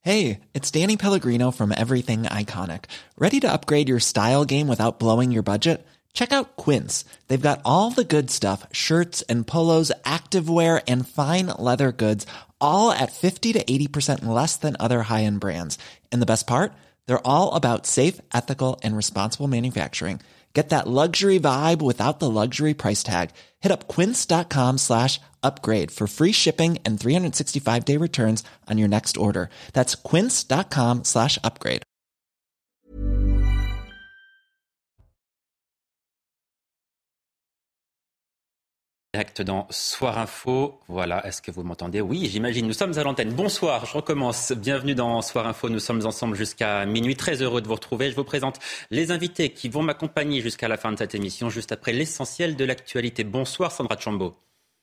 Hey, it's Danny Pellegrino from Everything Iconic. Ready to upgrade your style game without blowing your budget? Check out Quince. They've got all the good stuff, shirts and polos, activewear, and fine leather goods, all at 50 to 80% less than other high-end brands. And the best part? They're all about safe, ethical, and responsible manufacturing. Get that luxury vibe without the luxury price tag. Hit up quince.com/upgrade for free shipping and 365-day returns on your next order. That's quince.com/upgrade. Direct dans Soir Info. Voilà, est-ce que vous m'entendez? Oui, j'imagine. Nous sommes à l'antenne. Bonsoir, je recommence. Bienvenue dans Soir Info. Nous sommes ensemble jusqu'à minuit. Très heureux de vous retrouver. Je vous présente les invités qui vont m'accompagner jusqu'à la fin de cette émission, juste après l'essentiel de l'actualité. Bonsoir Sandra Tchambo.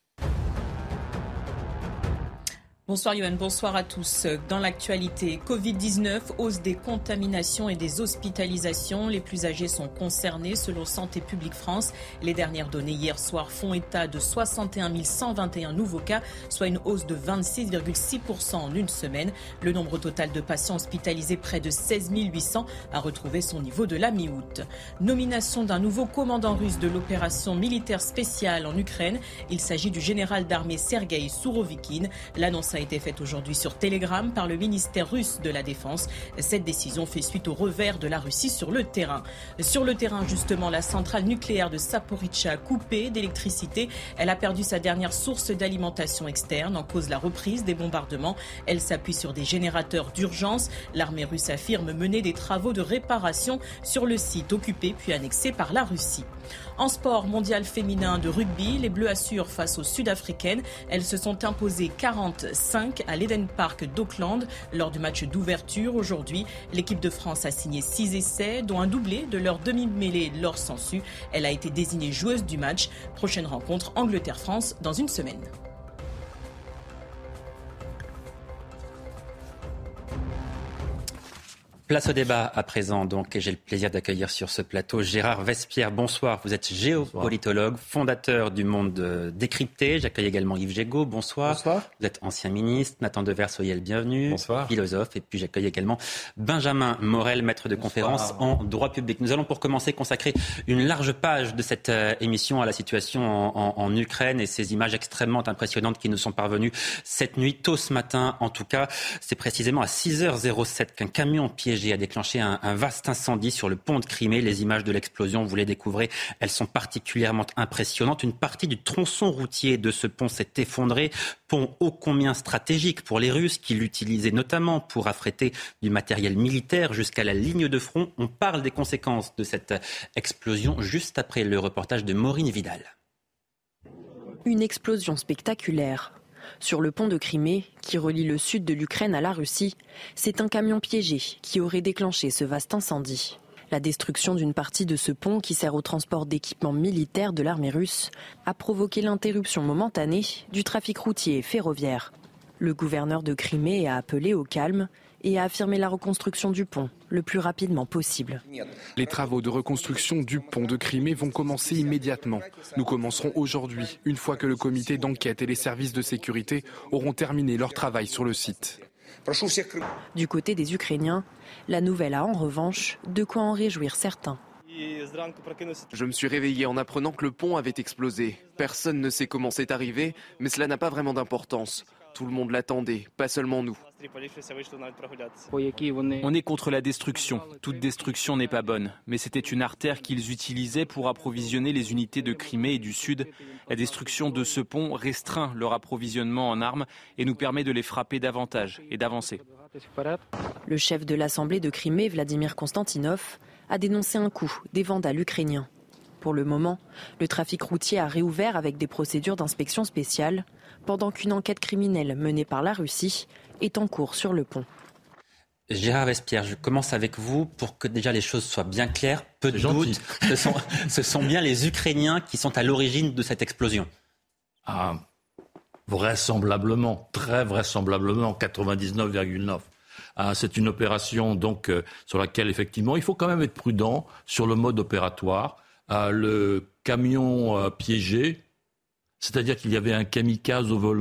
Bonsoir Yoann, bonsoir à tous. Dans l'actualité, Covid-19, hausse des contaminations et des hospitalisations. Les plus âgés sont concernés selon Santé publique France. Les dernières données hier soir font état de 61 121 nouveaux cas, soit une hausse de 26,6% en une semaine. Le nombre total de patients hospitalisés, près de 16 800, a retrouvé son niveau de la mi-août. Nomination d'un nouveau commandant russe de l'opération militaire spéciale en Ukraine. Il s'agit du général d'armée Sergueï Sourovikine. L'annonce a été faite aujourd'hui sur Telegram par le ministère russe de la Défense. Cette décision fait suite au revers de la Russie sur le terrain. Sur le terrain, justement, la centrale nucléaire de Zaporizhzhia coupée d'électricité. Elle a perdu sa dernière source d'alimentation externe. En cause la reprise des bombardements. Elle s'appuie sur des générateurs d'urgence. L'armée russe affirme mener des travaux de réparation sur le site occupé puis annexé par la Russie. En sport, mondial féminin de rugby, les Bleus assurent face aux Sud-Africaines. Elles se sont imposées 45 à l'Eden Park d'Auckland lors du match d'ouverture. Aujourd'hui, l'équipe de France a signé 6 essais, dont un doublé de leur demi-mêlée Laure Sansu. Elle a été désignée joueuse du match. Prochaine rencontre Angleterre-France dans une semaine. Place au débat à présent, donc, et j'ai le plaisir d'accueillir sur ce plateau Gérard Vespierre. Bonsoir, vous êtes géopolitologue, fondateur du Monde décrypté. J'accueille également Yves Gégaud, bonsoir. Bonsoir. Vous êtes ancien ministre. Nathan Devers, soyez le bienvenu. Bonsoir. Philosophe. Et puis j'accueille également Benjamin Morel, maître de conférence en droit public. Nous allons pour commencer consacrer une large page de cette émission à la situation en Ukraine et ces images extrêmement impressionnantes qui nous sont parvenues cette nuit, tôt ce matin en tout cas. C'est précisément à 6h07 qu'un camion piégé a déclenché un vaste incendie sur le pont de Crimée. Les images de l'explosion, vous les découvrez, elles sont particulièrement impressionnantes. Une partie du tronçon routier de ce pont s'est effondrée. Pont ô combien stratégique pour les Russes qui l'utilisaient notamment pour affréter du matériel militaire jusqu'à la ligne de front. On parle des conséquences de cette explosion juste après le reportage de Maureen Vidal. Une explosion spectaculaire. Sur le pont de Crimée, qui relie le sud de l'Ukraine à la Russie, c'est un camion piégé qui aurait déclenché ce vaste incendie. La destruction d'une partie de ce pont qui sert au transport d'équipements militaires de l'armée russe a provoqué l'interruption momentanée du trafic routier et ferroviaire. Le gouverneur de Crimée a appelé au calme et a affirmé la reconstruction du pont le plus rapidement possible. Les travaux de reconstruction du pont de Crimée vont commencer immédiatement. Nous commencerons aujourd'hui, une fois que le comité d'enquête et les services de sécurité auront terminé leur travail sur le site. Du côté des Ukrainiens, la nouvelle a en revanche de quoi en réjouir certains. Je me suis réveillé en apprenant que le pont avait explosé. Personne ne sait comment c'est arrivé, mais cela n'a pas vraiment d'importance. Tout le monde l'attendait, pas seulement nous. On est contre la destruction. Toute destruction n'est pas bonne. Mais c'était une artère qu'ils utilisaient pour approvisionner les unités de Crimée et du Sud. La destruction de ce pont restreint leur approvisionnement en armes et nous permet de les frapper davantage et d'avancer. Le chef de l'Assemblée de Crimée, Vladimir Konstantinov, a dénoncé un coup des vandales ukrainiens. Pour le moment, le trafic routier a réouvert avec des procédures d'inspection spéciale, pendant qu'une enquête criminelle menée par la Russie est en cours sur le pont. Gérard Vespierre, je commence avec vous pour que déjà les choses soient bien claires. Peu de doute, ce sont bien les Ukrainiens qui sont à l'origine de cette explosion. Ah, vraisemblablement, très vraisemblablement, 99,9%. C'est une opération donc sur laquelle effectivement il faut quand même être prudent sur le mode opératoire. Le camion piégé, c'est-à-dire qu'il y avait un kamikaze au volant,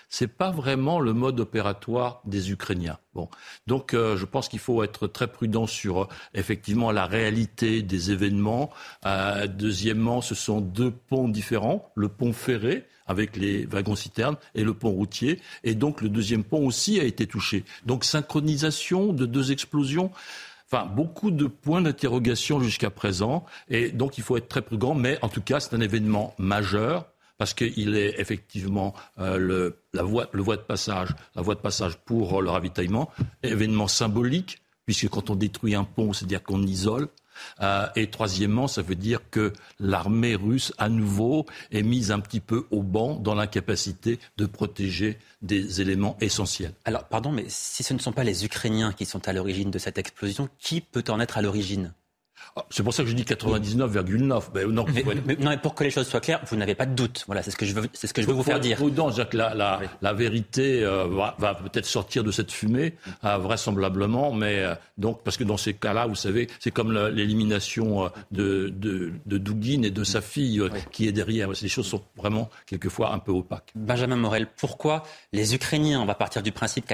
c'est pas vraiment le mode opératoire des Ukrainiens. Bon, donc je pense qu'il faut être très prudent sur effectivement la réalité des événements. Deuxièmement, ce sont deux ponts différents, le pont ferré avec les wagons-citernes et le pont routier, et donc le deuxième pont aussi a été touché. Donc synchronisation de deux explosions. Enfin, beaucoup de points d'interrogation jusqu'à présent, et donc il faut être très prudent, mais en tout cas c'est un événement majeur, parce qu'il est effectivement la voie de passage pour le ravitaillement, événement symbolique, puisque quand on détruit un pont, c'est-à-dire qu'on isole. Et troisièmement, ça veut dire que l'armée russe, à nouveau, est mise un petit peu au banc dans l'incapacité de protéger des éléments essentiels. Alors, pardon, mais si ce ne sont pas les Ukrainiens qui sont à l'origine de cette explosion, qui peut en être à l'origine ? C'est pour ça que je dis 99,9. Mais pour que les choses soient claires, vous n'avez pas de doute. Voilà, c'est ce que je veux vous faire dire. Prudent, c'est-à-dire que la vérité va peut-être sortir de cette fumée, vraisemblablement, mais donc parce que dans ces cas-là, vous savez, c'est comme l'élimination de Douguine et de sa fille qui est derrière. Les choses sont vraiment quelquefois un peu opaques. Benjamin Morel, pourquoi les Ukrainiens, on va partir du principe qu'à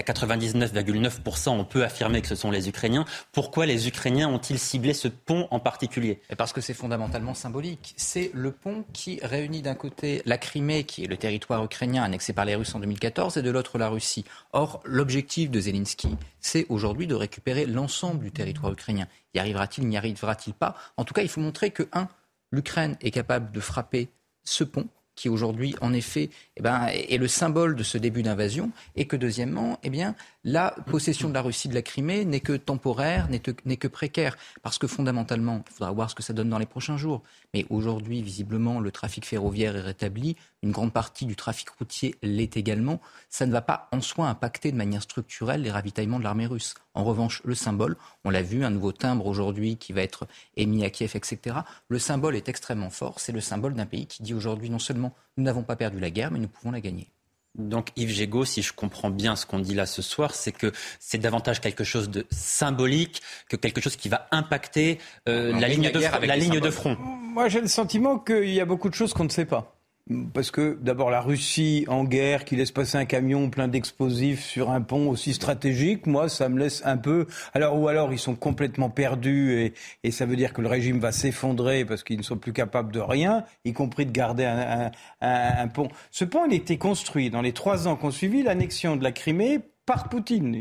99,9%, on peut affirmer que ce sont les Ukrainiens, pourquoi les Ukrainiens ont-ils ciblé ce pont en particulier? Et parce que c'est fondamentalement symbolique. C'est le pont qui réunit d'un côté la Crimée, qui est le territoire ukrainien annexé par les Russes en 2014, et de l'autre la Russie. Or, l'objectif de Zelensky, c'est aujourd'hui de récupérer l'ensemble du territoire ukrainien. Y arrivera-t-il, n'y arrivera-t-il pas? En tout cas, il faut montrer que, l'Ukraine est capable de frapper ce pont, qui aujourd'hui, en effet, est le symbole de ce début d'invasion, et que deuxièmement, la possession de la Russie de la Crimée n'est que temporaire, n'est que précaire, parce que fondamentalement, il faudra voir ce que ça donne dans les prochains jours. Mais aujourd'hui, visiblement, le trafic ferroviaire est rétabli, une grande partie du trafic routier l'est également. Ça ne va pas en soi impacter de manière structurelle les ravitaillements de l'armée russe. En revanche, le symbole, on l'a vu, un nouveau timbre aujourd'hui qui va être émis à Kiev, etc. Le symbole est extrêmement fort, c'est le symbole d'un pays qui dit aujourd'hui non seulement nous n'avons pas perdu la guerre, mais nous pouvons la gagner. Donc Yves Gégaud, si je comprends bien ce qu'on dit là ce soir, c'est que c'est davantage quelque chose de symbolique que quelque chose qui va impacter la ligne de front. Moi j'ai le sentiment qu'il y a beaucoup de choses qu'on ne sait pas. Parce que d'abord la Russie en guerre qui laisse passer un camion plein d'explosifs sur un pont aussi stratégique, moi ça me laisse un peu... Alors ils sont complètement perdus et ça veut dire que le régime va s'effondrer parce qu'ils ne sont plus capables de rien, y compris de garder un pont. Ce pont il a été construit dans les 3 ans qu'ont suivi l'annexion de la Crimée par Poutine.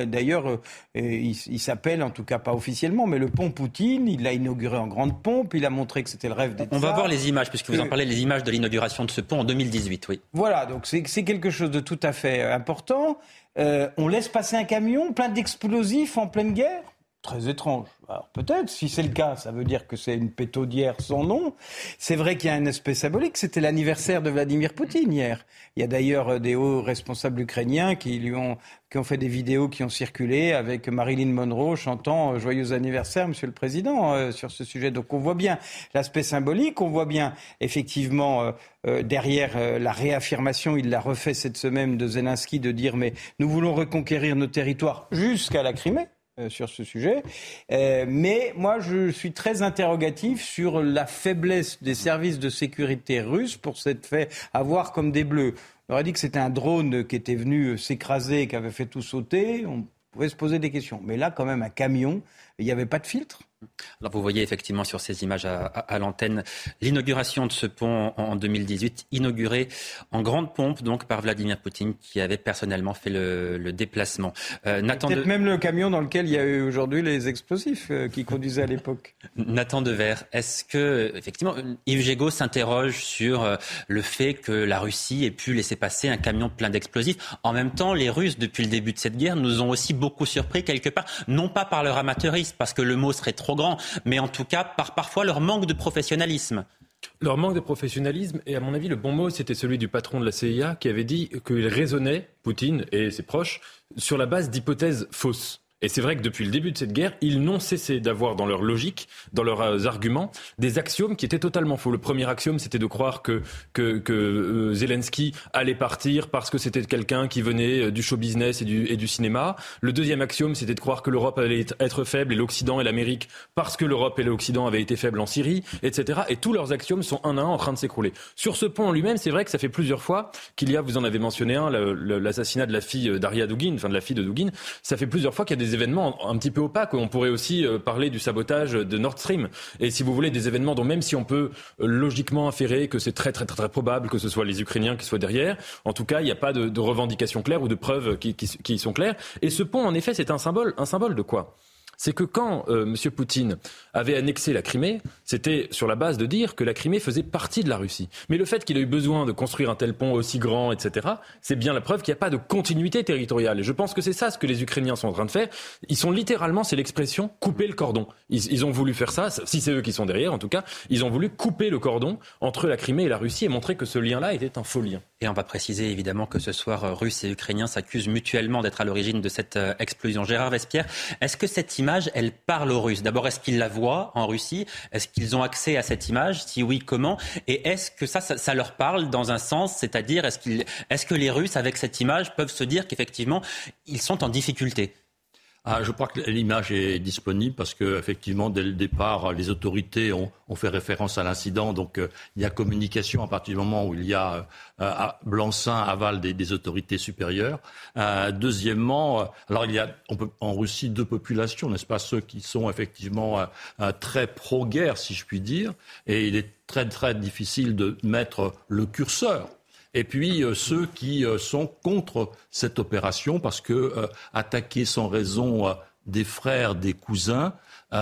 Il s'appelle, en tout cas pas officiellement, mais le pont Poutine, il l'a inauguré en grande pompe, il a montré que c'était le rêve des tsars. On va voir les images, puisque vous en parlez, les images de l'inauguration de ce pont en 2018, oui. Voilà, donc c'est quelque chose de tout à fait important. On laisse passer un camion plein d'explosifs en pleine guerre ? Très étrange. Alors peut-être, si c'est le cas, ça veut dire que c'est une pétaudière sans nom. C'est vrai qu'il y a un aspect symbolique. C'était l'anniversaire de Vladimir Poutine hier. Il y a d'ailleurs des hauts responsables ukrainiens qui ont fait des vidéos qui ont circulé avec Marilyn Monroe chantant « Joyeux anniversaire, Monsieur le Président » sur ce sujet. Donc on voit bien l'aspect symbolique, on voit bien effectivement derrière la réaffirmation, il l'a refait cette semaine de Zelensky, de dire « Mais nous voulons reconquérir nos territoires jusqu'à la Crimée ». Sur ce sujet. Mais moi, je suis très interrogatif sur la faiblesse des services de sécurité russes pour s'être fait avoir comme des bleus. On aurait dit que c'était un drone qui était venu s'écraser, qui avait fait tout sauter. On pouvait se poser des questions. Mais là, quand même, un camion, il n'y avait pas de filtre. Alors vous voyez effectivement sur ces images à l'antenne l'inauguration de ce pont en 2018, inauguré en grande pompe donc par Vladimir Poutine qui avait personnellement fait le déplacement. Peut-être même le camion dans lequel il y a eu aujourd'hui les explosifs qui conduisaient à l'époque. Nathan Devers, est-ce que effectivement Yves Gégaud s'interroge sur le fait que la Russie ait pu laisser passer un camion plein d'explosifs? En même temps, les Russes depuis le début de cette guerre nous ont aussi beaucoup surpris quelque part, non pas par leur amateurisme parce que le mot serait trop grand, mais en tout cas par parfois leur manque de professionnalisme. Leur manque de professionnalisme, et à mon avis le bon mot c'était celui du patron de la CIA qui avait dit qu'il raisonnait, Poutine et ses proches, sur la base d'hypothèses fausses. Et c'est vrai que depuis le début de cette guerre, ils n'ont cessé d'avoir dans leur logique, dans leurs arguments, des axiomes qui étaient totalement faux. Le premier axiome, c'était de croire que Zelensky allait partir parce que c'était quelqu'un qui venait du show business et du cinéma. Le deuxième axiome, c'était de croire que l'Europe allait être faible et l'Occident et l'Amérique parce que l'Europe et l'Occident avaient été faibles en Syrie, etc. Et tous leurs axiomes sont un à un en train de s'écrouler. Sur ce point en lui-même, c'est vrai que ça fait plusieurs fois qu'il y a, vous en avez mentionné un, l'assassinat de la fille d'Aria Dugin, enfin de la fille de Dugin. Ça fait plusieurs fois qu'il y a des événements un petit peu opaques. On pourrait aussi parler du sabotage de Nord Stream. Et si vous voulez, des événements dont même si on peut logiquement inférer que c'est très, très, très, très probable que ce soit les Ukrainiens qui soient derrière, en tout cas, il n'y a pas de revendications claires ou de preuves qui sont claires. Et ce pont, en effet, c'est un symbole de quoi ? C'est que quand M. Poutine avait annexé la Crimée, c'était sur la base de dire que la Crimée faisait partie de la Russie. Mais le fait qu'il ait eu besoin de construire un tel pont aussi grand, etc., c'est bien la preuve qu'il n'y a pas de continuité territoriale. Et je pense que c'est ça ce que les Ukrainiens sont en train de faire. Ils sont littéralement, c'est l'expression, couper le cordon. Ils ont voulu faire ça, si c'est eux qui sont derrière en tout cas, ils ont voulu couper le cordon entre la Crimée et la Russie et montrer que ce lien-là était un faux lien. Et on va préciser évidemment que ce soir, Russes et Ukrainiens s'accusent mutuellement d'être à l'origine de cette explosion. Gérard Vespierre, est-ce que cette image, elle parle aux Russes ? D'abord, est-ce qu'ils la voient en Russie ? Est-ce qu'ils ont accès à cette image ? Si oui, comment ? Et est-ce que ça leur parle dans un sens ? C'est-à-dire, est-ce que les Russes, avec cette image, peuvent se dire qu'effectivement, ils sont en difficulté ? Je crois que l'image est disponible parce que effectivement, dès le départ, les autorités ont fait référence à l'incident. Donc, il y a communication à partir du moment où il y a blanc-seing, aval des autorités supérieures. Deuxièmement, alors il y a en Russie deux populations, n'est-ce pas ? Ceux qui sont effectivement très pro-guerre, si je puis dire, et il est très très difficile de mettre le curseur. Et puis ceux qui sont contre cette opération parce que attaquer sans raison des frères, des cousins,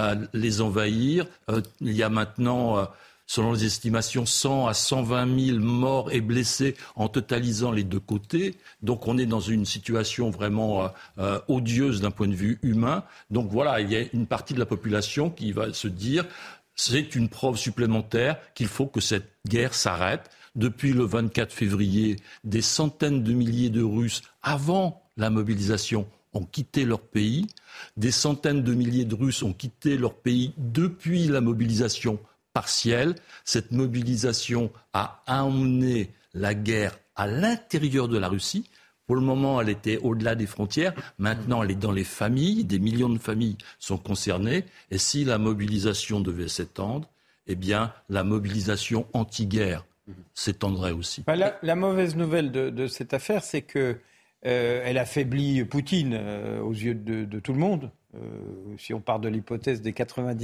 les envahir, il y a maintenant, selon les estimations, 100 à 120 000 morts et blessés en totalisant les deux côtés. Donc on est dans une situation vraiment odieuse d'un point de vue humain. Donc voilà, il y a une partie de la population qui va se dire c'est une preuve supplémentaire qu'il faut que cette guerre s'arrête. Depuis le 24 février, des centaines de milliers de Russes, avant la mobilisation, ont quitté leur pays. Des centaines de milliers de Russes ont quitté leur pays depuis la mobilisation partielle. Cette mobilisation a emmené la guerre à l'intérieur de la Russie. Pour le moment, elle était au-delà des frontières. Maintenant, elle est dans les familles. Des millions de familles sont concernées. Et si la mobilisation devait s'étendre, eh bien, la mobilisation anti-guerre s'étendrait aussi. La mauvaise nouvelle de cette affaire, c'est que elle affaiblit Poutine aux yeux de tout le monde. Si on part de l'hypothèse des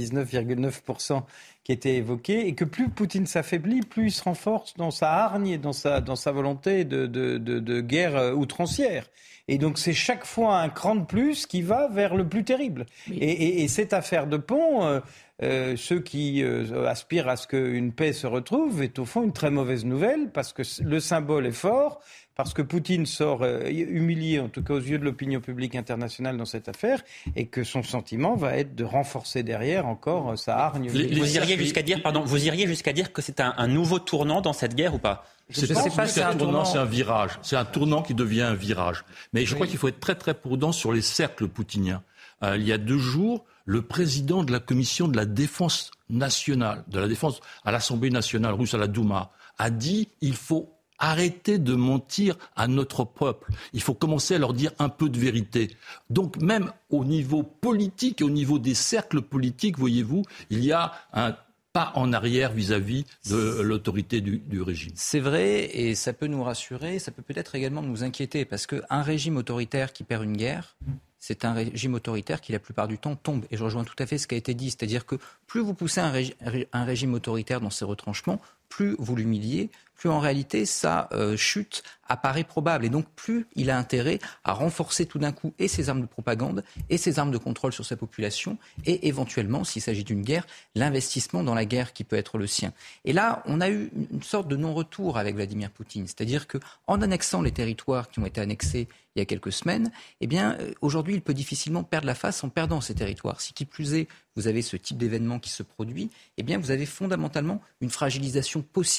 99,9% qui étaient évoqués, et que plus Poutine s'affaiblit, plus il se renforce dans sa hargne et dans sa volonté de guerre outrancière. Et donc c'est chaque fois un cran de plus qui va vers le plus terrible. Oui. Et cette affaire de pont, ceux qui aspirent à ce qu'une paix se retrouve, est au fond une très mauvaise nouvelle, parce que le symbole est fort, parce que Poutine sort humilié, en tout cas aux yeux de l'opinion publique internationale dans cette affaire, et que son sentiment va être de renforcer derrière encore sa hargne. Vous iriez jusqu'à dire que c'est un nouveau tournant dans cette guerre ou pas ? C'est un tournant, c'est un virage. C'est un tournant qui devient un virage. Mais je crois qu'il faut être très très prudent sur les cercles poutiniens. Il y a 2 jours, le président de la commission de la défense nationale, de la défense à l'Assemblée nationale russe, à la Douma, a dit il faut arrêter de mentir à notre peuple. Il faut commencer à leur dire un peu de vérité. Donc même au niveau politique, au niveau des cercles politiques, voyez-vous, il y a un pas en arrière vis-à-vis de l'autorité du régime. C'est vrai, et ça peut nous rassurer, ça peut peut-être également nous inquiéter, parce qu'un régime autoritaire qui perd une guerre, c'est un régime autoritaire qui, la plupart du temps, tombe. Et je rejoins tout à fait ce qui a été dit, c'est-à-dire que plus vous poussez un régime autoritaire dans ses retranchements, plus vous l'humiliez, plus en réalité sa chute apparaît probable. Et donc plus il a intérêt à renforcer tout d'un coup et ses armes de propagande et ses armes de contrôle sur sa population et éventuellement, s'il s'agit d'une guerre, l'investissement dans la guerre qui peut être le sien. Et là, on a eu une sorte de non-retour avec Vladimir Poutine. C'est-à-dire qu'en annexant les territoires qui ont été annexés il y a quelques semaines, eh bien, aujourd'hui, il peut difficilement perdre la face en perdant ces territoires. Si qui plus est, vous avez ce type d'événement qui se produit, eh bien, vous avez fondamentalement une fragilisation possible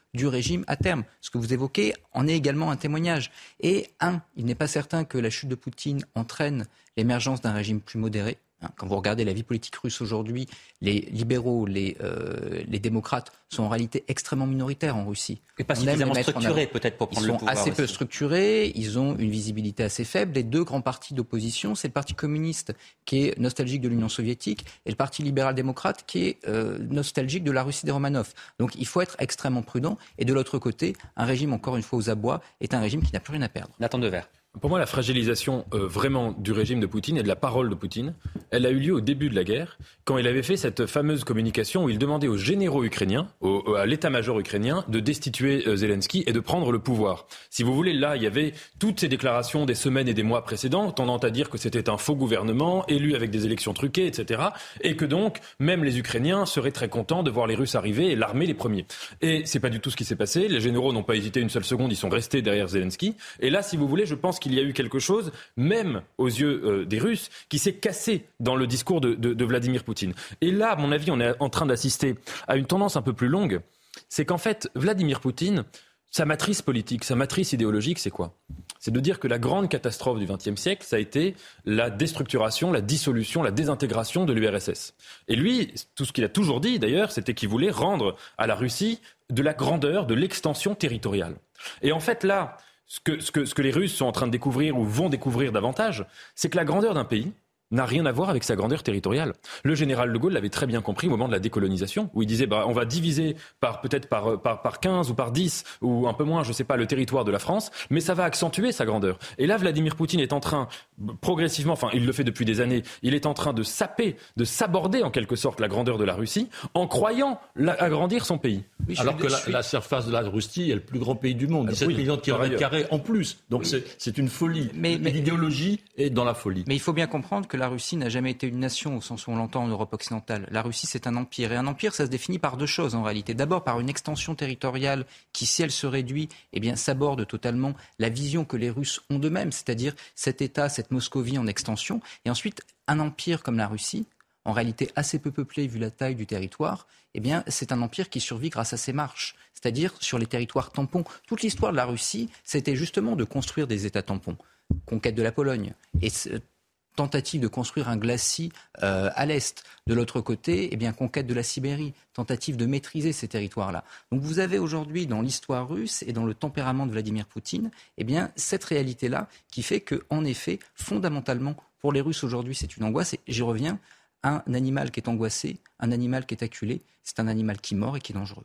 du régime à terme. Ce que vous évoquez en est également un témoignage. Et il n'est pas certain que la chute de Poutine entraîne l'émergence d'un régime plus modéré. Quand vous regardez la vie politique russe aujourd'hui, les libéraux, les démocrates sont en réalité extrêmement minoritaires en Russie. Et pas suffisamment structurés peut-être pour prendre le pouvoir. Ils sont assez peu aussi structurés, ils ont une visibilité assez faible. Les deux grands partis d'opposition, c'est le Parti communiste qui est nostalgique de l'Union soviétique et le Parti libéral-démocrate qui est nostalgique de la Russie des Romanov. Donc il faut être extrêmement prudent. Et de l'autre côté, un régime, encore une fois aux abois, est un régime qui n'a plus rien à perdre. Nathan Devers. Pour moi, la fragilisation vraiment du régime de Poutine et de la parole de Poutine, elle a eu lieu au début de la guerre, quand il avait fait cette fameuse communication où il demandait aux généraux ukrainiens, à l'état-major ukrainien, de destituer Zelensky et de prendre le pouvoir. Si vous voulez, là, il y avait toutes ces déclarations des semaines et des mois précédents, tendant à dire que c'était un faux gouvernement, élu avec des élections truquées, etc. Et que donc, même les Ukrainiens seraient très contents de voir les Russes arriver et l'armée les premiers. Et c'est pas du tout ce qui s'est passé. Les généraux n'ont pas hésité une seule seconde, ils sont restés derrière Zelensky. Et là, si vous voulez, je pense qu'il y a eu quelque chose, même aux yeux des Russes, qui s'est cassé dans le discours de Vladimir Poutine. Et là, à mon avis, on est en train d'assister à une tendance un peu plus longue. C'est qu'en fait, Vladimir Poutine, sa matrice politique, sa matrice idéologique, c'est quoi ? C'est de dire que la grande catastrophe du XXe siècle, ça a été la déstructuration, la dissolution, la désintégration de l'URSS. Et lui, tout ce qu'il a toujours dit d'ailleurs, c'était qu'il voulait rendre à la Russie de la grandeur, de l'extension territoriale. Et en fait là, ce que les Russes sont en train de découvrir ou vont découvrir davantage, c'est que la grandeur d'un pays n'a rien à voir avec sa grandeur territoriale. Le général de Gaulle l'avait très bien compris au moment de la décolonisation, où il disait on va diviser peut-être par 15 ou par 10 ou un peu moins, je ne sais pas, le territoire de la France, mais ça va accentuer sa grandeur. Et là, Vladimir Poutine est en train, progressivement, enfin il le fait depuis des années, il est en train de saborder en quelque sorte la grandeur de la Russie en croyant agrandir son pays. Oui, alors que la surface de la Russie est le plus grand pays du monde, 17 millions de kilomètres carrés en plus. Donc c'est une folie. Mais l'idéologie est dans la folie. Mais il faut bien comprendre que la Russie n'a jamais été une nation au sens où on l'entend en Europe occidentale. La Russie, c'est un empire. Et un empire, ça se définit par deux choses en réalité. D'abord, par une extension territoriale qui, si elle se réduit, saborde totalement la vision que les Russes ont d'eux-mêmes, c'est-à-dire cet État, cette Moscovie en extension. Et ensuite, un empire comme la Russie, en réalité assez peu peuplé vu la taille du territoire, c'est un empire qui survit grâce à ses marches, c'est-à-dire sur les territoires tampons. Toute l'histoire de la Russie, c'était justement de construire des États tampons. Conquête de la Pologne et tentative de construire un glacis à l'est. De l'autre côté, conquête de la Sibérie, tentative de maîtriser ces territoires-là. Donc vous avez aujourd'hui dans l'histoire russe et dans le tempérament de Vladimir Poutine, cette réalité-là qui fait que, en effet, fondamentalement, pour les Russes aujourd'hui, c'est une angoisse. Et j'y reviens, un animal qui est angoissé, un animal qui est acculé, c'est un animal qui mord et qui est dangereux.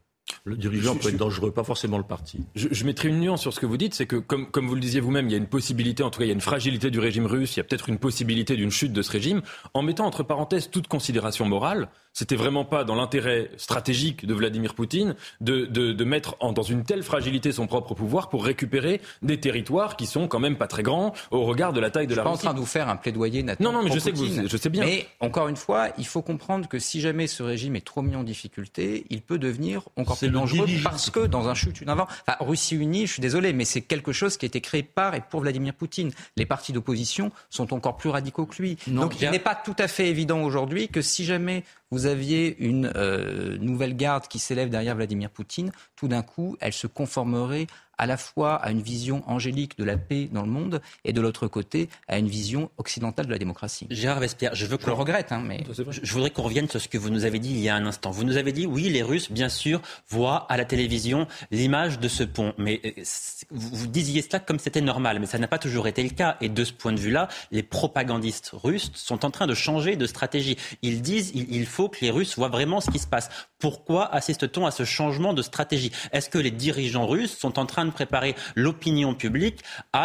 Le dirigeant peut être dangereux, pas forcément le parti. Je mettrai une nuance sur ce que vous dites, c'est que comme vous le disiez vous-même, il y a une possibilité, en tout cas il y a une fragilité du régime russe, il y a peut-être une possibilité d'une chute de ce régime. En mettant entre parenthèses toute considération morale, c'était vraiment pas dans l'intérêt stratégique de Vladimir Poutine de mettre dans une telle fragilité son propre pouvoir pour récupérer des territoires qui sont quand même pas très grands au regard de la taille de la Russie. Je suis pas en train de vous faire un plaidoyer, Nathan. Non, mais je sais bien. Mais encore une fois, il faut comprendre que si jamais ce régime est trop mis en difficulté, il peut devenir encore plus dangereux parce que dans un chute, une avant. Russie unie, je suis désolé, mais c'est quelque chose qui a été créé par et pour Vladimir Poutine. Les partis d'opposition sont encore plus radicaux que lui. Donc il n'est pas tout à fait évident aujourd'hui que si jamais vous aviez une nouvelle garde qui s'élève derrière Vladimir Poutine, tout d'un coup, elle se conformerait à la fois à une vision angélique de la paix dans le monde et de l'autre côté à une vision occidentale de la démocratie. Gérard Vespierre, je le regrette, mais je voudrais qu'on revienne sur ce que vous nous avez dit il y a un instant. Vous nous avez dit, oui, les Russes, bien sûr, voient à la télévision l'image de ce pont. Mais vous disiez cela comme c'était normal, mais ça n'a pas toujours été le cas. Et de ce point de vue-là, les propagandistes russes sont en train de changer de stratégie. Ils disent, il faut que les Russes voient vraiment ce qui se passe. Pourquoi assiste-t-on à ce changement de stratégie ? Est-ce que les dirigeants russes sont en train de préparer l'opinion publique à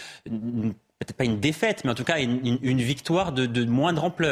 peut-être pas une défaite, mais en tout cas une victoire de moindre ampleur ?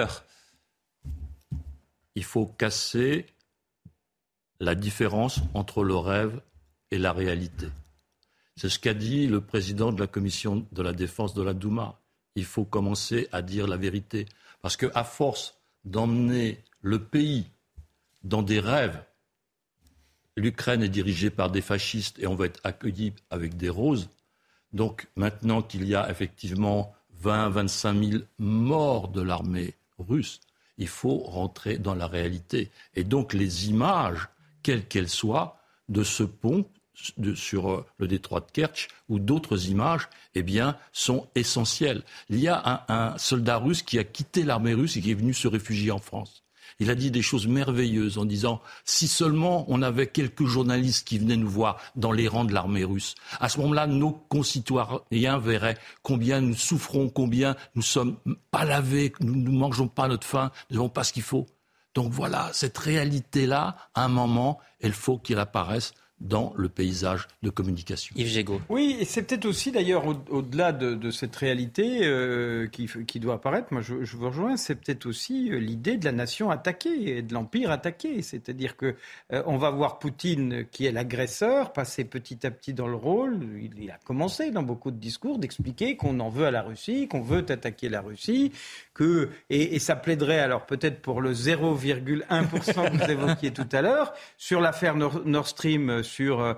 Il faut casser la différence entre le rêve et la réalité. C'est ce qu'a dit le président de la commission de la défense de la Douma. Il faut commencer à dire la vérité. Parce qu'à force d'emmener le pays dans des rêves, l'Ukraine est dirigée par des fascistes et on va être accueillis avec des roses. Donc maintenant qu'il y a effectivement 20-25 000 morts de l'armée russe, il faut rentrer dans la réalité. Et donc les images, quelles qu'elles soient, de ce pont sur le détroit de Kertch ou d'autres images, sont essentielles. Il y a un soldat russe qui a quitté l'armée russe et qui est venu se réfugier en France. Il a dit des choses merveilleuses en disant « Si seulement on avait quelques journalistes qui venaient nous voir dans les rangs de l'armée russe, à ce moment-là, nos concitoyens verraient combien nous souffrons, combien nous sommes pas lavés, nous ne mangeons pas notre faim, nous n'avons pas ce qu'il faut. » Donc voilà, cette réalité-là, à un moment, il faut qu'il apparaisse dans le paysage de communication. Yves Gégaud. Oui, et c'est peut-être aussi d'ailleurs au-delà de cette réalité qui doit apparaître, moi je vous rejoins, c'est peut-être aussi l'idée de la nation attaquée et de l'empire attaqué. C'est-à-dire que on va voir Poutine, qui est l'agresseur, passer petit à petit dans le rôle. Il a commencé dans beaucoup de discours d'expliquer qu'on en veut à la Russie, qu'on veut attaquer la Russie, et ça plaiderait alors peut-être pour le 0,1% que vous évoquiez tout à l'heure, sur l'affaire Nord Stream, sur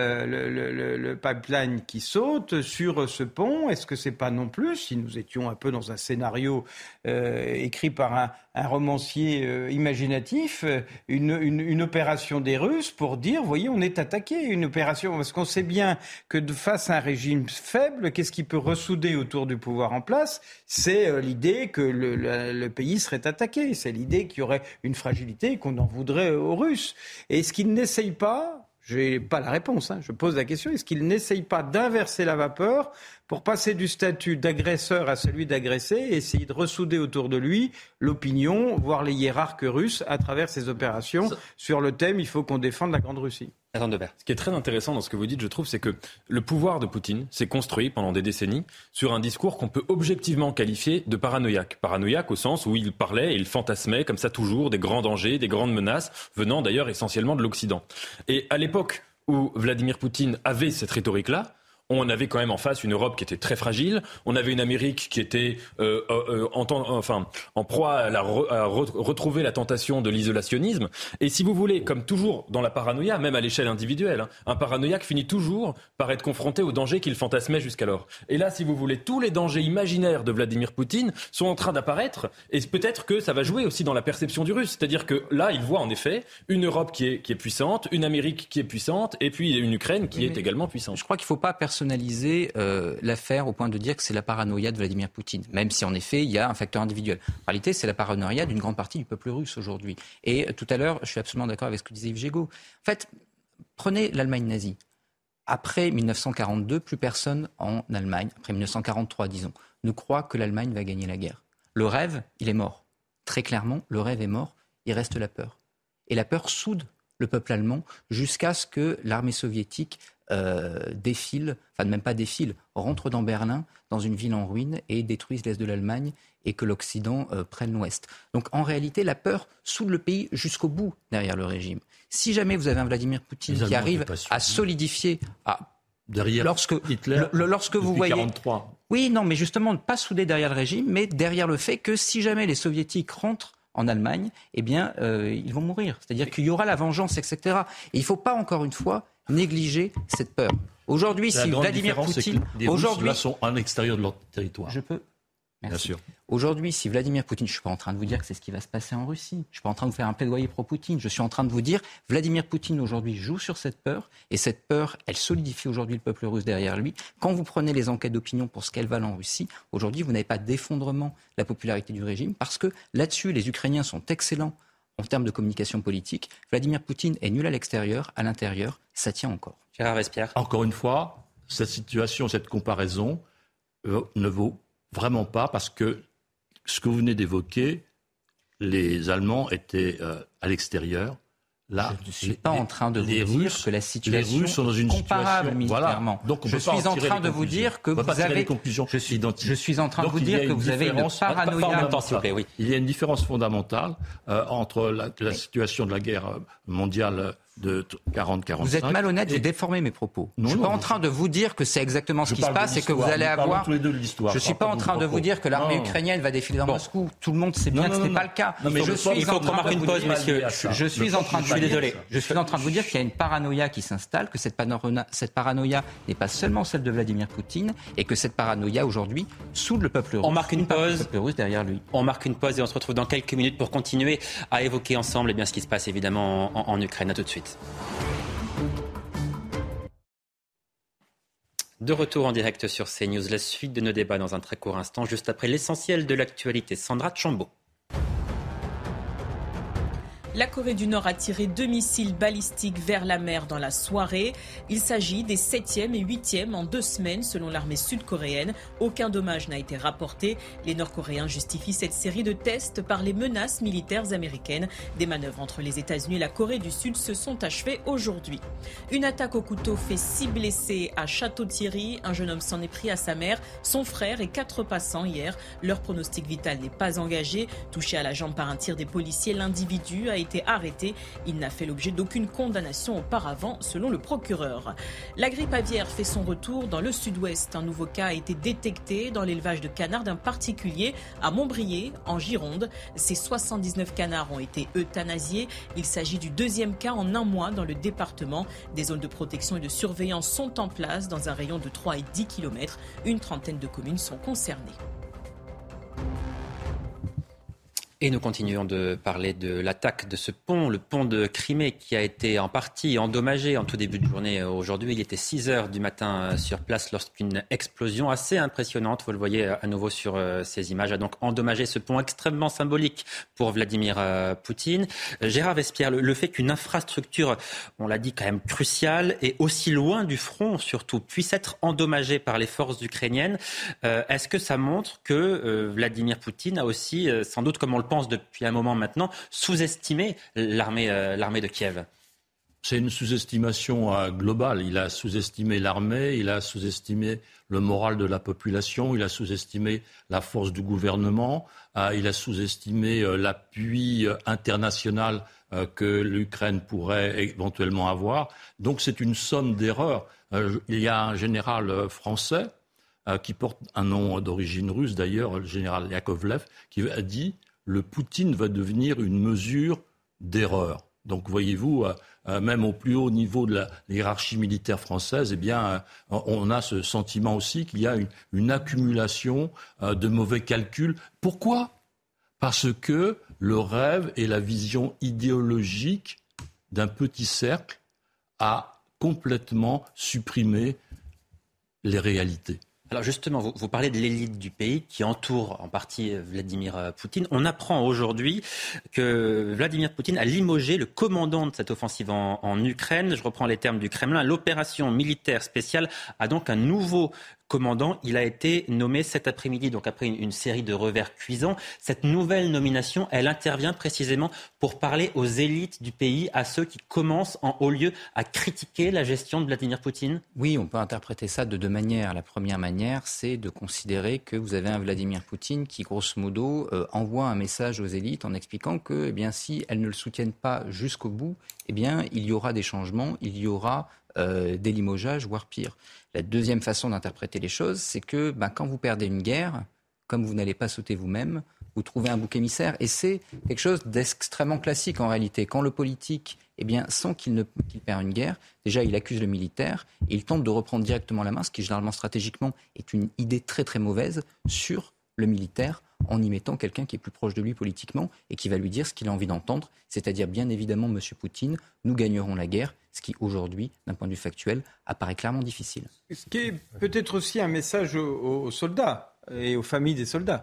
le pipeline qui saute, sur ce pont. Est-ce que c'est pas non plus, si nous étions un peu dans un scénario écrit par un romancier imaginatif, une opération des Russes pour dire, voyez, on est attaqué, une opération, parce qu'on sait bien que face à un régime faible, qu'est-ce qui peut ressouder autour du pouvoir en place? C'est l'idée que le pays serait attaqué, c'est l'idée qu'il y aurait une fragilité, qu'on en voudrait aux Russes. Et est-ce qu'ils n'essayent pas, je n'ai pas la réponse, je pose la question, est-ce qu'ils n'essayent pas d'inverser la vapeur pour passer du statut d'agresseur à celui d'agressé et essayer de ressouder autour de lui l'opinion, voire les hiérarques russes à travers ces opérations sur le thème « il faut qu'on défende la Grande Russie ». Ce qui est très intéressant dans ce que vous dites, je trouve, c'est que le pouvoir de Poutine s'est construit pendant des décennies sur un discours qu'on peut objectivement qualifier de paranoïaque. Paranoïaque au sens où il parlait et il fantasmait comme ça toujours des grands dangers, des grandes menaces, venant d'ailleurs essentiellement de l'Occident. Et à l'époque où Vladimir Poutine avait cette rhétorique-là, on avait quand même en face une Europe qui était très fragile. On avait une Amérique qui était en proie à retrouver la tentation de l'isolationnisme. Et si vous voulez, comme toujours dans la paranoïa, même à l'échelle individuelle, un paranoïaque finit toujours par être confronté aux dangers qu'il fantasmait jusqu'alors. Et là, si vous voulez, tous les dangers imaginaires de Vladimir Poutine sont en train d'apparaître. Et peut-être que ça va jouer aussi dans la perception du Russe. C'est-à-dire que là, il voit en effet une Europe qui est puissante, une Amérique qui est puissante, et puis une Ukraine qui est également puissante. Je crois qu'il ne faut pas personnaliser l'affaire au point de dire que c'est la paranoïa de Vladimir Poutine, même si en effet il y a un facteur individuel. En réalité, c'est la paranoïa d'une grande partie du peuple russe aujourd'hui. Et tout à l'heure, je suis absolument d'accord avec ce que disait Yves Gégaud. En fait, prenez l'Allemagne nazie. Après 1942, plus personne en Allemagne, après 1943 disons, ne croit que l'Allemagne va gagner la guerre. Le rêve, il est mort. Très clairement, le rêve est mort, il reste la peur. Et la peur soude le peuple allemand jusqu'à ce que l'armée soviétique rentre dans Berlin, dans une ville en ruine, et détruise l'Est de l'Allemagne et que l'Occident prenne l'Ouest. Donc en réalité, la peur soude le pays jusqu'au bout derrière le régime. Si jamais vous avez un Vladimir Poutine qui arrive à solidifier... derrière Hitler, lorsque vous voyez... 1943. Oui, non, mais justement, pas soudé derrière le régime, mais derrière le fait que si jamais les Soviétiques rentrent en Allemagne, ils vont mourir. C'est-à-dire qu'il y aura la vengeance, etc. Et il ne faut pas, encore une fois, négliger cette peur. Aujourd'hui, si Vladimir Poutine... Aujourd'hui, sont à l'extérieur de leur territoire. Je peux... Merci. Bien sûr. Aujourd'hui, si Vladimir Poutine... Je ne suis pas en train de vous dire que c'est ce qui va se passer en Russie. Je ne suis pas en train de vous faire un plaidoyer pro-Poutine. Je suis en train de vous dire Vladimir Poutine, aujourd'hui, joue sur cette peur. Et cette peur, elle solidifie aujourd'hui le peuple russe derrière lui. Quand vous prenez les enquêtes d'opinion pour ce qu'elles valent en Russie, aujourd'hui, vous n'avez pas d'effondrement de la popularité du régime parce que là-dessus, les Ukrainiens sont excellents en termes de communication politique. Vladimir Poutine est nul à l'extérieur, à l'intérieur, ça tient encore. Gérard Vespierre. Encore une fois, cette situation, cette comparaison ne vaut vraiment pas parce que ce que vous venez d'évoquer, les Allemands étaient à l'extérieur. Là, je ne suis pas en train de vous dire que la situation les Russes sont dans une comparable situation militairement. Voilà. Donc je suis en train de vous dire que vous avez je suis en train de vous dire que vous avez une paranoïa. Il y a une différence fondamentale entre la situation de la guerre mondiale de 40-45. Vous êtes malhonnête, vous déformez mes propos. Je ne suis pas en train de vous dire que c'est exactement ce qui se passe et que vous allez avoir... Je ne suis pas en train de vous dire que l'armée ukrainienne va défiler dans Moscou. Tout le monde sait bien que ce n'est pas le cas. Il faut qu'on marque une pause, monsieur. Je suis en train de vous dire qu'il y a une paranoïa qui s'installe, que cette paranoïa n'est pas seulement celle de Vladimir Poutine et que cette paranoïa aujourd'hui soude le peuple russe. On marque une pause. Le peuple russe derrière lui. On marque une pause et on se retrouve dans quelques minutes pour continuer à évoquer ensemble ce qui se passe évidemment en Ukraine. À tout de suite. De retour en direct sur CNews, la suite de nos débats dans un très court instant, juste après l'essentiel de l'actualité. Sandra Tchambo. La Corée du Nord a tiré 2 missiles balistiques vers la mer dans la soirée. Il s'agit des 7e et 8e en 2 semaines selon l'armée sud-coréenne. Aucun dommage n'a été rapporté. Les Nord-Coréens justifient cette série de tests par les menaces militaires américaines. Des manœuvres entre les États-Unis et la Corée du Sud se sont achevées aujourd'hui. Une attaque au couteau fait 6 blessés à Château-Thierry. Un jeune homme s'en est pris à sa mère, son frère et 4 passants hier. Leur pronostic vital n'est pas engagé. Touché à la jambe par un tir des policiers, l'individu a été arrêté. Il n'a fait l'objet d'aucune condamnation auparavant, selon le procureur. La grippe aviaire fait son retour dans le sud-ouest. Un nouveau cas a été détecté dans l'élevage de canards d'un particulier à Montbrier, en Gironde. Ces 79 canards ont été euthanasiés. Il s'agit du 2e cas en un mois dans le département. Des zones de protection et de surveillance sont en place dans un rayon de 3 et 10 km. Une trentaine de communes sont concernées. Et nous continuons de parler de l'attaque de ce pont, le pont de Crimée, qui a été en partie endommagé en tout début de journée aujourd'hui. Il était 6 heures du matin sur place lorsqu'une explosion assez impressionnante, vous le voyez à nouveau sur ces images, a donc endommagé ce pont extrêmement symbolique pour Vladimir Poutine. Gérard Vespierre, le fait qu'une infrastructure, on l'a dit quand même cruciale, et aussi loin du front surtout, puisse être endommagée par les forces ukrainiennes, est-ce que ça montre que Vladimir Poutine a aussi, sans doute comme on le pense depuis un moment maintenant, sous-estimé l'armée de Kiev? C'est une sous-estimation globale. Il a sous-estimé l'armée, il a sous-estimé le moral de la population, il a sous-estimé la force du gouvernement, il a sous-estimé l'appui international que l'Ukraine pourrait éventuellement avoir. Donc c'est une somme d'erreurs. Il y a un général français qui porte un nom d'origine russe d'ailleurs, le général Yakovlev, qui a dit « Le Poutine va devenir une mesure d'erreur ». Donc voyez-vous, même au plus haut niveau de la hiérarchie militaire française, eh bien, on a ce sentiment aussi qu'il y a une accumulation de mauvais calculs. Pourquoi ? Parce que le rêve et la vision idéologique d'un petit cercle a complètement supprimé les réalités. Alors justement, vous parlez de l'élite du pays qui entoure en partie Vladimir Poutine. On apprend aujourd'hui que Vladimir Poutine a limogé le commandant de cette offensive en Ukraine. Je reprends les termes du Kremlin. L'opération militaire spéciale a donc un nouveau commandant. Il a été nommé cet après-midi, donc après une série de revers cuisants. Cette nouvelle nomination, elle intervient précisément pour parler aux élites du pays, à ceux qui commencent en haut lieu à critiquer la gestion de Vladimir Poutine. Oui, on peut interpréter ça de 2 manières. La première manière, c'est de considérer que vous avez un Vladimir Poutine qui, grosso modo, envoie un message aux élites en expliquant que, eh bien, si elles ne le soutiennent pas jusqu'au bout, eh bien, il y aura des changements, il y aura des limogeages, voire pire. La deuxième façon d'interpréter les choses, c'est que quand vous perdez une guerre, comme vous n'allez pas sauter vous-même, vous trouvez un bouc émissaire. Et c'est quelque chose d'extrêmement classique en réalité. Quand le politique, sent qu'il perd une guerre, déjà il accuse le militaire et il tente de reprendre directement la main, ce qui généralement stratégiquement est une idée très très mauvaise sur le militaire, en y mettant quelqu'un qui est plus proche de lui politiquement et qui va lui dire ce qu'il a envie d'entendre, c'est-à-dire bien évidemment, M. Poutine, nous gagnerons la guerre, ce qui aujourd'hui, d'un point de vue factuel, apparaît clairement difficile. Ce qui est peut-être aussi un message aux soldats et aux familles des soldats.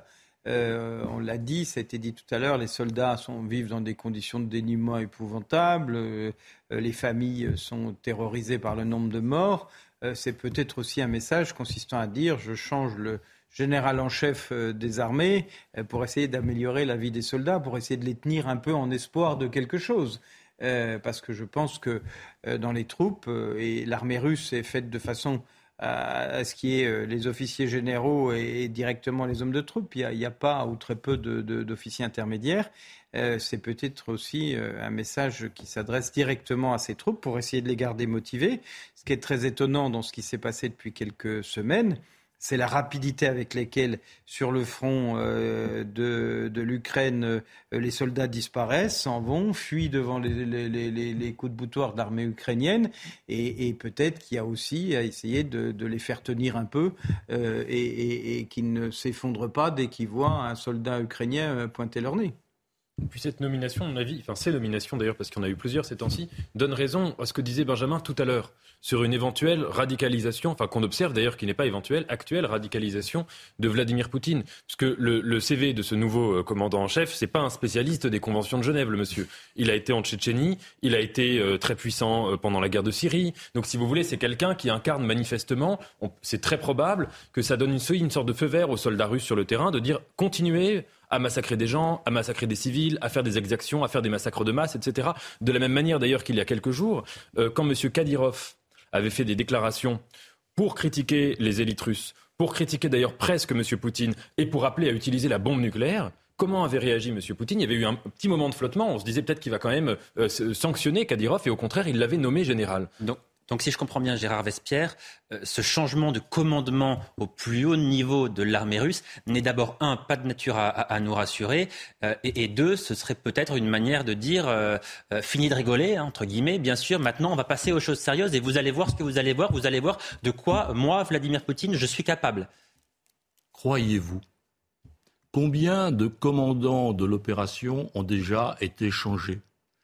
On l'a dit, ça a été dit tout à l'heure, les soldats vivent dans des conditions de dénuement épouvantables, les familles sont terrorisées par le nombre de morts. C'est peut-être aussi un message consistant à dire je change le général en chef des armées pour essayer d'améliorer la vie des soldats, pour essayer de les tenir un peu en espoir de quelque chose. Parce que je pense que dans les troupes, et l'armée russe est faite de façon à ce qui est les officiers généraux et directement les hommes de troupes, il n'y a pas ou très peu d'officiers intermédiaires. C'est peut-être aussi un message qui s'adresse directement à ces troupes pour essayer de les garder motivées. Ce qui est très étonnant dans ce qui s'est passé depuis quelques semaines, c'est la rapidité avec laquelle, sur le front de l'Ukraine, les soldats disparaissent, s'en vont, fuient devant les coups de boutoir de l'armée ukrainienne. Et peut-être qu'il y a aussi à essayer de les faire tenir un peu et qu'ils ne s'effondrent pas dès qu'ils voient un soldat ukrainien pointer leur nez. Et puis cette nomination, à mon avis, ces nominations d'ailleurs, parce qu'il y en a eu plusieurs ces temps-ci, donnent raison à ce que disait Benjamin tout à l'heure, sur une éventuelle radicalisation, qu'on observe d'ailleurs, qui n'est pas éventuelle, actuelle radicalisation de Vladimir Poutine. Parce que le CV de ce nouveau commandant en chef, c'est pas un spécialiste des conventions de Genève, le monsieur. Il a été en Tchétchénie, il a été très puissant pendant la guerre de Syrie. Donc si vous voulez, c'est quelqu'un qui incarne manifestement, c'est très probable que ça donne une sorte de feu vert aux soldats russes sur le terrain, de dire continuez à massacrer des gens, à massacrer des civils, à faire des exactions, à faire des massacres de masse, etc. De la même manière d'ailleurs qu'il y a quelques jours, quand M. Kadyrov avait fait des déclarations pour critiquer les élites russes, pour critiquer d'ailleurs presque M. Poutine et pour appeler à utiliser la bombe nucléaire, comment avait réagi M. Poutine ? Il y avait eu un petit moment de flottement, on se disait peut-être qu'il va quand même sanctionner Kadyrov et au contraire il l'avait nommé général. Donc si je comprends bien Gérard Vespierre, ce changement de commandement au plus haut niveau de l'armée russe n'est d'abord pas de nature à nous rassurer et deux, ce serait peut-être une manière de dire fini de rigoler, entre guillemets, bien sûr, maintenant on va passer aux choses sérieuses et vous allez voir ce que vous allez voir de quoi moi, Vladimir Poutine, je suis capable. Croyez-vous ? Combien de commandants de l'opération ont déjà été changés ?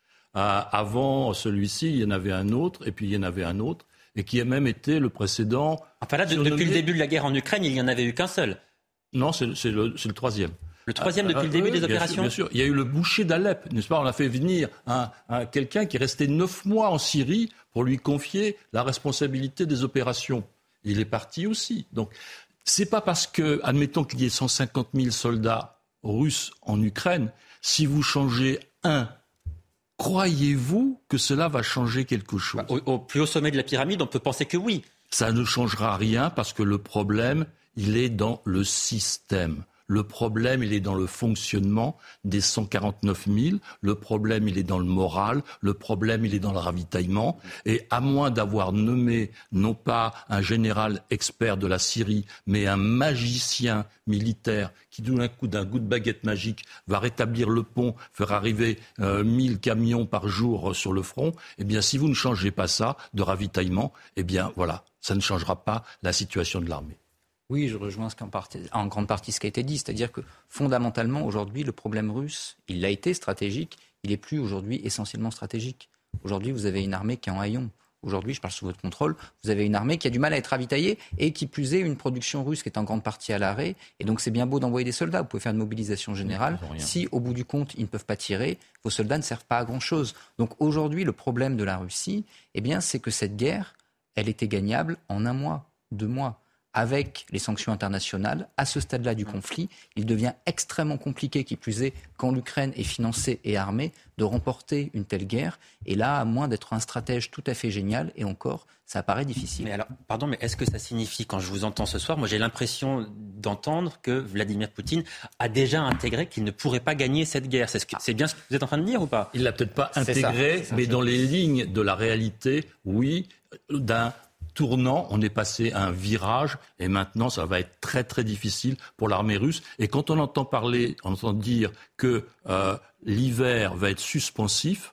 Avant celui-ci, il y en avait un autre, et puis il y en avait un autre, et qui a même été le précédent. Depuis le début de la guerre en Ukraine, il n'y en avait eu qu'un seul. Non, c'est le troisième. Le troisième depuis le début des opérations ? Bien sûr. Il y a eu le boucher d'Alep, n'est-ce pas ? On a fait venir quelqu'un qui est resté 9 mois en Syrie pour lui confier la responsabilité des opérations. Il est parti aussi. Donc, c'est pas parce que, admettons qu'il y ait 150 000 soldats russes en Ukraine, si vous changez un, croyez-vous que cela va changer quelque chose ? Au plus haut sommet de la pyramide, on peut penser que oui. Ça ne changera rien parce que le problème, il est dans le système. Le problème, il est dans le fonctionnement des 149 000. Le problème, il est dans le moral. Le problème, il est dans le ravitaillement. Et à moins d'avoir nommé, non pas un général expert de la Syrie, mais un magicien militaire qui, d'un coup de baguette magique, va rétablir le pont, faire arriver 1000 camions par jour sur le front, eh bien, si vous ne changez pas ça de ravitaillement, eh bien, voilà, ça ne changera pas la situation de l'armée. Oui, je rejoins en grande partie ce qui a été dit. C'est-à-dire que fondamentalement, aujourd'hui, le problème russe, il a été stratégique, il n'est plus aujourd'hui essentiellement stratégique. Aujourd'hui, vous avez une armée qui est en haillons. Aujourd'hui, je parle sous votre contrôle, vous avez une armée qui a du mal à être ravitaillée et qui plus est une production russe qui est en grande partie à l'arrêt. Et donc, c'est bien beau d'envoyer des soldats. Vous pouvez faire une mobilisation générale. Si, au bout du compte, ils ne peuvent pas tirer, vos soldats ne servent pas à grand-chose. Donc, aujourd'hui, le problème de la Russie, c'est que cette guerre, elle était gagnable en 1 mois, 2 mois. Avec les sanctions internationales, à ce stade-là du conflit, il devient extrêmement compliqué, qui plus est, quand l'Ukraine est financée et armée, de remporter une telle guerre. Et là, à moins d'être un stratège tout à fait génial, et encore, ça paraît difficile. Mais alors, pardon, mais est-ce que ça signifie, quand je vous entends ce soir, moi j'ai l'impression d'entendre que Vladimir Poutine a déjà intégré qu'il ne pourrait pas gagner cette guerre. C'est bien ce que vous êtes en train de dire ou pas ? Il ne l'a peut-être pas intégré, mais dans les lignes de la réalité, oui, d'un tournant, on est passé à un virage et maintenant ça va être très très difficile pour l'armée russe. Et quand on entend dire que l'hiver va être suspensif,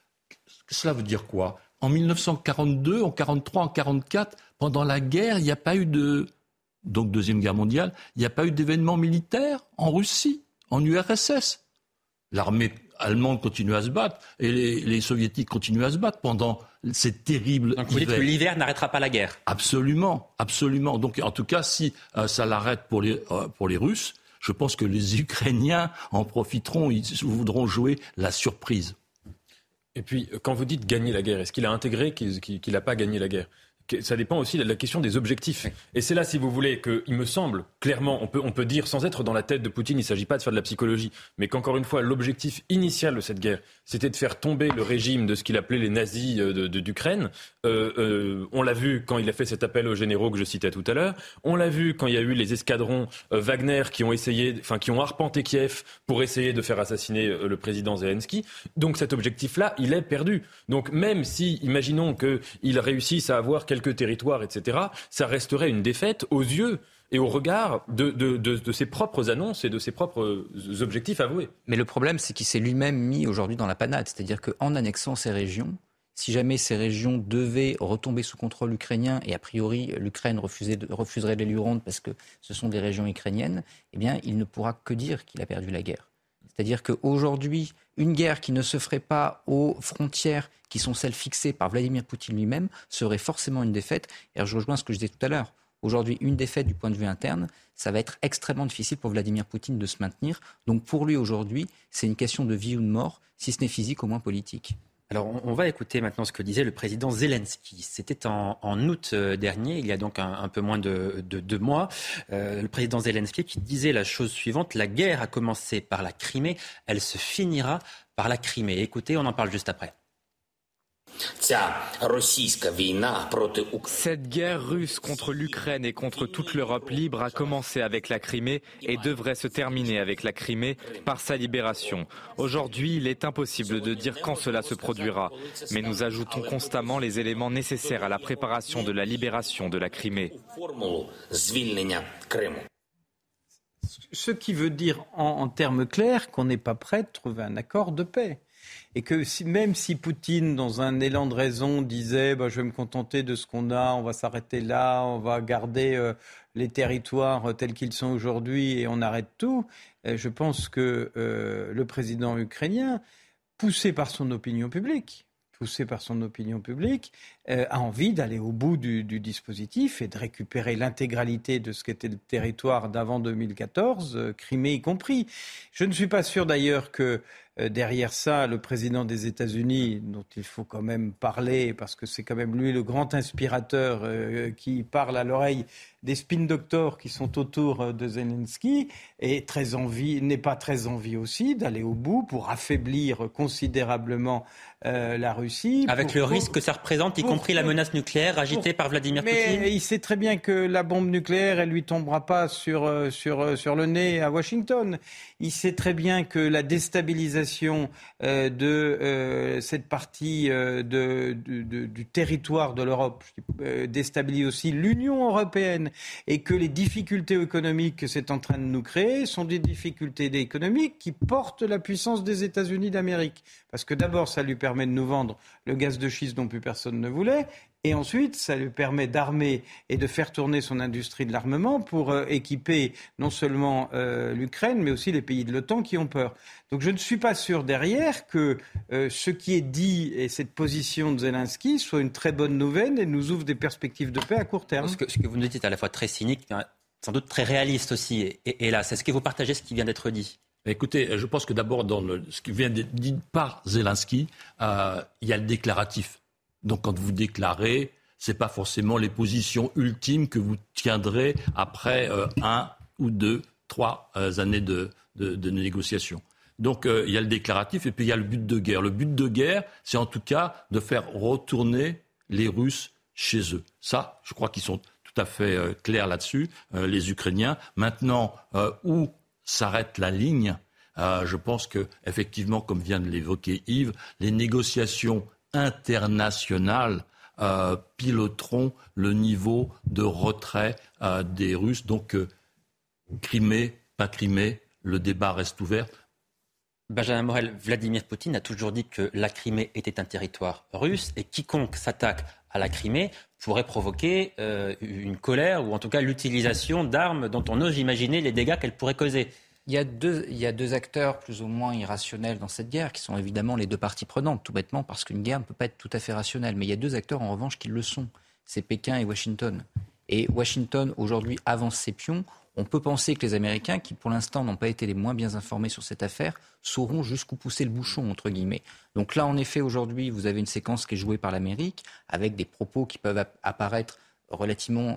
cela veut dire quoi ? En 1942, en 1943, en 1944, pendant la guerre, il n'y a pas eu donc Deuxième Guerre mondiale, il n'y a pas eu d'événements militaires en Russie, en URSS. L'armée allemande continue à se battre et les soviétiques continuent à se battre pendant ces terribles hivers. Donc vous dites que l'hiver n'arrêtera pas la guerre ? Absolument, absolument. Donc en tout cas, si ça l'arrête pour les Russes, je pense que les Ukrainiens en profiteront, ils voudront jouer la surprise. Et puis, quand vous dites gagner la guerre, est-ce qu'il a intégré qu'il n'a pas gagné la guerre ? Ça dépend aussi de la question des objectifs. Oui. Et c'est là, si vous voulez, qu'il me semble, clairement, on peut dire, sans être dans la tête de Poutine, il ne s'agit pas de faire de la psychologie, mais qu'encore une fois, l'objectif initial de cette guerre, c'était de faire tomber le régime de ce qu'il appelait les nazis d'Ukraine. On l'a vu quand il a fait cet appel aux généraux que je citais tout à l'heure. On l'a vu quand il y a eu les escadrons Wagner qui ont arpenté Kiev pour essayer de faire assassiner le président Zelensky. Donc cet objectif-là, il est perdu. Donc même si, imaginons qu'il réussisse à avoir quelques territoires, etc., ça resterait une défaite aux yeux et au regard de ses propres annonces et de ses propres objectifs avoués. Mais le problème, c'est qu'il s'est lui-même mis aujourd'hui dans la panade. C'est-à-dire qu'en annexant ces régions, si jamais ces régions devaient retomber sous contrôle ukrainien, et a priori l'Ukraine refuserait de les lui rendre parce que ce sont des régions ukrainiennes, eh bien il ne pourra que dire qu'il a perdu la guerre. C'est-à-dire qu'aujourd'hui, une guerre qui ne se ferait pas aux frontières qui sont celles fixées par Vladimir Poutine lui-même serait forcément une défaite. Et je rejoins ce que je disais tout à l'heure. Aujourd'hui, une défaite du point de vue interne, ça va être extrêmement difficile pour Vladimir Poutine de se maintenir. Donc pour lui, aujourd'hui, c'est une question de vie ou de mort, si ce n'est physique, au moins politique. Alors, on va écouter maintenant ce que disait le président Zelensky. C'était en août dernier, il y a donc un peu moins de 2 mois. Le président Zelensky qui disait la chose suivante: la guerre a commencé par la Crimée, elle se finira par la Crimée. Écoutez, on en parle juste après. Cette guerre russe contre l'Ukraine et contre toute l'Europe libre a commencé avec la Crimée et devrait se terminer avec la Crimée par sa libération. Aujourd'hui, il est impossible de dire quand cela se produira, mais nous ajoutons constamment les éléments nécessaires à la préparation de la libération de la Crimée. Ce qui veut dire en termes clairs qu'on n'est pas prêt de trouver un accord de paix. Et que même si Poutine, dans un élan de raison, disait je vais me contenter de ce qu'on a, on va s'arrêter là, on va garder les territoires tels qu'ils sont aujourd'hui et on arrête tout, je pense que le président ukrainien, poussé par son opinion publique, a envie d'aller au bout du dispositif et de récupérer l'intégralité de ce qu'était le territoire d'avant 2014, Crimée y compris. Je ne suis pas sûr d'ailleurs que derrière ça, le président des États-Unis, dont il faut quand même parler, parce que c'est quand même lui le grand inspirateur qui parle à l'oreille des spin doctors qui sont autour de Zelensky, n'est pas très envie aussi d'aller au bout pour affaiblir considérablement la Russie. Avec le risque que ça représente, y compris la menace nucléaire agitée par Vladimir Poutine. Mais il sait très bien que la bombe nucléaire, elle lui tombera pas sur le nez à Washington. Il sait très bien que la déstabilisation de cette partie du territoire de l'Europe déstabilise aussi l'Union européenne et que les difficultés économiques que c'est en train de nous créer sont des difficultés économiques qui portent la puissance des États-Unis d'Amérique. Parce que d'abord, ça lui permet de nous vendre le gaz de schiste dont plus personne ne voulait. Et ensuite, ça lui permet d'armer et de faire tourner son industrie de l'armement pour équiper non seulement l'Ukraine, mais aussi les pays de l'OTAN qui ont peur. Donc je ne suis pas sûr derrière que ce qui est dit et cette position de Zelensky soit une très bonne nouvelle et nous ouvre des perspectives de paix à court terme. Ce que vous nous dites est à la fois très cynique, sans doute très réaliste aussi. Et là, est-ce que vous partagez ce qui vient d'être dit ? Écoutez, je pense que d'abord, dans ce qui vient d'être dit par Zelensky, il y a le déclaratif. Donc quand vous déclarez, ce n'est pas forcément les positions ultimes que vous tiendrez après 1 ou 2, 3 années de négociations. Donc il y a le déclaratif et puis il y a le but de guerre. Le but de guerre, c'est en tout cas de faire retourner les Russes chez eux. Ça, je crois qu'ils sont tout à fait clairs là-dessus, les Ukrainiens. Maintenant, où s'arrête la ligne, je pense qu'effectivement, comme vient de l'évoquer Yves, les négociations internationales piloteront le niveau de retrait des Russes. Donc, Crimée, pas Crimée, le débat reste ouvert. Benjamin Morel, Vladimir Poutine a toujours dit que la Crimée était un territoire russe et quiconque s'attaque à la Crimée pourrait provoquer une colère ou en tout cas l'utilisation d'armes dont on ose imaginer les dégâts qu'elle pourrait causer. Il y a deux acteurs plus ou moins irrationnels dans cette guerre, qui sont évidemment les deux parties prenantes, tout bêtement, parce qu'une guerre ne peut pas être tout à fait rationnelle. Mais il y a deux acteurs, en revanche, qui le sont. C'est Pékin et Washington. Et Washington, aujourd'hui, avance ses pions. On peut penser que les Américains, qui pour l'instant n'ont pas été les moins bien informés sur cette affaire, sauront jusqu'où pousser le bouchon, entre guillemets. Donc là, en effet, aujourd'hui, vous avez une séquence qui est jouée par l'Amérique, avec des propos qui peuvent apparaître relativement,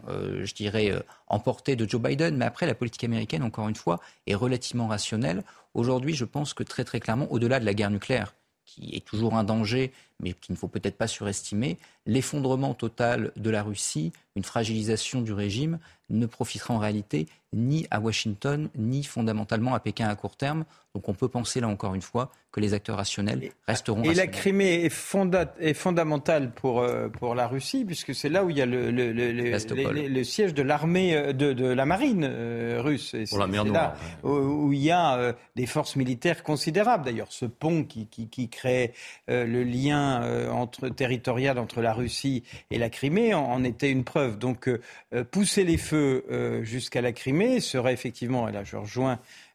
emportés de Joe Biden. Mais après, la politique américaine, encore une fois, est relativement rationnelle. Aujourd'hui, je pense que très très clairement, au-delà de la guerre nucléaire, qui est toujours un danger, mais qu'il ne faut peut-être pas surestimer, l'effondrement total de la Russie, une fragilisation du régime, ne profitera en réalité ni à Washington, ni fondamentalement à Pékin à court terme. Donc on peut penser, là encore une fois, que les acteurs rationnels resteront rationnels. Et la Crimée est fondamentale pour la Russie, puisque c'est là où il y a le siège de l'armée, de la marine russe. Et pour la mer Noire. C'est là où il y a des forces militaires considérables. D'ailleurs, ce pont qui crée le lien territorial entre la Russie et la Crimée en était une preuve. Donc pousser les feux jusqu'à la Crimée serait effectivement, et là je rejoins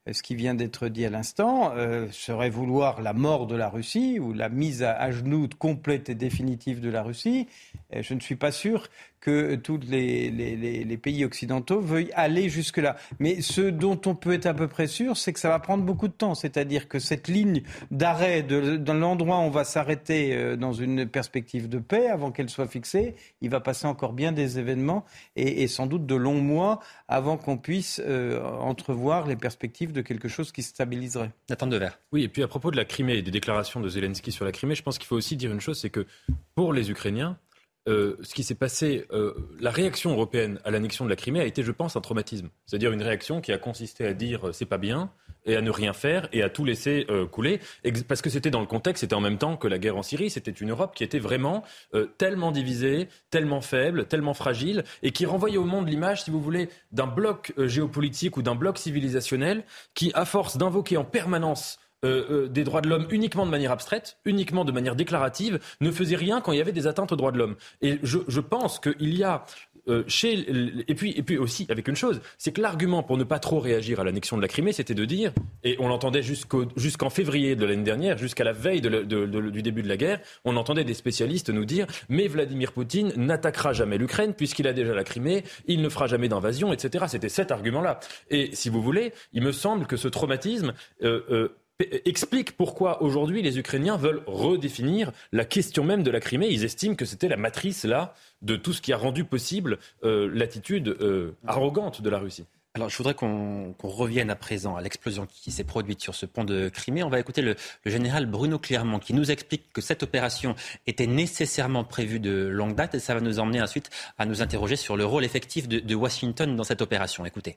ce qui vient d'être dit à l'instant, serait vouloir la mort de la Russie ou la mise à genoux complète et définitive de la Russie. Je ne suis pas sûr que tous les pays occidentaux veuillent aller jusque-là. Mais ce dont on peut être à peu près sûr, c'est que ça va prendre beaucoup de temps. C'est-à-dire que cette ligne d'arrêt dans l'endroit où on va s'arrêter dans une perspective de paix, avant qu'elle soit fixée, il va passer encore bien des événements et sans doute de longs mois avant qu'on puisse entrevoir les perspectives de quelque chose qui se stabiliserait. Nathan Dever. Oui, et puis à propos de la Crimée et des déclarations de Zelensky sur la Crimée, je pense qu'il faut aussi dire une chose, c'est que pour les Ukrainiens, ce qui s'est passé, la réaction européenne à l'annexion de la Crimée a été, je pense, un traumatisme. C'est-à-dire une réaction qui a consisté à dire c'est pas bien et à ne rien faire et à tout laisser couler. Parce que c'était dans le contexte, c'était en même temps que la guerre en Syrie, c'était une Europe qui était vraiment tellement divisée, tellement faible, tellement fragile et qui renvoyait au monde l'image, si vous voulez, d'un bloc géopolitique ou d'un bloc civilisationnel qui, à force d'invoquer en permanence des droits de l'homme uniquement de manière abstraite, uniquement de manière déclarative, ne faisait rien quand il y avait des atteintes aux droits de l'homme. Et je pense qu'il y a et puis aussi avec une chose, c'est que l'argument pour ne pas trop réagir à l'annexion de la Crimée, c'était de dire, et on l'entendait jusqu'en février de l'année dernière, jusqu'à la veille du début de la guerre, on entendait des spécialistes nous dire mais Vladimir Poutine n'attaquera jamais l'Ukraine puisqu'il a déjà la Crimée, il ne fera jamais d'invasion, etc. C'était cet argument-là. Et si vous voulez, il me semble que ce traumatisme explique pourquoi aujourd'hui les Ukrainiens veulent redéfinir la question même de la Crimée. Ils estiment que c'était la matrice là de tout ce qui a rendu possible l'attitude arrogante de la Russie. Alors je voudrais qu'on revienne à présent à l'explosion qui s'est produite sur ce pont de Crimée. On va écouter le général Bruno Clermont qui nous explique que cette opération était nécessairement prévue de longue date et ça va nous emmener ensuite à nous interroger sur le rôle effectif de Washington dans cette opération. Écoutez.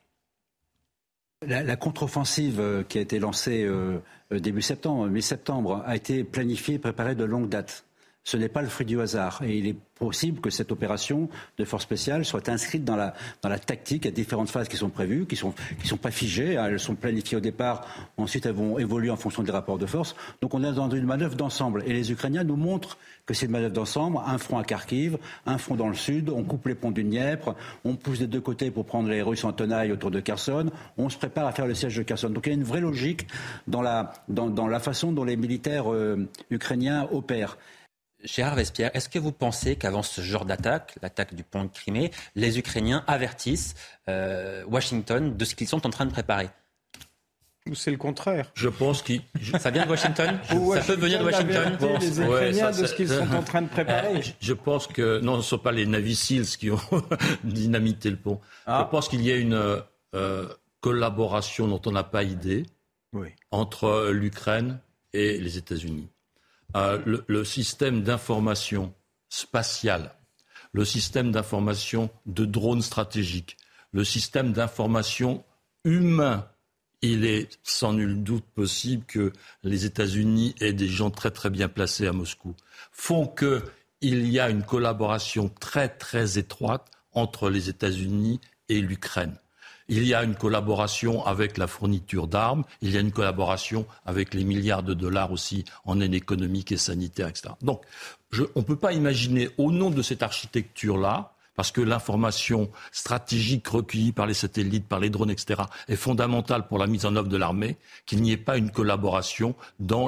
La contre-offensive qui a été lancée début septembre, mi-septembre, a été planifiée et préparée de longue date. Ce n'est pas le fruit du hasard. Et il est possible que cette opération de force spéciale soit inscrite dans la tactique. Il y a différentes phases qui sont prévues, qui sont pas figées. Elles sont planifiées au départ. Ensuite, elles vont évoluer en fonction des rapports de force. Donc on est dans une manœuvre d'ensemble. Et les Ukrainiens nous montrent que c'est une manœuvre d'ensemble. Un front à Kharkiv, un front dans le sud. On coupe les ponts du Dniepr. On pousse des deux côtés pour prendre les Russes en tenaille autour de Kherson. On se prépare à faire le siège de Kherson. Donc il y a une vraie logique dans la façon dont les militaires ukrainiens opèrent. Gérard Vespierre, est-ce que vous pensez qu'avant ce genre d'attaque, l'attaque du pont de Crimée, les Ukrainiens avertissent Washington de ce qu'ils sont en train de préparer ? Ou c'est le contraire ? Je pense qu'il... Ça vient de Washington ? Ça peut venir de Washington ? Les Ukrainiens de ce qu'ils sont en train de préparer. Je pense que... Non, ce ne sont pas les Navy Seals qui ont dynamité le pont. Je pense qu'il y a une collaboration dont on n'a pas idée entre l'Ukraine et les États-Unis. Le système d'information spatiale, le système d'information de drones stratégiques, le système d'information humain, il est sans nul doute possible que les États-Unis aient des gens très très bien placés à Moscou, font qu'il y a une collaboration très très étroite entre les États-Unis et l'Ukraine. Il y a une collaboration avec la fourniture d'armes, il y a une collaboration avec les milliards de dollars aussi en aide économique et sanitaire, etc. Donc, on ne peut pas imaginer, au nom de cette architecture-là, parce que l'information stratégique recueillie par les satellites, par les drones, etc., est fondamentale pour la mise en œuvre de l'armée, qu'il n'y ait pas une collaboration dans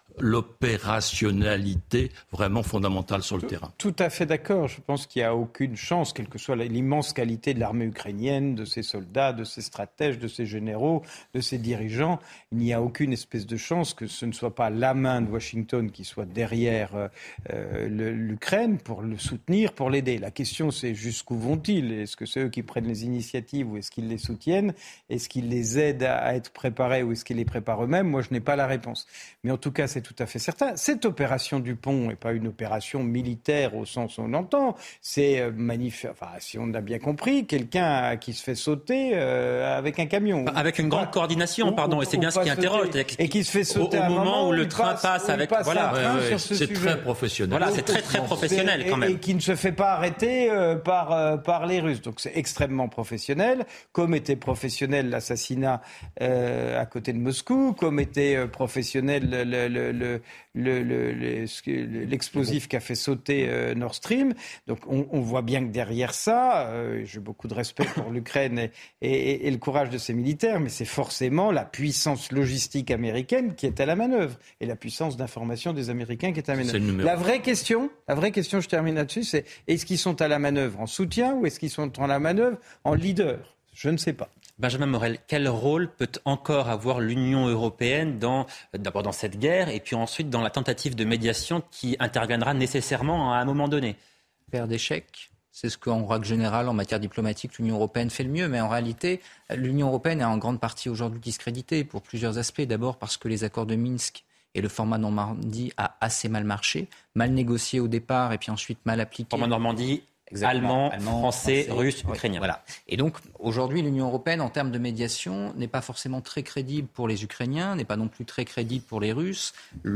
l'opérationnalité vraiment fondamentale sur le terrain. Tout à fait d'accord. Je pense qu'il n'y a aucune chance, quelle que soit l'immense qualité de l'armée ukrainienne, de ses soldats, de ses stratèges, de ses généraux, de ses dirigeants. Il n'y a aucune espèce de chance que ce ne soit pas la main de Washington qui soit derrière l'Ukraine pour le soutenir, pour l'aider. La question, c'est jusqu'où vont-ils ? Est-ce que c'est eux qui prennent les initiatives ou est-ce qu'ils les soutiennent ? Est-ce qu'ils les aident à être préparés ou est-ce qu'ils les préparent eux-mêmes ? Moi, je n'ai pas la réponse. Mais en tout cas, c'est tout à fait certain. Cette opération du pont n'est pas une opération militaire au sens où on l'entend. C'est si on a bien compris, quelqu'un qui se fait sauter avec un camion. Avec une grande coordination, et c'est bien ce qui interroge. Et qui se fait sauter au moment où le train passe avec... C'est très professionnel. Voilà, c'est très très professionnel quand même. Et qui ne se fait pas arrêter par les Russes. Donc c'est extrêmement professionnel, comme était professionnel l'assassinat à côté de Moscou, comme était professionnel l'explosif qui a fait sauter Nord Stream. Donc on voit bien que derrière ça, j'ai beaucoup de respect pour l'Ukraine et le courage de ses militaires, mais c'est forcément la puissance logistique américaine qui est à la manœuvre et la puissance d'information des Américains qui est à la manœuvre. La vraie question, je termine là-dessus, c'est est-ce qu'ils sont à la manœuvre en soutien ou est-ce qu'ils sont à la manœuvre en leader ? Je ne sais pas. Benjamin Morel, quel rôle peut encore avoir l'Union européenne d'abord dans cette guerre et puis ensuite dans la tentative de médiation qui interviendra nécessairement à un moment donné ? Père d'échecs, c'est ce qu'en règle générale, en matière diplomatique, l'Union européenne fait le mieux. Mais en réalité, l'Union européenne est en grande partie aujourd'hui discréditée pour plusieurs aspects. D'abord parce que les accords de Minsk et le format Normandie a assez mal marché, mal négocié au départ et puis ensuite mal appliqué. Format Normandie. Allemand, français, russe, ukrainien. Voilà. Et donc, aujourd'hui, l'Union européenne, en termes de médiation, n'est pas forcément très crédible pour les Ukrainiens, n'est pas non plus très crédible pour les Russes.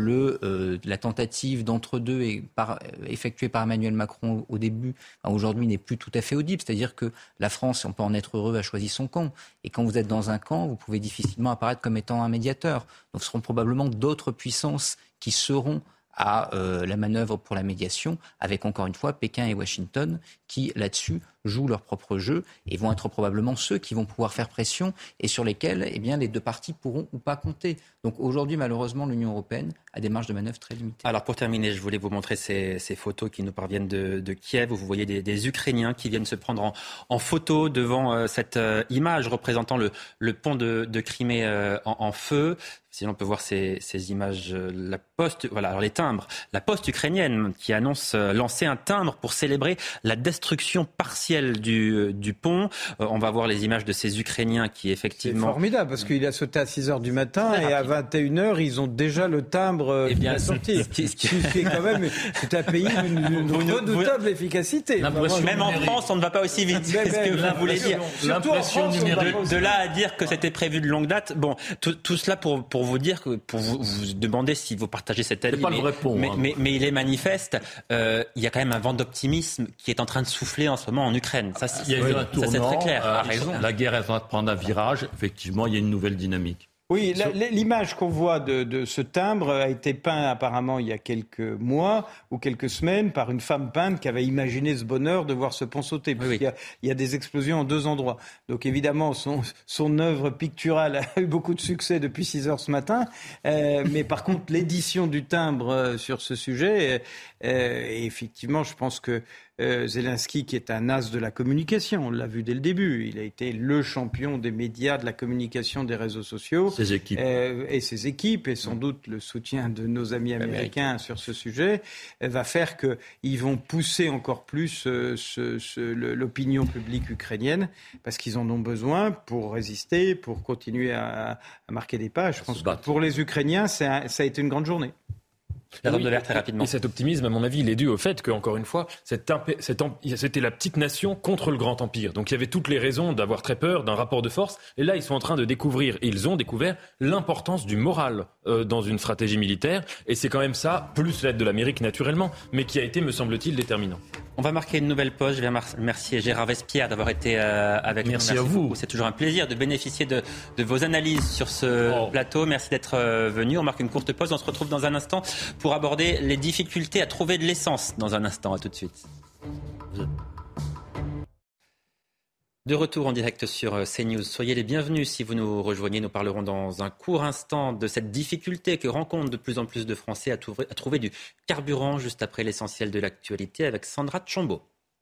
La tentative d'entre-deux effectuée par Emmanuel Macron au début, aujourd'hui, n'est plus tout à fait audible. C'est-à-dire que la France, on peut en être heureux, a choisi son camp. Et quand vous êtes dans un camp, vous pouvez difficilement apparaître comme étant un médiateur. Donc, ce seront probablement d'autres puissances qui seront à la manœuvre pour la médiation, avec encore une fois Pékin et Washington qui, là-dessus, jouent leur propre jeu et vont être probablement ceux qui vont pouvoir faire pression et sur lesquels les deux parties pourront ou pas compter. Donc aujourd'hui, malheureusement, l'Union européenne a des marges de manœuvre très limitées. Alors pour terminer, je voulais vous montrer ces photos qui nous parviennent de Kiev, où vous voyez des Ukrainiens qui viennent se prendre en photo devant cette image représentant le pont de Crimée en feu. Si on peut voir ces images, alors les timbres, la poste ukrainienne qui annonce lancer un timbre pour célébrer la destruction partielle du pont. On va voir les images de ces Ukrainiens qui effectivement... C'est formidable parce qu'il a sauté à 6h du matin et à 21h, ils ont déjà le timbre qui est sorti. C'est quand même c'est un pays d'une redoutable efficacité. Même en France, on ne va pas aussi vite. C'est ce que vous voulez dire. L'impression numérique. De là à dire que c'était prévu de longue date. Bon, tout cela pour vous dire, pour vous demander si vous partagez cet avis. Mais il est manifeste. Il y a quand même un vent d'optimisme qui est en train de souffler en ce moment en Ukraine. Ça, c'est très clair. La guerre est en train de prendre un virage. Effectivement, il y a une nouvelle dynamique. Oui, l'image qu'on voit de ce timbre a été peint apparemment il y a quelques mois ou quelques semaines par une femme peinte qui avait imaginé ce bonheur de voir ce pont sauter. Parce qu'il y a des explosions en deux endroits. Donc évidemment, son œuvre picturale a eu beaucoup de succès depuis 6h ce matin. Mais par contre, l'édition du timbre sur ce sujet, effectivement, je pense que Zelensky, qui est un as de la communication, on l'a vu dès le début, il a été le champion des médias, de la communication, des réseaux sociaux. Ses équipes. Et ses équipes, et sans doute le soutien de nos amis américains sur ce sujet, va faire qu'ils vont pousser encore plus l'opinion publique ukrainienne, parce qu'ils en ont besoin pour résister, pour continuer à marquer des pas. Je pense que pour les Ukrainiens, ça a été une grande journée. Très rapidement. Et cet optimisme, à mon avis, il est dû au fait qu'encore une fois, c'était la petite nation contre le grand empire. Donc il y avait toutes les raisons d'avoir très peur d'un rapport de force. Et là, ils sont en train de découvrir, et ils ont découvert l'importance du moral dans une stratégie militaire. Et c'est quand même ça, plus l'aide de l'Amérique naturellement, mais qui a été, me semble-t-il, déterminant. On va marquer une nouvelle pause. Je vais remercier Gérard Vespierre d'avoir été avec nous. Merci à vous. Beaucoup. C'est toujours un plaisir de bénéficier de vos analyses sur ce plateau. Merci d'être venu. On marque une courte pause. On se retrouve dans un instant pour aborder les difficultés à trouver de l'essence. Dans un instant, à tout de suite. De retour en direct sur CNews. Soyez les bienvenus si vous nous rejoignez. Nous parlerons dans un court instant de cette difficulté que rencontrent de plus en plus de Français à trouver du carburant juste après l'essentiel de l'actualité avec Sandra Tchombo.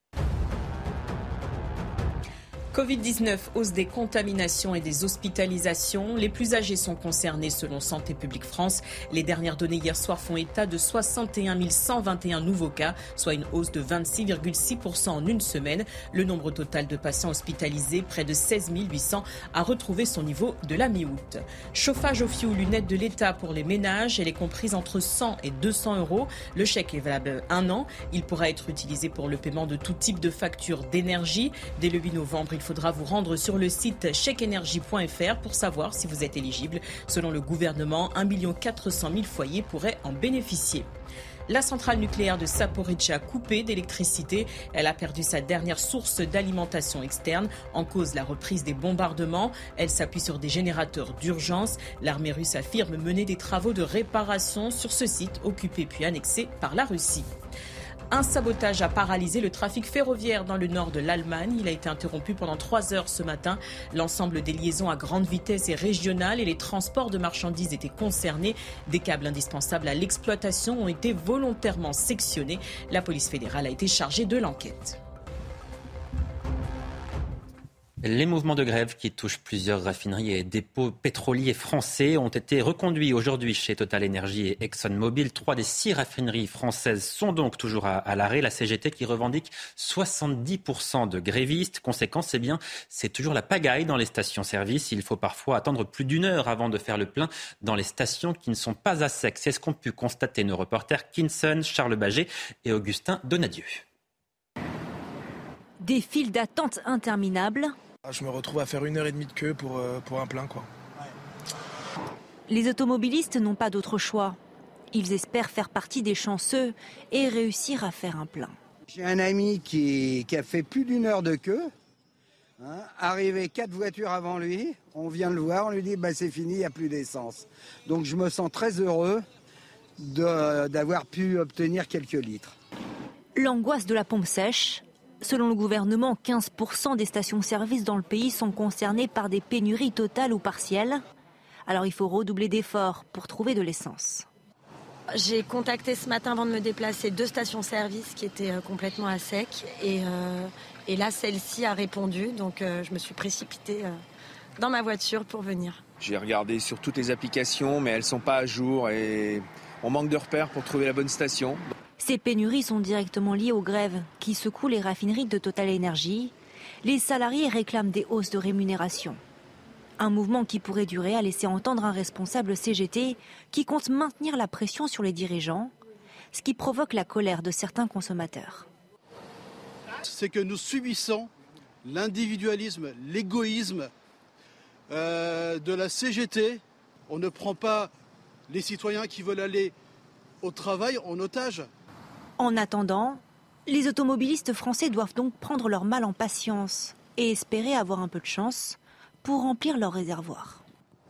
Covid-19, hausse des contaminations et des hospitalisations. Les plus âgés sont concernés selon Santé publique France. Les dernières données hier soir font état de 61 121 nouveaux cas, soit une hausse de 26,6% en une semaine. Le nombre total de patients hospitalisés, près de 16 800, a retrouvé son niveau de la mi-août. Chauffage au fioul, une aide de l'État pour les ménages. Elle est comprise entre 100 et 200 euros. Le chèque est valable 1 an. Il pourra être utilisé pour le paiement de tout type de facture d'énergie. Dès le 8 novembre, il faudra vous rendre sur le site chèqueenergie.fr pour savoir si vous êtes éligible. Selon le gouvernement, 1 400 000 foyers pourraient en bénéficier. La centrale nucléaire de Zaporijia coupée d'électricité. Elle a perdu sa dernière source d'alimentation externe. En cause, la reprise des bombardements. Elle s'appuie sur des générateurs d'urgence. L'armée russe affirme mener des travaux de réparation sur ce site occupé puis annexé par la Russie. Un sabotage a paralysé le trafic ferroviaire dans le nord de l'Allemagne. Il a été interrompu pendant 3 heures ce matin. L'ensemble des liaisons à grande vitesse et régionales et les transports de marchandises étaient concernés. Des câbles indispensables à l'exploitation ont été volontairement sectionnés. La police fédérale a été chargée de l'enquête. Les mouvements de grève qui touchent plusieurs raffineries et dépôts pétroliers français ont été reconduits aujourd'hui chez Total Energy et ExxonMobil. 3 des 6 raffineries françaises sont donc toujours à l'arrêt. La CGT qui revendique 70% de grévistes. Conséquence, c'est toujours la pagaille dans les stations-service. Il faut parfois attendre plus d'1 heure avant de faire le plein dans les stations qui ne sont pas à sec. C'est ce qu'ont pu constater nos reporters Kinson, Charles Baget et Augustin Donadieu. Des files d'attente interminables. Je me retrouve à faire 1h30 de queue pour un plein, quoi. Les automobilistes n'ont pas d'autre choix. Ils espèrent faire partie des chanceux et réussir à faire un plein. J'ai un ami qui a fait plus d'1 heure de queue. Arrivé 4 voitures avant lui, on vient le voir, on lui dit c'est fini, il n'y a plus d'essence. Donc je me sens très heureux d'avoir pu obtenir quelques litres. L'angoisse de la pompe sèche. Selon le gouvernement, 15% des stations-service dans le pays sont concernées par des pénuries totales ou partielles. Alors il faut redoubler d'efforts pour trouver de l'essence. J'ai contacté ce matin avant de me déplacer 2 stations-service qui étaient complètement à sec. Et là, celle-ci a répondu. Donc je me suis précipitée dans ma voiture pour venir. J'ai regardé sur toutes les applications, mais elles ne sont pas à jour et on manque de repères pour trouver la bonne station. Ces pénuries sont directement liées aux grèves qui secouent les raffineries de Total Energy. Les salariés réclament des hausses de rémunération. Un mouvement qui pourrait durer, a laissé entendre un responsable CGT qui compte maintenir la pression sur les dirigeants, ce qui provoque la colère de certains consommateurs. C'est que nous subissons l'individualisme, l'égoïsme de la CGT. On ne prend pas les citoyens qui veulent aller au travail en otage. En attendant, les automobilistes français doivent donc prendre leur mal en patience et espérer avoir un peu de chance pour remplir leur réservoir.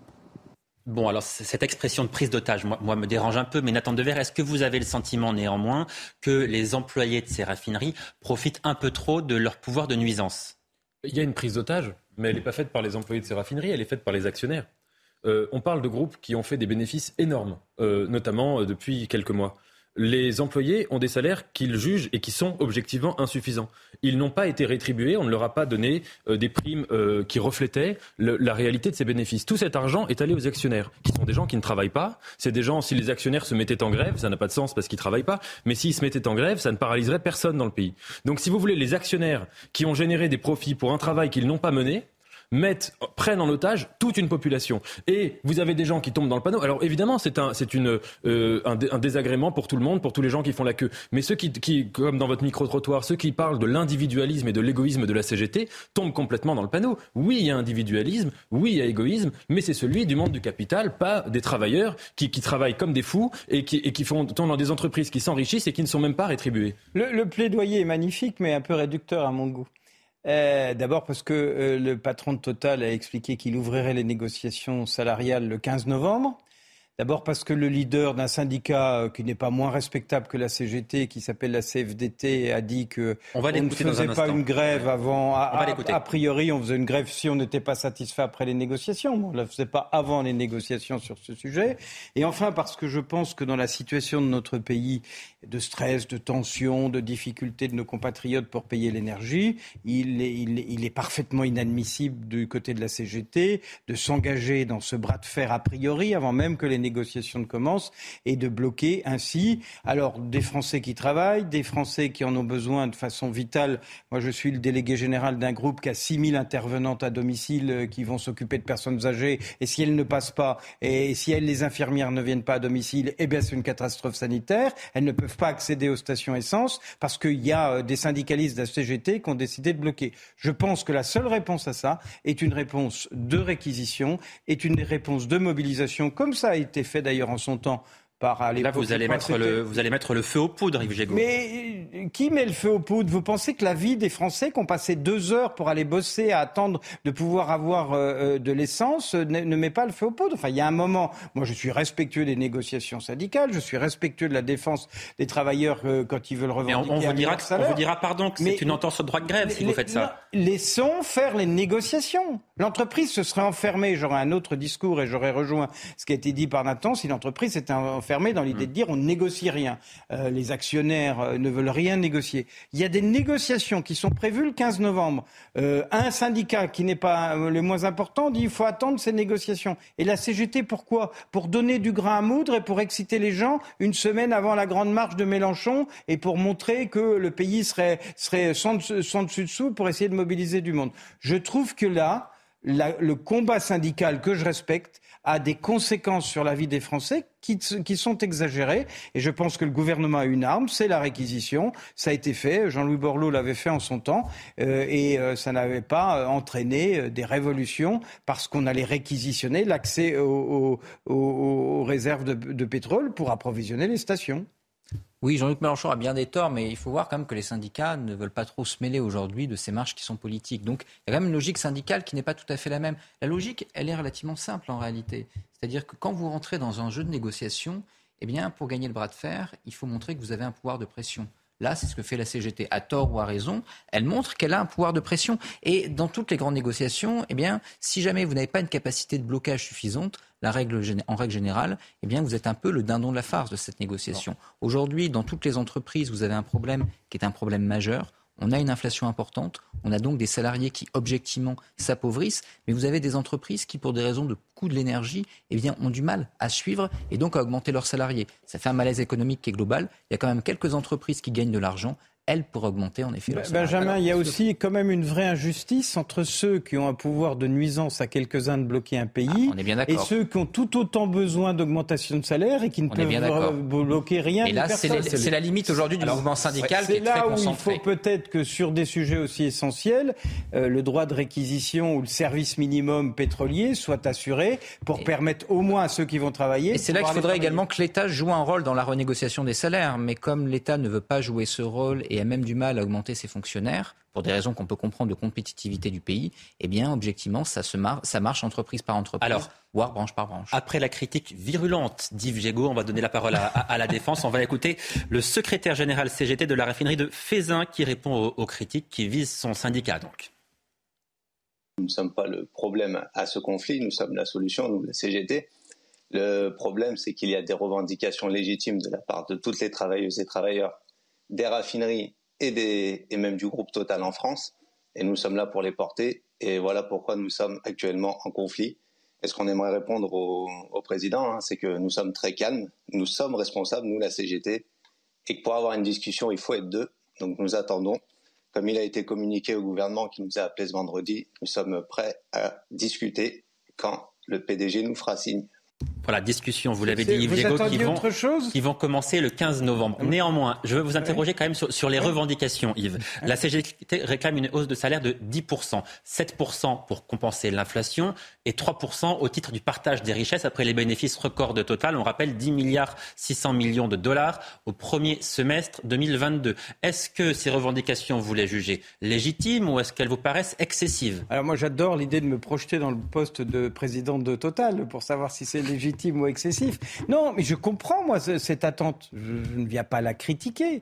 Bon, alors cette expression de prise d'otage, moi me dérange un peu, mais Nathan Dever, est-ce que vous avez le sentiment néanmoins que les employés de ces raffineries profitent un peu trop de leur pouvoir de nuisance ? Il y a une prise d'otage, mais elle n'est pas faite par les employés de ces raffineries, elle est faite par les actionnaires. On parle de groupes qui ont fait des bénéfices énormes, notamment depuis quelques mois. Les employés ont des salaires qu'ils jugent et qui sont objectivement insuffisants. Ils n'ont pas été rétribués, on ne leur a pas donné des primes qui reflétaient la réalité de ces bénéfices. Tout cet argent est allé aux actionnaires, qui sont des gens qui ne travaillent pas. C'est des gens, si les actionnaires se mettaient en grève, ça n'a pas de sens parce qu'ils ne travaillent pas, mais s'ils se mettaient en grève, ça ne paralyserait personne dans le pays. Donc si vous voulez, les actionnaires qui ont généré des profits pour un travail qu'ils n'ont pas mené, prennent en otage toute une population. Et vous avez des gens qui tombent dans le panneau. Alors évidemment, c'est un désagrément pour tout le monde, pour tous les gens qui font la queue. Mais ceux qui, comme dans votre micro-trottoir, ceux qui parlent de l'individualisme et de l'égoïsme de la CGT tombent complètement dans le panneau. Oui, il y a individualisme, oui, il y a égoïsme, mais c'est celui du monde du capital, pas des travailleurs qui travaillent comme des fous et qui tombent dans des entreprises qui s'enrichissent et qui ne sont même pas rétribuées. Le plaidoyer est magnifique, mais un peu réducteur à mon goût. D'abord parce que le patron de Total a expliqué qu'il ouvrirait les négociations salariales le 15 novembre. D'abord parce que le leader d'un syndicat qui n'est pas moins respectable que la CGT, qui s'appelle la CFDT, a dit qu'on ne faisait pas une grève avant. A priori, on faisait une grève si on n'était pas satisfait après les négociations. On ne la faisait pas avant les négociations sur ce sujet. Et enfin, parce que je pense que dans la situation de notre pays, de stress, de tension, de difficultés de nos compatriotes pour payer l'énergie, il est parfaitement inadmissible du côté de la CGT de s'engager dans ce bras de fer a priori, avant même que les négociations ne commencent, et de bloquer ainsi alors des Français qui travaillent, des Français qui en ont besoin de façon vitale. Moi, je suis le délégué général d'un groupe qui a 6000 intervenantes à domicile qui vont s'occuper de personnes âgées, et si elles ne passent pas, et si les infirmières ne viennent pas à domicile, eh bien c'est une catastrophe sanitaire. Elles ne peuvent pas accéder aux stations essence parce qu'il y a des syndicalistes de la CGT qui ont décidé de bloquer. Je pense que la seule réponse à ça est une réponse de réquisition, est une réponse de mobilisation, comme ça a été fait d'ailleurs en son temps à là, vous allez mettre le feu aux poudres, Yves Gégaud. Mais qui met le feu aux poudres ? Vous pensez que la vie des Français qui ont passé 2 heures pour aller bosser, à attendre de pouvoir avoir de l'essence, ne met pas le feu aux poudres ? Enfin, il y a un moment, moi je suis respectueux des négociations syndicales, je suis respectueux de la défense des travailleurs quand ils veulent revendiquer on vous dira pardon que c'est une entorse au droit de grève si vous faites ça. Laissons faire les négociations. L'entreprise se serait enfermée, j'aurais un autre discours et j'aurais rejoint ce qui a été dit par Nathan, si l'entreprise s'était enfermée dans l'idée de dire on ne négocie rien. Les actionnaires ne veulent rien négocier. Il y a des négociations qui sont prévues le 15 novembre. Un syndicat qui n'est pas le moins important dit il faut attendre ces négociations. Et la CGT, pourquoi ? Pour donner du grain à moudre et pour exciter les gens une semaine avant la grande marche de Mélenchon et pour montrer que le pays serait sans dessus-dessous pour essayer de mobiliser du monde. Je trouve que là, le combat syndical que je respecte a des conséquences sur la vie des Français qui sont exagérées. Et je pense que le gouvernement a une arme, c'est la réquisition. Ça a été fait, Jean-Louis Borloo l'avait fait en son temps, et ça n'avait pas entraîné des révolutions parce qu'on allait réquisitionner l'accès aux réserves de pétrole pour approvisionner les stations. Oui, Jean-Luc Mélenchon a bien des torts, mais il faut voir quand même que les syndicats ne veulent pas trop se mêler aujourd'hui de ces marches qui sont politiques. Donc il y a quand même une logique syndicale qui n'est pas tout à fait la même. La logique, elle est relativement simple en réalité. C'est-à-dire que quand vous rentrez dans un jeu de négociation, eh bien, pour gagner le bras de fer, il faut montrer que vous avez un pouvoir de pression. Là, c'est ce que fait la CGT. À tort ou à raison, elle montre qu'elle a un pouvoir de pression. Et dans toutes les grandes négociations, eh bien, si jamais vous n'avez pas une capacité de blocage suffisante, en règle générale, eh bien, vous êtes un peu le dindon de la farce de cette négociation. Aujourd'hui, dans toutes les entreprises, vous avez un problème qui est un problème majeur. On a une inflation importante, on a donc des salariés qui, objectivement, s'appauvrissent, mais vous avez des entreprises qui, pour des raisons de coût de l'énergie, eh bien, ont du mal à suivre et donc à augmenter leurs salariés. Ça fait un malaise économique qui est global. Il y a quand même quelques entreprises qui gagnent de l'argent. Elles pourraient augmenter en effet leur salaire. Benjamin, il y a aussi quand même une vraie injustice entre ceux qui ont un pouvoir de nuisance à quelques-uns de bloquer un pays et ceux qui ont tout autant besoin d'augmentation de salaire et qui ne peuvent bloquer rien. Et là, c'est la limite aujourd'hui du mouvement syndical qui est très concentré. C'est là où il faut peut-être que sur des sujets aussi essentiels, le droit de réquisition ou le service minimum pétrolier soit assuré pour permettre au moins à ceux qui vont travailler. Et c'est là qu'il faudrait également que l'État joue un rôle dans la renégociation des salaires. Mais comme l'État ne veut pas jouer ce rôle et a même du mal à augmenter ses fonctionnaires, pour des raisons qu'on peut comprendre de compétitivité du pays, eh bien, objectivement, ça marche entreprise par entreprise, voire branche par branche. Après la critique virulente d'Yves Gégaud, on va donner la parole à la Défense. On va écouter le secrétaire général CGT de la raffinerie de Feyzin qui répond aux critiques qui visent son syndicat. Donc. Nous ne sommes pas le problème à ce conflit, nous sommes la solution, nous, la CGT. Le problème, c'est qu'il y a des revendications légitimes de la part de toutes les travailleuses et travailleurs des raffineries et même du groupe Total en France, et nous sommes là pour les porter, et voilà pourquoi nous sommes actuellement en conflit. Et ce qu'on aimerait répondre au président, c'est que nous sommes très calmes, nous sommes responsables, nous la CGT, et que pour avoir une discussion, il faut être deux, donc nous attendons. Comme il a été communiqué au gouvernement qui nous a appelé ce vendredi, nous sommes prêts à discuter quand le PDG nous fera signe. Voilà, discussion, vous l'avez dit, Yves Gégaud, qui vont commencer le 15 novembre. Néanmoins, je veux vous interroger quand même sur les revendications, Yves. La CGT réclame une hausse de salaire de 10%, 7% pour compenser l'inflation et 3% au titre du partage des richesses après les bénéfices records de Total. On rappelle 10 milliards 600 millions de dollars au premier semestre 2022. Est-ce que ces revendications, vous les jugez légitimes ou est-ce qu'elles vous paraissent excessives ? Alors moi, j'adore l'idée de me projeter dans le poste de président de Total pour savoir si c'est légitime ou excessif. Non, mais je comprends, moi, cette attente. Je ne viens pas la critiquer.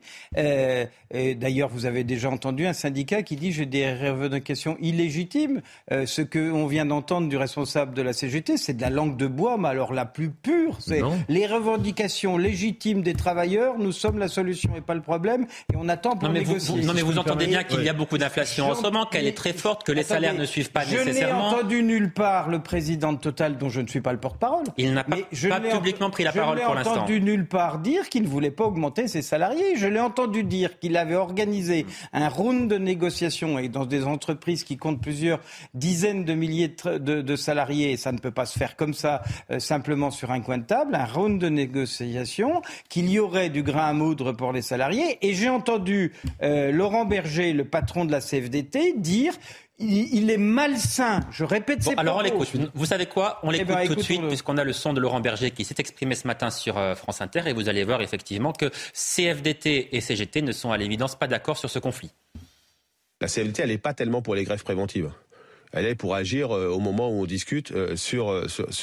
Et d'ailleurs, vous avez déjà entendu un syndicat qui dit « j'ai des revendications illégitimes ». Ce qu'on vient d'entendre du responsable de la CGT, c'est de la langue de bois, mais alors la plus pure. C'est les revendications légitimes des travailleurs. Nous sommes la solution et pas le problème. Et on attend pour négocier. Non, mais vous entendez bien qu'il y a beaucoup d'inflation en ce moment, qu'elle est très forte, que les salaires ne suivent pas nécessairement. Je n'ai entendu nulle part le président de Total, dont je ne suis pas le porte-parole. Il n'a pas publiquement pris la parole pour l'instant. Je l'ai entendu nulle part dire qu'il ne voulait pas augmenter ses salariés. Je l'ai entendu dire qu'il avait organisé un round de négociations et dans des entreprises qui comptent plusieurs dizaines de milliers de salariés, et ça ne peut pas se faire comme ça, simplement sur un coin de table, un round de négociations, qu'il y aurait du grain à moudre pour les salariés. Et j'ai entendu Laurent Berger, le patron de la CFDT, dire il est malsain. Je répète ses propos. Alors on l'écoute. Vous savez quoi ? On l'écoute tout de suite puisqu'on a le son de Laurent Berger qui s'est exprimé ce matin sur France Inter et vous allez voir effectivement que CFDT et CGT ne sont à l'évidence pas d'accord sur ce conflit. La CFDT, elle n'est pas tellement pour les grèves préventives. Elle est pour agir au moment où on discute sur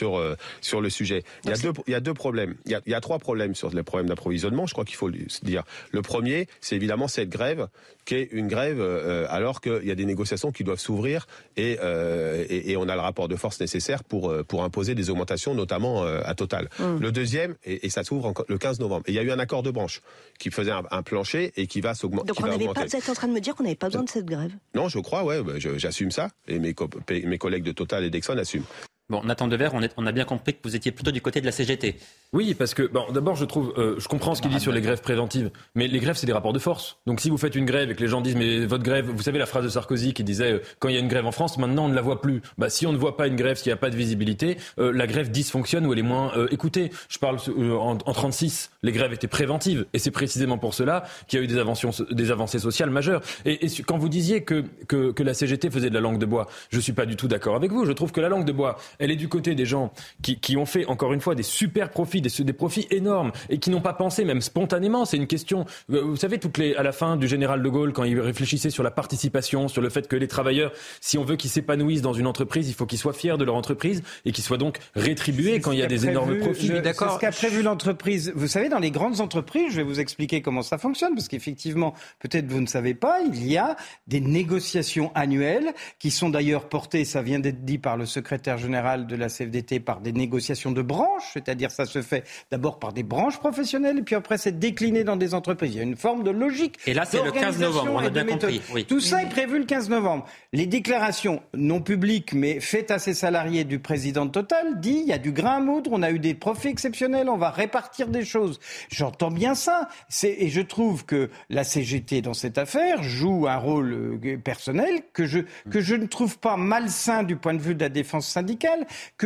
le sujet. Il y a deux problèmes. Il y a trois problèmes sur les problèmes d'approvisionnement, je crois qu'il faut se dire. Le premier, c'est évidemment cette grève, qui est une grève alors qu'il y a des négociations qui doivent s'ouvrir et on a le rapport de force nécessaire pour imposer des augmentations, notamment à Total. Le deuxième, et ça s'ouvre le 15 novembre. Et il y a eu un accord de branche qui faisait un plancher et qui va s'augmenter. Donc vous êtes en train de me dire qu'on n'avait pas besoin de cette grève ? Non, je crois, j'assume ça. Et mes collègues de Total et d'Exxon assument. Bon, Nathan Dever, on a bien compris que vous étiez plutôt du côté de la CGT. Oui, parce que d'abord je comprends ce qu'il dit sur les grèves préventives, mais les grèves c'est des rapports de force. Donc si vous faites une grève et que les gens disent mais votre grève, vous savez la phrase de Sarkozy qui disait quand il y a une grève en France, maintenant on ne la voit plus. Si on ne voit pas une grève, s'il n'y a pas de visibilité, la grève dysfonctionne ou elle est moins écoutée. Je parle en 36, les grèves étaient préventives et c'est précisément pour cela qu'il y a eu des avancées sociales majeures. Et quand vous disiez que la CGT faisait de la langue de bois, je suis pas du tout d'accord avec vous. Je trouve que la langue de bois, elle est du côté des gens qui ont fait encore une fois des super profits, des profits énormes et qui n'ont pas pensé même spontanément. C'est une question, vous savez, à la fin du général de Gaulle, quand il réfléchissait sur la participation, sur le fait que les travailleurs, si on veut qu'ils s'épanouissent dans une entreprise, il faut qu'ils soient fiers de leur entreprise et qu'ils soient donc rétribués quand il y a des énormes profits. D'accord. C'est ce qu'a prévu l'entreprise. Vous savez, dans les grandes entreprises, je vais vous expliquer comment ça fonctionne, parce qu'effectivement, peut-être vous ne savez pas, il y a des négociations annuelles qui sont d'ailleurs portées, ça vient d'être dit par le secrétaire général de la CFDT, par des négociations de branches, c'est-à-dire ça se fait d'abord par des branches professionnelles et puis après c'est décliné dans des entreprises. Il y a une forme de logique. Et là c'est le 15 novembre, on a bien compris. Oui. Tout ça est prévu le 15 novembre. Les déclarations non publiques mais faites à ses salariés du président de Total dit il y a du grain à moudre, on a eu des profits exceptionnels, on va répartir des choses. J'entends bien ça. Et je trouve que la CGT dans cette affaire joue un rôle personnel que je ne trouve pas malsain du point de vue de la défense syndicale,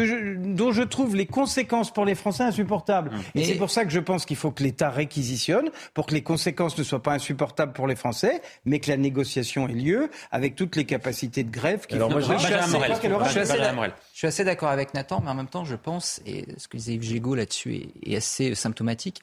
dont je trouve les conséquences pour les Français insupportables. Et c'est pour ça que je pense qu'il faut que l'État réquisitionne pour que les conséquences ne soient pas insupportables pour les Français, mais que la négociation ait lieu avec toutes les capacités de grève qu'il faudra. Je suis assez d'accord avec Nathan, mais en même temps, je pense, et ce que disait Yves Gégaud là-dessus est assez symptomatique,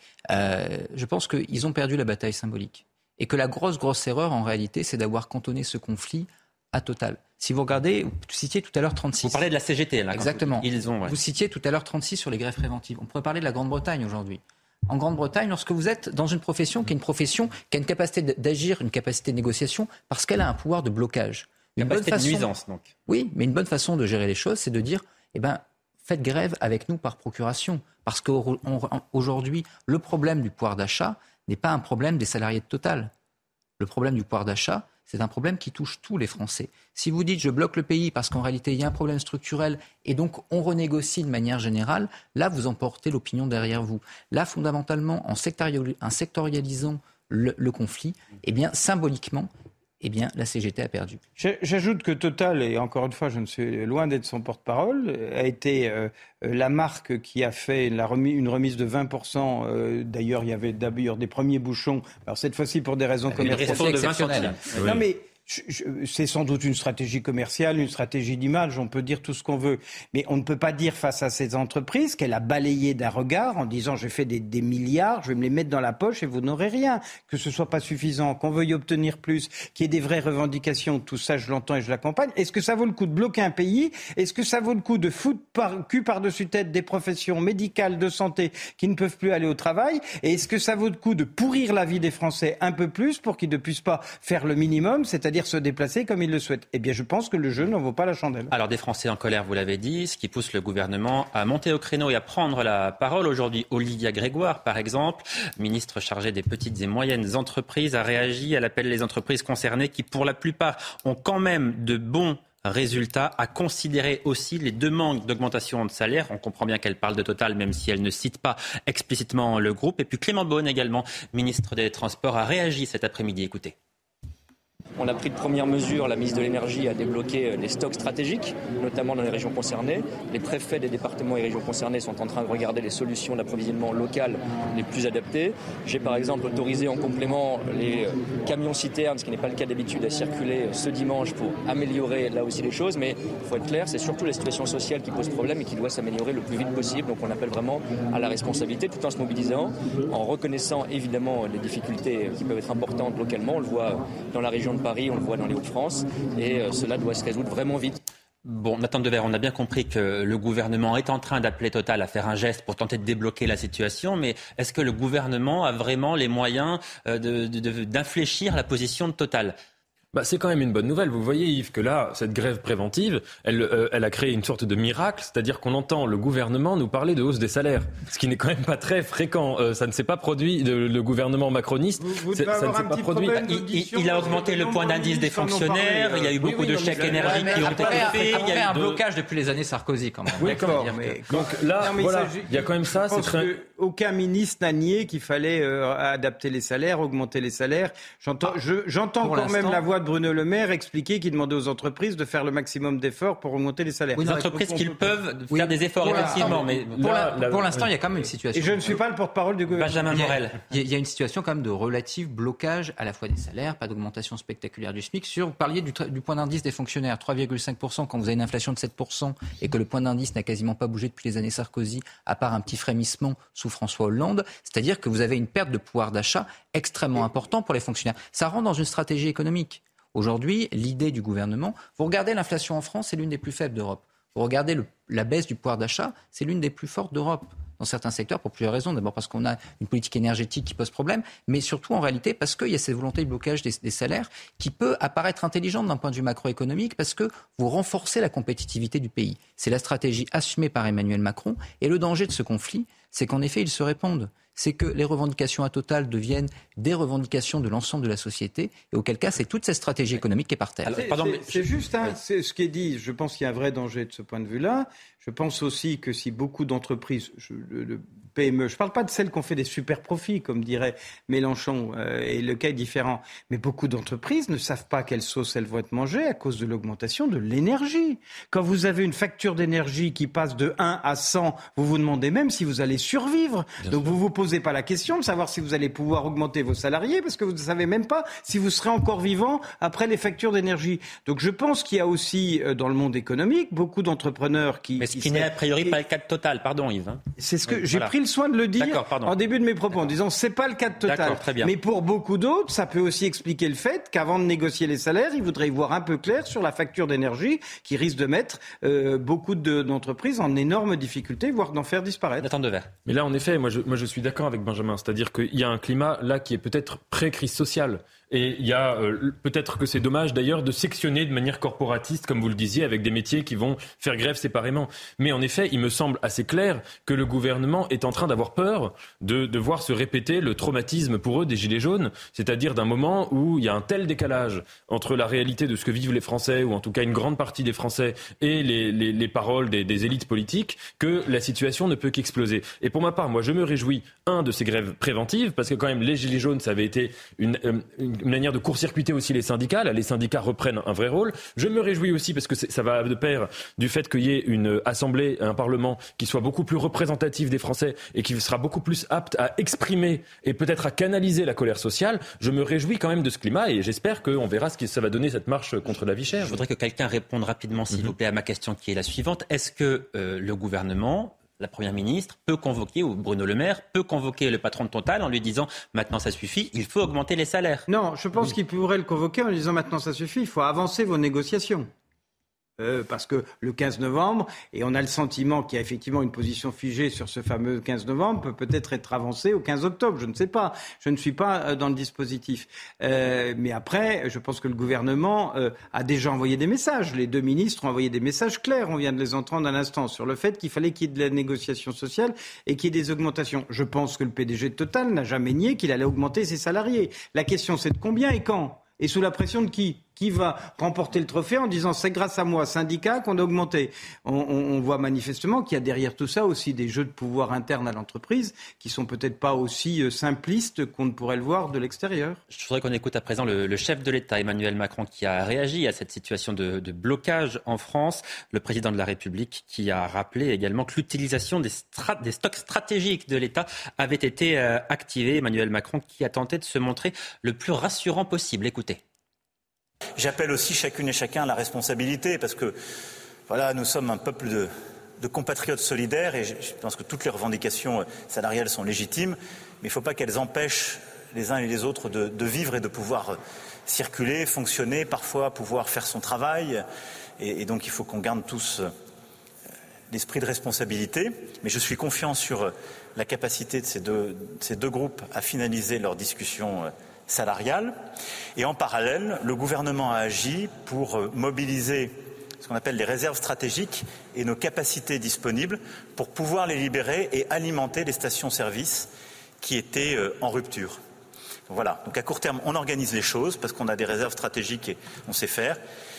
je pense qu'ils ont perdu la bataille symbolique. Et que la grosse erreur, en réalité, c'est d'avoir cantonné ce conflit à Total. Si vous regardez, vous citiez tout à l'heure 36. Vous parlez de la CGT, là. Exactement. Vous citiez tout à l'heure 36 sur les grèves préventives. On pourrait parler de la Grande-Bretagne aujourd'hui. En Grande-Bretagne, lorsque vous êtes dans une profession qui est une profession qui a une capacité d'agir, une capacité de négociation, parce qu'elle a un pouvoir de blocage. Une capacité de nuisance, donc. Oui, mais une bonne façon de gérer les choses, c'est de dire, faites grève avec nous par procuration. Parce qu'aujourd'hui, le problème du pouvoir d'achat n'est pas un problème des salariés de Total. Le problème du pouvoir d'achat, c'est un problème qui touche tous les Français. Si vous dites je bloque le pays parce qu'en réalité il y a un problème structurel et donc on renégocie de manière générale, là vous emportez l'opinion derrière vous. Là fondamentalement en sectorialisant le conflit, symboliquement, la CGT a perdu. J'ajoute que Total, et encore une fois, je ne suis loin d'être son porte-parole, a été la marque qui a fait une remise de 20%. D'ailleurs, il y avait des premiers bouchons. Alors cette fois-ci, pour des raisons commerciales. Une de 20 centimes. Non, mais c'est sans doute une stratégie commerciale, une stratégie d'image, on peut dire tout ce qu'on veut. Mais on ne peut pas dire face à ces entreprises qu'elle a balayé d'un regard en disant j'ai fait des milliards, je vais me les mettre dans la poche et vous n'aurez rien. Que ce soit pas suffisant, qu'on veuille obtenir plus, qu'il y ait des vraies revendications, tout ça je l'entends et je l'accompagne. Est-ce que ça vaut le coup de bloquer un pays ? Est-ce que ça vaut le coup de foutre cul par-dessus tête des professions médicales, de santé qui ne peuvent plus aller au travail ? Et est-ce que ça vaut le coup de pourrir la vie des Français un peu plus pour qu'ils ne puissent pas faire le minimum, c'est-à-dire se déplacer comme ils le souhaitent. Je pense que le jeu n'en vaut pas la chandelle. Alors des Français en colère, vous l'avez dit, ce qui pousse le gouvernement à monter au créneau et à prendre la parole. Aujourd'hui, Olivia Grégoire, par exemple, ministre chargée des petites et moyennes entreprises, a réagi. Elle appelle les entreprises concernées qui, pour la plupart, ont quand même de bons résultats, à considérer aussi les demandes d'augmentation de salaire. On comprend bien qu'elle parle de Total, même si elle ne cite pas explicitement le groupe. Et puis Clément Beaune également, ministre des Transports, a réagi cet après-midi. Écoutez. On a pris de premières mesures. La ministre de l'Énergie a débloqué les stocks stratégiques, notamment dans les régions concernées. Les préfets des départements et régions concernées sont en train de regarder les solutions d'approvisionnement locales les plus adaptées. J'ai par exemple autorisé en complément les camions-citernes, ce qui n'est pas le cas d'habitude, à circuler ce dimanche pour améliorer là aussi les choses. Mais il faut être clair, c'est surtout la situation sociale qui pose problème et qui doit s'améliorer le plus vite possible. Donc on appelle vraiment à la responsabilité tout en se mobilisant, en reconnaissant évidemment les difficultés qui peuvent être importantes localement. On le voit dans la région de Paris, on le voit dans les Hauts-de-France et cela doit se résoudre vraiment vite. Bon, Nathan Dever, on a bien compris que le gouvernement est en train d'appeler Total à faire un geste pour tenter de débloquer la situation, mais est-ce que le gouvernement a vraiment les moyens d'infléchir la position de Total ? C'est quand même une bonne nouvelle. Vous voyez, Yves, que là, cette grève préventive, elle a créé une sorte de miracle, c'est-à-dire qu'on entend le gouvernement nous parler de hausse des salaires, ce qui n'est quand même pas très fréquent. Ça ne s'est pas produit, le gouvernement macroniste, ça ne s'est pas produit. Il a augmenté le point d'indice des fonctionnaires, il y a eu beaucoup de chèques énergie qui ont été faits. Il y a eu un blocage depuis les années Sarkozy, quand même. Oui, d'accord. Donc là, voilà, il y a quand même ça. Aucun ministre n'a nié qu'il fallait adapter les salaires, augmenter les salaires. J'entends quand même la voix de Bruno Le Maire expliquer qu'il demandait aux entreprises de faire le maximum d'efforts pour augmenter les salaires. Les entreprises qui peuvent faire des efforts, effectivement. Mais pour l'instant, il y a quand même une situation. Et je ne suis pas le porte-parole du gouvernement. Benjamin Morel. Il y a une situation quand même de relatif blocage à la fois des salaires, pas d'augmentation spectaculaire du SMIC. Vous parliez du point d'indice des fonctionnaires, 3,5% quand vous avez une inflation de 7% et que le point d'indice n'a quasiment pas bougé depuis les années Sarkozy, à part un petit frémissement sous François Hollande. C'est-à-dire que vous avez une perte de pouvoir d'achat extrêmement importante pour les fonctionnaires. Ça rentre dans une stratégie économique. Aujourd'hui, l'idée du gouvernement, vous regardez l'inflation en France, c'est l'une des plus faibles d'Europe. Vous regardez la baisse du pouvoir d'achat, c'est l'une des plus fortes d'Europe. Dans certains secteurs, pour plusieurs raisons. D'abord parce qu'on a une politique énergétique qui pose problème, mais surtout en réalité parce qu'il y a cette volonté de blocage des salaires qui peut apparaître intelligente d'un point de vue macroéconomique parce que vous renforcez la compétitivité du pays. C'est la stratégie assumée par Emmanuel Macron. Et le danger de ce conflit, c'est qu'en effet, ils se répondent. C'est que les revendications à Total deviennent des revendications de l'ensemble de la société, et auquel cas, c'est toute cette stratégie économique qui est par terre. C'est juste c'est ce qui est dit. Je pense qu'il y a un vrai danger de ce point de vue-là. Je pense aussi que si beaucoup d'entreprises, le PME, je ne parle pas de celles qui ont fait des super profits, comme dirait Mélenchon, et le cas est différent, mais beaucoup d'entreprises ne savent pas quelle sauce elles vont être mangées à cause de l'augmentation de l'énergie. Quand vous avez une facture d'énergie qui passe de 1 à 100, vous vous demandez même si vous allez survivre. Donc vous ne vous posez pas la question de savoir si vous allez pouvoir augmenter vos salariés, parce que vous ne savez même pas si vous serez encore vivant après les factures d'énergie. Donc je pense qu'il y a aussi, dans le monde économique, beaucoup d'entrepreneurs qui... Mais ce qui n'est a priori pas le cas de Total, pardon Yves. C'est ce que j'ai pris le soin de le dire en début de mes propos, en disant c'est pas le cas de Total. Mais pour beaucoup d'autres, ça peut aussi expliquer le fait qu'avant de négocier les salaires, ils voudraient y voir un peu clair sur la facture d'énergie qui risque de mettre beaucoup d'entreprises en énormes difficultés, voire d'en faire disparaître. Mais là, en effet, moi je suis d'accord avec Benjamin, c'est-à-dire qu'il y a un climat là qui est peut-être pré-crise sociale. Et il y a peut-être que c'est dommage d'ailleurs de sectionner de manière corporatiste, comme vous le disiez, avec des métiers qui vont faire grève séparément. Mais en effet, il me semble assez clair que le gouvernement est en train d'avoir peur de voir se répéter le traumatisme pour eux des Gilets jaunes, c'est-à-dire d'un moment où il y a un tel décalage entre la réalité de ce que vivent les Français, ou en tout cas une grande partie des Français, et les paroles des élites politiques, que la situation ne peut qu'exploser. Et pour ma part, moi je me réjouis, de ces grèves préventives, parce que quand même les Gilets jaunes, ça avait été une manière de court-circuiter aussi les syndicats. Là, les syndicats reprennent un vrai rôle. Je me réjouis aussi parce que ça va de pair du fait qu'il y ait une assemblée, un parlement qui soit beaucoup plus représentatif des Français et qui sera beaucoup plus apte à exprimer et peut-être à canaliser la colère sociale. Je me réjouis quand même de ce climat et j'espère qu'on verra ce que ça va donner cette marche contre la vie chère. Je voudrais que quelqu'un réponde rapidement, s'il vous plaît, à ma question qui est la suivante. Est-ce que le gouvernement, la Première ministre, peut convoquer, ou Bruno Le Maire, peut convoquer le patron de Total en lui disant « maintenant ça suffit, il faut augmenter les salaires ». Non, je pense qu'il pourrait le convoquer en lui disant « maintenant ça suffit, il faut avancer vos négociations ». Parce que le 15 novembre, et on a le sentiment qu'il y a effectivement une position figée sur ce fameux 15 novembre, peut peut-être être avancée au 15 octobre, je ne sais pas. Je ne suis pas dans le dispositif. Mais après, je pense que le gouvernement a déjà envoyé des messages. Les deux ministres ont envoyé des messages clairs, on vient de les entendre à l'instant, sur le fait qu'il fallait qu'il y ait de la négociation sociale et qu'il y ait des augmentations. Je pense que le PDG de Total n'a jamais nié qu'il allait augmenter ses salariés. La question c'est de combien et quand ? Et sous la pression de qui ? qui va remporter le trophée en disant c'est grâce à moi, syndicat, qu'on a augmenté. On voit manifestement qu'il y a derrière tout ça aussi des jeux de pouvoir internes à l'entreprise qui sont peut-être pas aussi simplistes qu'on ne pourrait le voir de l'extérieur. Je voudrais qu'on écoute à présent le chef de l'État, Emmanuel Macron, qui a réagi à cette situation de blocage en France. Le président de la République qui a rappelé également que l'utilisation des stocks stratégiques de l'État avait été activée. Emmanuel Macron qui a tenté de se montrer le plus rassurant possible. Écoutez. J'appelle aussi chacune et chacun à la responsabilité parce que voilà, nous sommes un peuple de compatriotes solidaires et je pense que toutes les revendications salariales sont légitimes, mais il ne faut pas qu'elles empêchent les uns et les autres de vivre et de pouvoir circuler, fonctionner, parfois pouvoir faire son travail. Et donc il faut qu'on garde tous l'esprit de responsabilité. Mais je suis confiant sur la capacité de ces deux groupes à finaliser leurs discussions salariales. Et en parallèle, le gouvernement a agi pour mobiliser ce qu'on appelle les réserves stratégiques et nos capacités disponibles pour pouvoir les libérer et alimenter les stations-service qui étaient en rupture. Voilà. Donc à court terme, on organise les choses parce qu'on a des réserves stratégiques et on sait faire.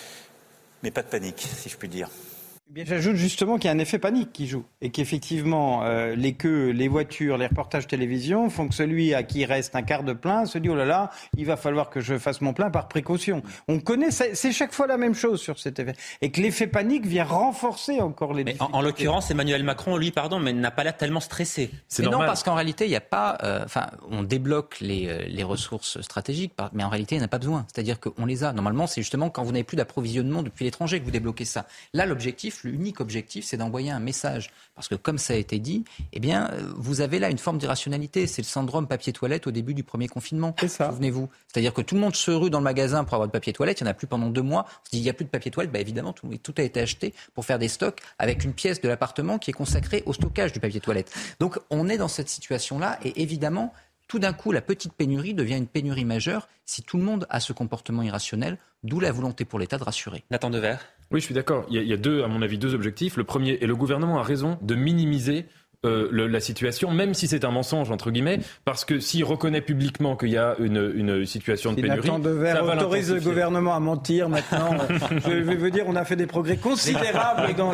Mais pas de panique, si je puis dire. Eh bien, j'ajoute justement qu'il y a un effet panique qui joue et qu'effectivement les queues, les voitures, les reportages télévision font que celui à qui reste un quart de plein se dit oh là là, il va falloir que je fasse mon plein par précaution. On connaît, c'est chaque fois la même chose sur cet effet et que l'effet panique vient renforcer encore les difficultés. En l'occurrence, Emmanuel Macron, lui, mais n'a pas l'air tellement stressé. C'est normal. Non, parce qu'en réalité, il n'y a pas, on débloque les ressources stratégiques, mais en réalité, il n'y en a pas besoin. C'est-à-dire qu'on les a. Normalement, c'est justement quand vous n'avez plus d'approvisionnement depuis l'étranger que vous débloquez ça. Là, l'unique objectif, c'est d'envoyer un message. Parce que comme ça a été dit, eh bien, vous avez là une forme d'irrationalité. C'est le syndrome papier-toilette au début du premier confinement. C'est ça. Souvenez-vous. C'est-à-dire que tout le monde se rue dans le magasin pour avoir de papier-toilette. Il n'y en a plus pendant 2 mois. On se dit, il n'y a plus de papier-toilette. Évidemment, tout a été acheté pour faire des stocks avec une pièce de l'appartement qui est consacrée au stockage du papier-toilette. Donc, on est dans cette situation-là. Et évidemment, tout d'un coup, la petite pénurie devient une pénurie majeure si tout le monde a ce comportement irrationnel, d'où la volonté pour l'État de rassurer. Nathan Dever. Oui, je suis d'accord. Il y a à mon avis, deux objectifs. Le premier, et le gouvernement a raison de minimiser la situation, même si c'est un mensonge, entre guillemets, parce que s'il reconnaît publiquement qu'il y a une situation de pénurie... Nathan Dever autorise le gouvernement à mentir maintenant. Je veux dire, on a fait des progrès considérables dans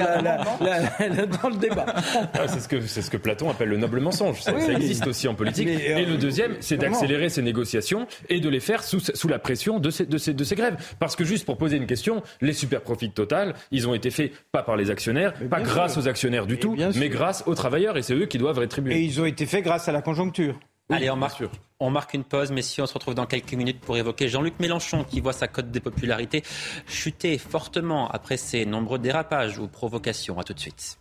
le débat. Ah, c'est ce que Platon appelle le noble mensonge. Ça existe aussi en politique. Et le deuxième, c'est d'accélérer ces négociations et de les faire sous la pression de ces grèves. Parce que juste pour poser une question, les super profits de Total, ils ont été faits pas par les actionnaires, pas grâce aux actionnaires du tout, mais grâce aux travailleurs. Et c'est eux qui doivent rétribuer. Et ils ont été faits grâce à la conjoncture. Oui, allez, on marque une pause, messieurs. On se retrouve dans quelques minutes pour évoquer Jean-Luc Mélenchon qui voit sa cote de popularité chuter fortement après ses nombreux dérapages ou provocations. À tout de suite.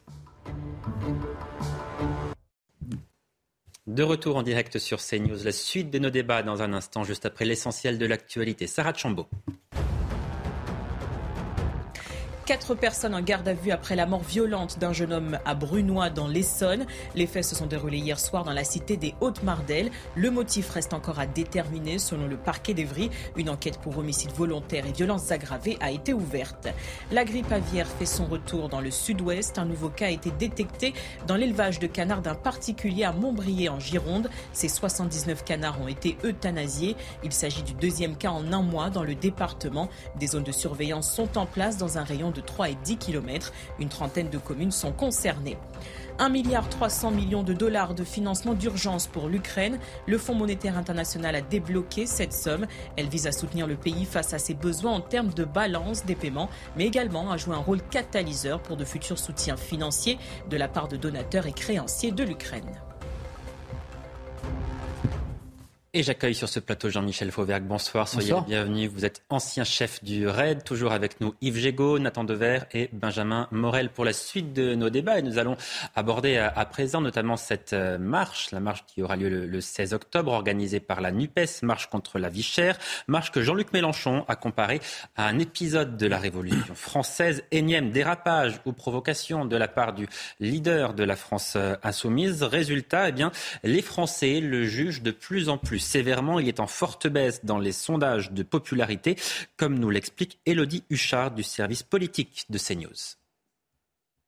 De retour en direct sur CNews. La suite de nos débats dans un instant, juste après l'essentiel de l'actualité. Sarah Chambaud. 4 personnes en garde à vue après la mort violente d'un jeune homme à Brunoy dans l'Essonne. Les faits se sont déroulés hier soir dans la cité des Hautes-Mardelles. Le motif reste encore à déterminer selon le parquet d'Evry. Une enquête pour homicide volontaire et violences aggravées a été ouverte. La grippe aviaire fait son retour dans le sud-ouest. Un nouveau cas a été détecté dans l'élevage de canards d'un particulier à Montbrier en Gironde. Ces 79 canards ont été euthanasiés. Il s'agit du 2e cas en un mois dans le département. Des zones de surveillance sont en place dans un rayon de 3 et 10 km. Une trentaine de communes sont concernées. 1,3 milliard de financement d'urgence pour l'Ukraine. Le Fonds monétaire international a débloqué cette somme. Elle vise à soutenir le pays face à ses besoins en termes de balance des paiements, mais également à jouer un rôle catalyseur pour de futurs soutiens financiers de la part de donateurs et créanciers de l'Ukraine. Et j'accueille sur ce plateau Jean-Michel Fauvergue. Bonsoir, soyez les bienvenus. Vous êtes ancien chef du RAID, toujours avec nous Yves Gégaud, Nathan Dever et Benjamin Morel pour la suite de nos débats. Et nous allons aborder à présent notamment cette marche, la marche qui aura lieu le 16 octobre, organisée par la NUPES, marche contre la vie chère, marche que Jean-Luc Mélenchon a comparée à un épisode de la Révolution française, énième dérapage ou provocation de la part du leader de la France insoumise. Résultat, les Français le jugent de plus en plus sévèrement. Il est en forte baisse dans les sondages de popularité, comme nous l'explique Élodie Huchard du service politique de CNews.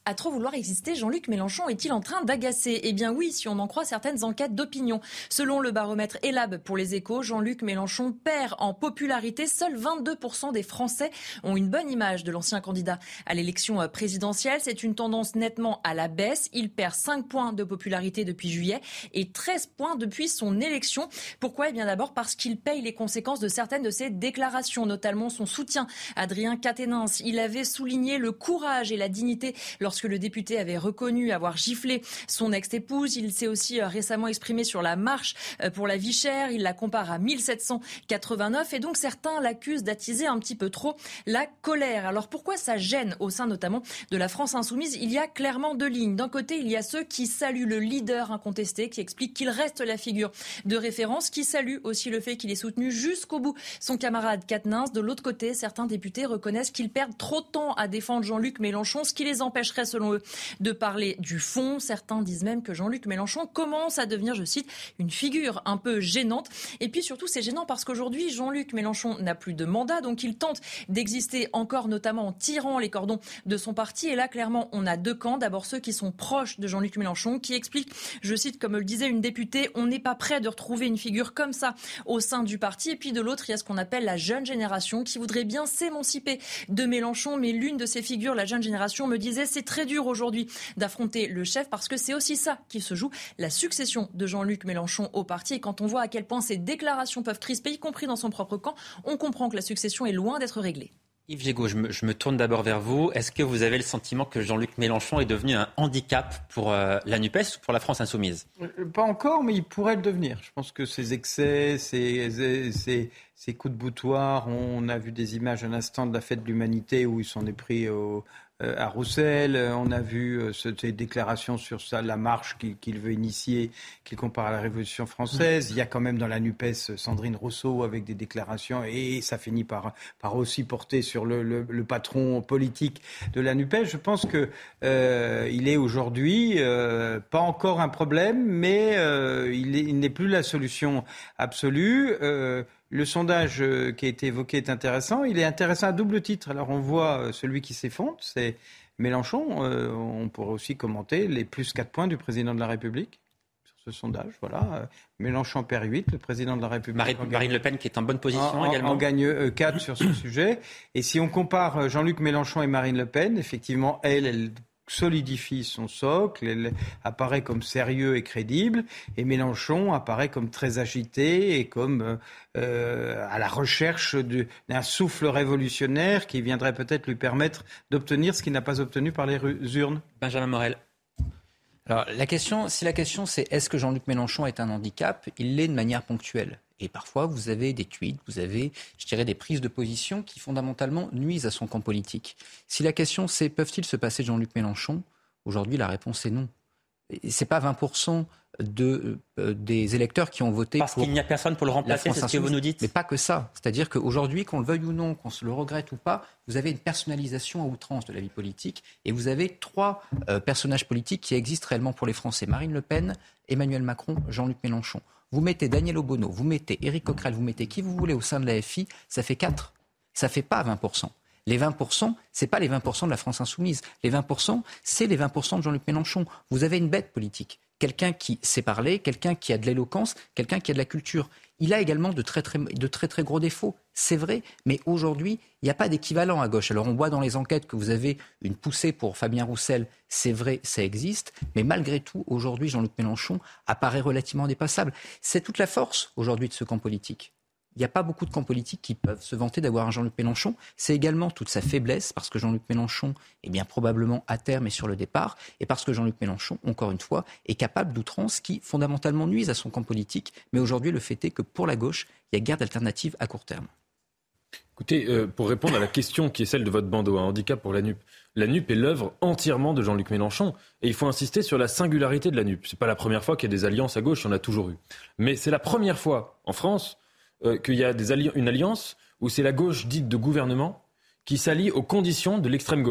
À trop vouloir exister, Jean-Luc Mélenchon est-il en train d'agacer ? Eh bien oui, si on en croit certaines enquêtes d'opinion. Selon le baromètre Elab pour les Échos, Jean-Luc Mélenchon perd en popularité. Seuls 22% des Français ont une bonne image de l'ancien candidat à l'élection présidentielle. C'est une tendance nettement à la baisse. Il perd 5 points de popularité depuis juillet et 13 points depuis son élection. Pourquoi ? Eh bien d'abord parce qu'il paye les conséquences de certaines de ses déclarations, notamment son soutien à Adrien Quatennens. Il avait souligné le courage et la dignité lorsque le député avait reconnu avoir giflé son ex-épouse. Il s'est aussi récemment exprimé sur la marche pour la vie chère. Il la compare à 1789 et donc certains l'accusent d'attiser un petit peu trop la colère. Alors pourquoi ça gêne au sein notamment de la France insoumise ? Il y a clairement deux lignes. D'un côté, il y a ceux qui saluent le leader incontesté, qui expliquent qu'il reste la figure de référence, qui saluent aussi le fait qu'il ait soutenu jusqu'au bout son camarade Quatennens. De l'autre côté, certains députés reconnaissent qu'ils perdent trop de temps à défendre Jean-Luc Mélenchon, ce qui les empêcherait selon eux de parler du fond. Certains disent même que Jean-Luc Mélenchon commence à devenir, je cite, une figure un peu gênante. Et puis surtout, c'est gênant parce qu'aujourd'hui, Jean-Luc Mélenchon n'a plus de mandat, donc il tente d'exister encore, notamment en tirant les cordons de son parti. Et là, clairement, on a deux camps. D'abord ceux qui sont proches de Jean-Luc Mélenchon, qui expliquent, je cite, comme le disait une députée, on n'est pas prêt de retrouver une figure comme ça au sein du parti. Et puis de l'autre, il y a ce qu'on appelle la jeune génération qui voudrait bien s'émanciper de Mélenchon. Mais l'une de ces figures, la jeune génération, me disait c'est très dur aujourd'hui d'affronter le chef parce que c'est aussi ça qui se joue, la succession de Jean-Luc Mélenchon au parti. Et quand on voit à quel point ces déclarations peuvent crisper, y compris dans son propre camp, on comprend que la succession est loin d'être réglée. Yves Gégaud, je me tourne d'abord vers vous. Est-ce que vous avez le sentiment que Jean-Luc Mélenchon est devenu un handicap pour la NUPES ou pour la France insoumise ? Pas encore, mais il pourrait le devenir. Je pense que ses excès, ses coups de boutoir, on a vu des images un instant de la fête de l'humanité où il s'en est pris à Roussel. On a vu ces déclarations sur la marche qu'il veut initier, qu'il compare à la Révolution française. Il y a quand même dans la NUPES Sandrine Rousseau avec des déclarations et ça finit par aussi porter sur le patron politique de la NUPES. Je pense que il est aujourd'hui pas encore un problème, mais il n'est plus la solution absolue. Le sondage qui a été évoqué est intéressant. Il est intéressant à double titre. Alors on voit celui qui s'effondre, c'est Mélenchon. On pourrait aussi commenter les plus 4 points du président de la République sur ce sondage. Voilà. Mélenchon perd 8, le président de la République. Marine Le Pen qui est en bonne position également. En gagne 4 sur ce sujet. Et si on compare Jean-Luc Mélenchon et Marine Le Pen, effectivement, elle solidifie son socle, elle apparaît comme sérieux et crédible, et Mélenchon apparaît comme très agité et comme à la recherche d'un souffle révolutionnaire qui viendrait peut-être lui permettre d'obtenir ce qu'il n'a pas obtenu par les urnes. Benjamin Morel. Alors si la question c'est est-ce que Jean-Luc Mélenchon est un handicap, il l'est de manière ponctuelle. Et parfois, vous avez des tweets, vous avez, je dirais, des prises de position qui fondamentalement nuisent à son camp politique. Si la question c'est peuvent-ils se passer de Jean-Luc Mélenchon, aujourd'hui la réponse est non. C'est pas 20% des électeurs qui ont voté parce qu'il n'y a personne pour le remplacer, c'est ce que vous nous dites. Mais pas que ça. C'est-à-dire qu'aujourd'hui, qu'on le veuille ou non, qu'on se le regrette ou pas, vous avez une personnalisation à outrance de la vie politique et vous avez 3 personnages politiques qui existent réellement pour les Français. Marine Le Pen, Emmanuel Macron, Jean-Luc Mélenchon. Vous mettez Daniel Obono, vous mettez Éric Coquerel, vous mettez qui vous voulez au sein de la FI, ça fait 4. Ça fait pas 20%. Les 20%, c'est pas les 20% de la France insoumise. Les 20%, c'est les 20% de Jean-Luc Mélenchon. Vous avez une bête politique. Quelqu'un qui sait parler, quelqu'un qui a de l'éloquence, quelqu'un qui a de la culture. Il a également de très gros défauts, c'est vrai, mais aujourd'hui, il n'y a pas d'équivalent à gauche. Alors on voit dans les enquêtes que vous avez une poussée pour Fabien Roussel, c'est vrai, ça existe, mais malgré tout, aujourd'hui, Jean-Luc Mélenchon apparaît relativement dépassable. C'est toute la force aujourd'hui de ce camp politique. Il n'y a pas beaucoup de camps politiques qui peuvent se vanter d'avoir un Jean-Luc Mélenchon. C'est également toute sa faiblesse, parce que Jean-Luc Mélenchon est bien probablement à terme et sur le départ, et parce que Jean-Luc Mélenchon, encore une fois, est capable d'outrances qui fondamentalement nuisent à son camp politique. Mais aujourd'hui, le fait est que pour la gauche, il y a guère d'alternative à court terme. Écoutez, pour répondre à la question qui est celle de votre bandeau, un handicap pour la NUP. La NUP est l'œuvre entièrement de Jean-Luc Mélenchon. Et il faut insister sur la singularité de la NUP. Ce n'est pas la première fois qu'il y a des alliances à gauche, il y en a toujours eu. Mais c'est la première fois en France qu'il y a une alliance où c'est la gauche dite de gouvernement qui s'allie aux conditions de l'extrême gauche.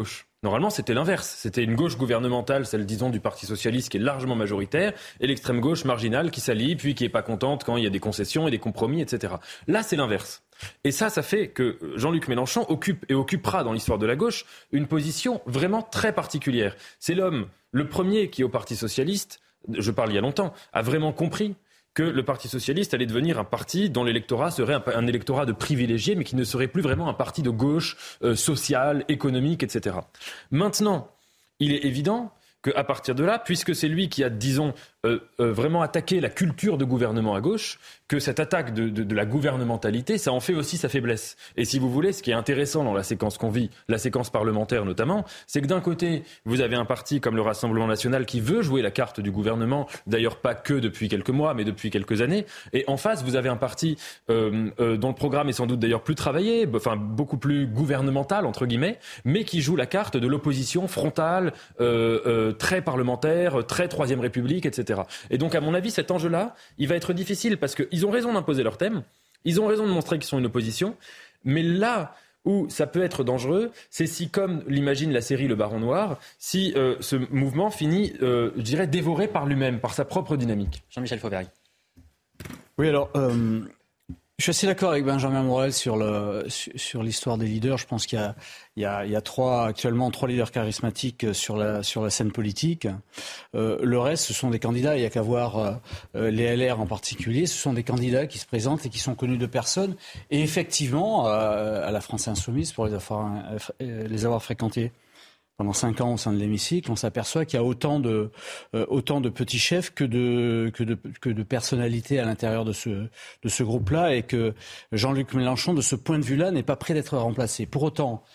Normalement, c'était l'inverse. C'était une gauche gouvernementale, celle, disons, du Parti socialiste, qui est largement majoritaire, et l'extrême gauche marginale qui s'allie, puis qui est pas contente quand il y a des concessions et des compromis, etc. Là, c'est l'inverse. Et ça fait que Jean-Luc Mélenchon occupe et occupera dans l'histoire de la gauche une position vraiment très particulière. C'est l'homme, le premier qui, au Parti socialiste, je parle il y a longtemps, a vraiment compris que le Parti socialiste allait devenir un parti dont l'électorat serait un électorat de privilégiés, mais qui ne serait plus vraiment un parti de gauche, social, économique, etc. Maintenant, il est évident qu'à partir de là, puisque c'est lui qui a, disons, vraiment attaqué la culture de gouvernement à gauche, que cette attaque de la gouvernementalité, ça en fait aussi sa faiblesse. Et si vous voulez, ce qui est intéressant dans la séquence qu'on vit, la séquence parlementaire notamment, c'est que d'un côté, vous avez un parti comme le Rassemblement national qui veut jouer la carte du gouvernement, d'ailleurs pas que depuis quelques mois, mais depuis quelques années. Et en face, vous avez un parti dont le programme est sans doute d'ailleurs plus travaillé, enfin beaucoup plus gouvernemental, entre guillemets, mais qui joue la carte de l'opposition frontale, très parlementaire, très Troisième République, etc. Et donc, à mon avis, cet enjeu-là, il va être difficile parce qu'ils ont raison d'imposer leur thème, ils ont raison de montrer qu'ils sont une opposition, mais là où ça peut être dangereux, c'est si, comme l'imagine la série Le Baron Noir, si ce mouvement finit, je dirais, dévoré par lui-même, par sa propre dynamique. Jean-Michel Fauvergue. Oui, alors... Je suis assez d'accord avec Benjamin Morel sur l'histoire des leaders. Je pense qu'il y a actuellement trois leaders charismatiques sur la scène politique. Le reste, ce sont des candidats. Il n'y a qu'à voir les LR en particulier. Ce sont des candidats qui se présentent et qui sont connus de personne. Et effectivement, à la France Insoumise, pour les avoir fréquentés pendant 5 ans au sein de l'hémicycle, on s'aperçoit qu'il y a autant de petits chefs que de personnalités à l'intérieur de ce groupe-là, et que Jean-Luc Mélenchon, de ce point de vue-là, n'est pas prêt d'être remplacé. Pour autant,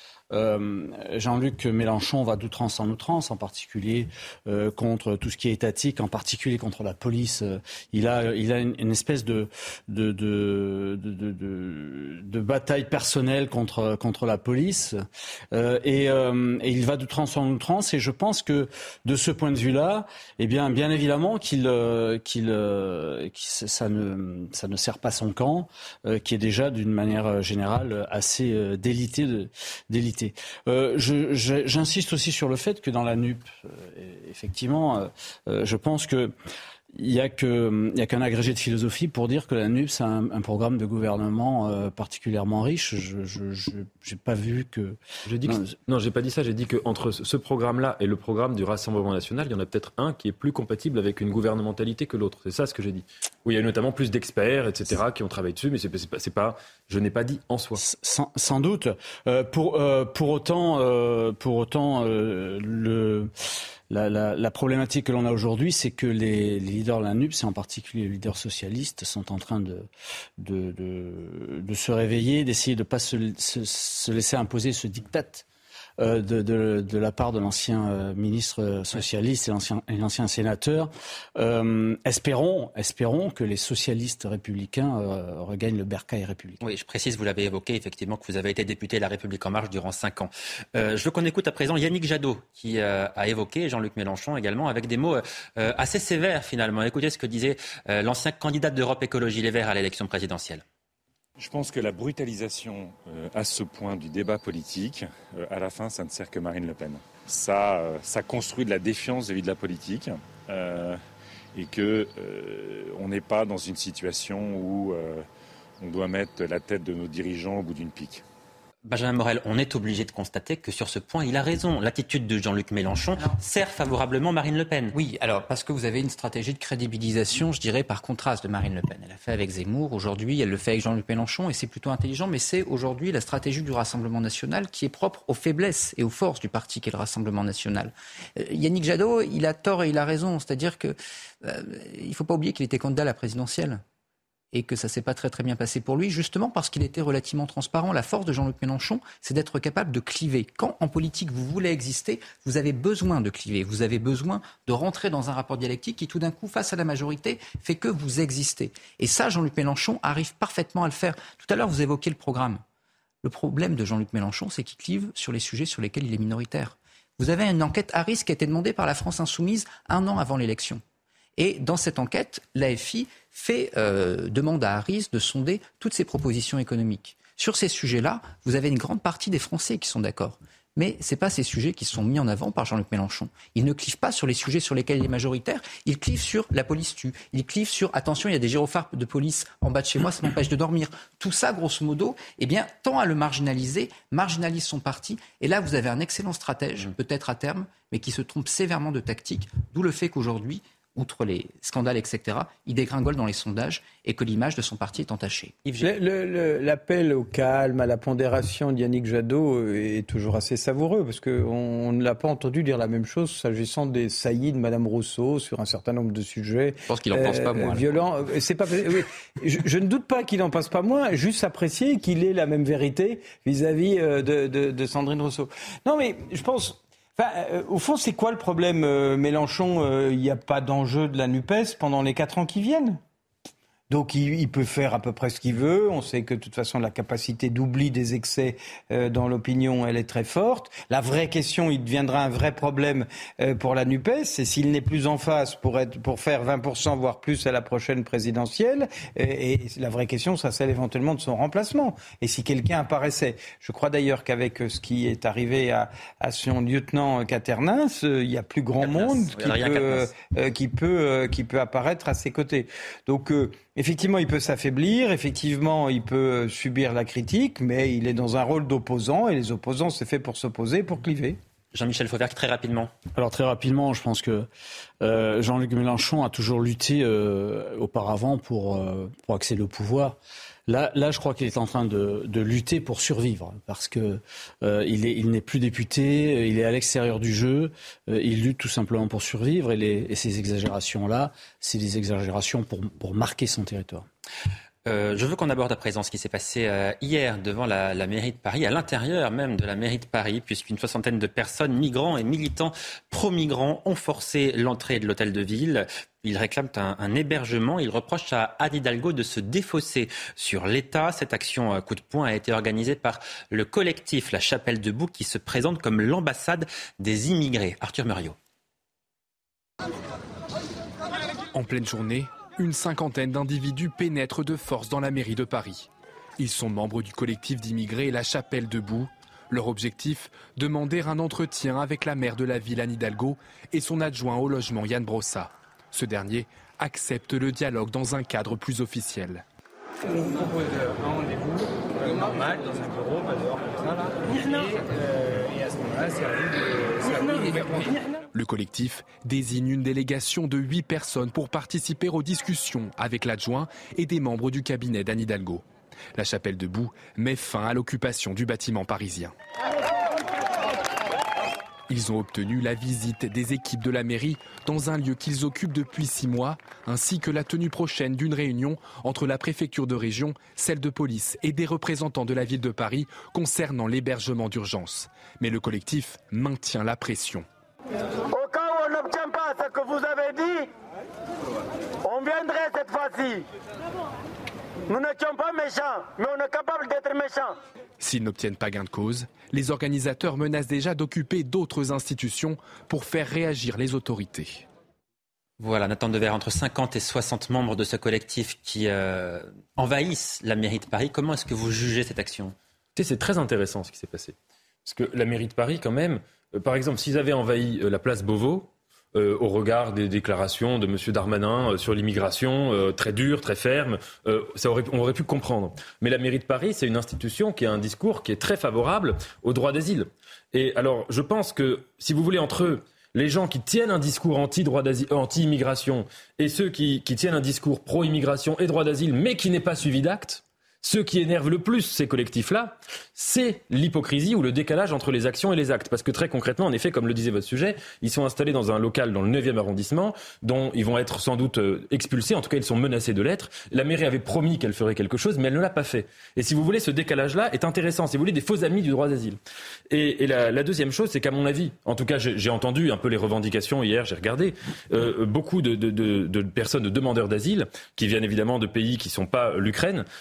Jean-Luc Mélenchon va d'outrance en outrance, en particulier contre tout ce qui est étatique, en particulier contre la police. Il a une espèce de bataille personnelle contre la police, et il va d'outrance en outrance. Et je pense que de ce point de vue-là, eh bien évidemment ça ne sert pas son camp, qui est déjà d'une manière générale assez délité. J'insiste aussi sur le fait que dans la NUP, effectivement, je pense que il y a qu'un agrégé de philosophie pour dire que la NUP c'est un programme de gouvernement particulièrement riche. J'ai pas vu que. Non, j'ai pas dit ça. J'ai dit que entre ce programme-là et le programme du Rassemblement national, il y en a peut-être un qui est plus compatible avec une gouvernementalité que l'autre. C'est ça ce que j'ai dit. Où il y a notamment plus d'experts, etc., qui ont travaillé dessus, mais c'est pas. Je n'ai pas dit en soi. Sans doute. Pour autant, la problématique que l'on a aujourd'hui, c'est que les leaders de la NUP, c'est en particulier les leaders socialistes, sont en train de se réveiller, d'essayer de ne pas se laisser imposer ce diktat de la part de l'ancien ministre socialiste et l'ancien sénateur. Espérons que les socialistes républicains regagnent le bercail républicain. Oui, je précise, vous l'avez évoqué, effectivement, que vous avez été député La République En Marche durant 5 ans. Je veux qu'on écoute à présent Yannick Jadot, qui a évoqué Jean-Luc Mélenchon également, avec des mots assez sévères finalement. Écoutez ce que disait l'ancien candidat d'Europe Écologie Les Verts à l'élection présidentielle. Je pense que la brutalisation à ce point du débat politique, à la fin, ça ne sert que Marine Le Pen. Ça construit de la défiance vis-à-vis de la politique et qu'on n'est pas dans une situation où on doit mettre la tête de nos dirigeants au bout d'une pique. Benjamin Morel, on est obligé de constater que sur ce point, il a raison. L'attitude de Jean-Luc Mélenchon sert favorablement Marine Le Pen. Oui, alors parce que vous avez une stratégie de crédibilisation, je dirais, par contraste de Marine Le Pen. Elle l'a fait avec Zemmour, aujourd'hui elle le fait avec Jean-Luc Mélenchon, et c'est plutôt intelligent, mais c'est aujourd'hui la stratégie du Rassemblement national qui est propre aux faiblesses et aux forces du parti qu'est le Rassemblement national. Yannick Jadot, il a tort et il a raison, c'est-à-dire que il ne faut pas oublier qu'il était candidat à la présidentielle. Et que ça ne s'est pas très très bien passé pour lui, justement parce qu'il était relativement transparent. La force de Jean-Luc Mélenchon, c'est d'être capable de cliver. Quand en politique vous voulez exister, vous avez besoin de cliver, vous avez besoin de rentrer dans un rapport dialectique qui tout d'un coup, face à la majorité, fait que vous existez. Et ça, Jean-Luc Mélenchon arrive parfaitement à le faire. Tout à l'heure, vous évoquiez le programme. Le problème de Jean-Luc Mélenchon, c'est qu'il clive sur les sujets sur lesquels il est minoritaire. Vous avez une enquête Harris qui a été demandée par la France Insoumise 1 an avant l'élection. Et dans cette enquête, l'AFI demande à Harris de sonder toutes ses propositions économiques. Sur ces sujets-là, vous avez une grande partie des Français qui sont d'accord. mais ce n'est pas ces sujets qui sont mis en avant par Jean-Luc Mélenchon. Il ne clive pas sur les sujets sur lesquels il est majoritaire, il clive sur la police tue, il clive sur attention, il y a des gyrophares de police en bas de chez moi, ça m'empêche de dormir. Tout ça, grosso modo, tend à le marginaliser, marginalise son parti, et là vous avez un excellent stratège, peut-être à terme, mais qui se trompe sévèrement de tactique, d'où le fait qu'aujourd'hui, outre les scandales, etc., il dégringole dans les sondages et que l'image de son parti est entachée. L'appel au calme, à la pondération d'Yannick Jadot est toujours assez savoureux, parce qu'on ne l'a pas entendu dire la même chose s'agissant des saillies de Mme Rousseau sur un certain nombre de sujets. Je pense qu'il n'en pense pas moins. Violents. C'est pas, oui. Je ne doute pas qu'il n'en pense pas moins, juste apprécier qu'il ait la même vérité vis-à-vis de Sandrine Rousseau. Non, mais je pense... au fond, c'est quoi le problème, Mélenchon? Il n'y a pas d'enjeu de la NUPES pendant les 4 ans qui viennent. Donc il peut faire à peu près ce qu'il veut. On sait que de toute façon la capacité d'oubli des excès dans l'opinion, elle est très forte. La vraie question, il deviendra un vrai problème pour la NUPES, c'est s'il n'est plus en face pour faire 20% voire plus à la prochaine présidentielle. Et la vraie question, ça c'est éventuellement de son remplacement. Et si quelqu'un apparaissait, je crois d'ailleurs qu'avec ce qui est arrivé à son lieutenant Quaternens, il y a plus grand monde qui peut apparaître à ses côtés. Donc effectivement, il peut s'affaiblir, effectivement, il peut subir la critique, mais il est dans un rôle d'opposant, et les opposants, c'est fait pour s'opposer, pour cliver. Jean-Michel Fauvergue, très rapidement. Alors très rapidement, je pense que Jean-Luc Mélenchon a toujours lutté auparavant pour accéder au pouvoir. Là, je crois qu'il est en train de lutter pour survivre, parce que il n'est plus député, il est à l'extérieur du jeu, il lutte tout simplement pour survivre, et ces exagérations-là, c'est des exagérations pour marquer son territoire. Je veux qu'on aborde à présent ce qui s'est passé hier devant la mairie de Paris, à l'intérieur même de la mairie de Paris, puisqu'une 60aine de personnes, migrants et militants pro-migrants, ont forcé l'entrée de l'hôtel de ville. Ils réclament un hébergement. Ils reprochent à Anne Hidalgo de se défausser sur l'État. Cette action coup de poing a été organisée par le collectif La Chapelle Debout, qui se présente comme l'ambassade des immigrés. Arthur Muriot. En pleine journée, une 50aine d'individus pénètrent de force dans la mairie de Paris. Ils sont membres du collectif d'immigrés La Chapelle Debout. Leur objectif, demander un entretien avec la maire de la ville Anne Hidalgo et son adjoint au logement Yann Brossa. Ce dernier accepte le dialogue dans un cadre plus officiel. On vous propose un rendez-vous normal dans un bureau, pas dehors comme ça là. Et à ce moment-là, c'est à vous de répondre. Le collectif désigne une délégation de 8 personnes pour participer aux discussions avec l'adjoint et des membres du cabinet d'Anne Hidalgo. La Chapelle Debout met fin à l'occupation du bâtiment parisien. Ils ont obtenu la visite des équipes de la mairie dans un lieu qu'ils occupent depuis 6 mois, ainsi que la tenue prochaine d'une réunion entre la préfecture de région, celle de police et des représentants de la ville de Paris concernant l'hébergement d'urgence. Mais le collectif maintient la pression. Au cas où on n'obtient pas ce que vous avez dit, on viendrait cette fois-ci. Nous n'étions pas méchants, mais on est capable d'être méchants. S'ils n'obtiennent pas gain de cause, les organisateurs menacent déjà d'occuper d'autres institutions pour faire réagir les autorités. Voilà, Nathan Dever, entre 50 et 60 membres de ce collectif qui envahissent la mairie de Paris. Comment est-ce que vous jugez cette action ? C'est très intéressant ce qui s'est passé. Parce que la mairie de Paris, quand même, par exemple, s'ils avaient envahi la place Beauvau, au regard des déclarations de M. Darmanin sur l'immigration, très dures, très fermes, on aurait pu comprendre. Mais la mairie de Paris, c'est une institution qui a un discours qui est très favorable au droit d'asile. Et alors, je pense que, si vous voulez, entre eux, les gens qui tiennent un discours anti-immigration et ceux qui tiennent un discours pro-immigration et droit d'asile, mais qui n'est pas suivi d'actes, ce qui énerve le plus ces collectifs-là, c'est l'hypocrisie ou le décalage entre les actions et les actes. Parce que très concrètement, en effet, comme le disait votre sujet, ils sont installés dans un local dans le 9e arrondissement, dont ils vont être sans doute expulsés, en tout cas ils sont menacés de l'être. La mairie avait promis qu'elle ferait quelque chose, mais elle ne l'a pas fait. Et si vous voulez, ce décalage-là est intéressant, si vous voulez, des faux amis du droit d'asile. Et la deuxième chose, c'est qu'à mon avis, en tout cas j'ai entendu un peu les revendications hier, j'ai regardé, beaucoup de personnes, de demandeurs d'asile, qui viennent évidemment de pays qui ne sont pas l'Ukraine, s'indignent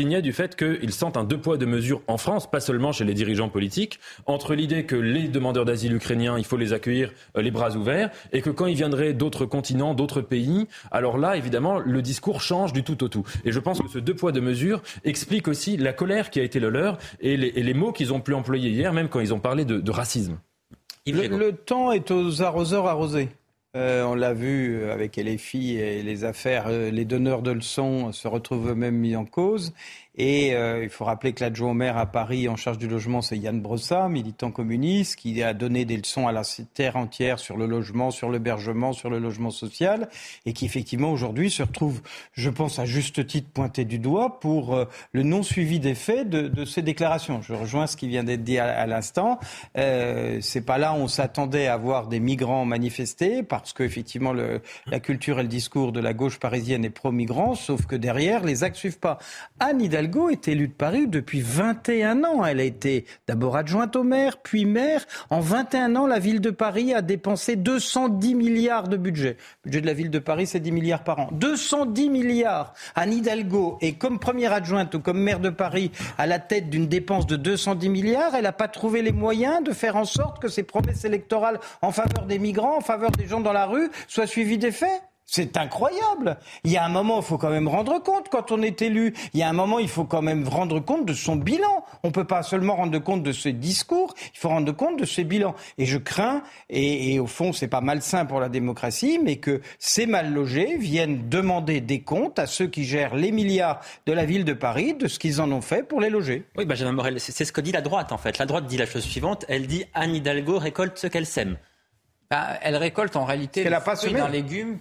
s'indignait du fait qu'ils sentent un 2 poids 2 mesures en France, pas seulement chez les dirigeants politiques, entre l'idée que les demandeurs d'asile ukrainiens, il faut les accueillir les bras ouverts, et que quand ils viendraient d'autres continents, d'autres pays, alors là, évidemment, le discours change du tout au tout. Et je pense que ce 2 poids 2 mesures explique aussi la colère qui a été le leur et les mots qu'ils ont pu employer hier, même quand ils ont parlé de racisme. Le temps est aux arroseurs arrosés. On l'a vu avec LFI et les affaires, les donneurs de leçons se retrouvent eux-mêmes mis en cause. Et il faut rappeler que l'adjoint au maire à Paris en charge du logement, c'est Yann Brossat, militant communiste, qui a donné des leçons à la terre entière sur le logement, sur l'hébergement, sur le logement social, et qui effectivement aujourd'hui se retrouve, je pense à juste titre, pointé du doigt pour le non-suivi des faits de ces déclarations. Je rejoins ce qui vient d'être dit à l'instant. C'est pas là où on s'attendait à voir des migrants manifester, parce que effectivement la culture et le discours de la gauche parisienne est pro-migrants, sauf que derrière les actes suivent pas. Anne Hidalgo est élue de Paris depuis 21 ans. Elle a été d'abord adjointe au maire, puis maire. En 21 ans, la ville de Paris a dépensé 210 milliards de budget. Le budget de la ville de Paris, c'est 10 milliards par an. 210 milliards. Anne Hidalgo est comme première adjointe ou comme maire de Paris à la tête d'une dépense de 210 milliards. Elle n'a pas trouvé les moyens de faire en sorte que ses promesses électorales en faveur des migrants, en faveur des gens dans la rue, soient suivies des faits. C'est incroyable. Il y a un moment, il faut quand même rendre compte quand on est élu. Il y a un moment, il faut quand même rendre compte de son bilan. On ne peut pas seulement rendre compte de ses discours, il faut rendre compte de ses bilans. Et je crains, et au fond, c'est pas malsain pour la démocratie, mais que ces mal logés viennent demander des comptes à ceux qui gèrent les milliards de la ville de Paris, de ce qu'ils en ont fait pour les loger. Oui, Benjamin Morel, c'est ce que dit la droite en fait. La droite dit la chose suivante, elle dit Anne Hidalgo récolte ce qu'elle sème. Elle récolte en réalité les fruits d'un légume.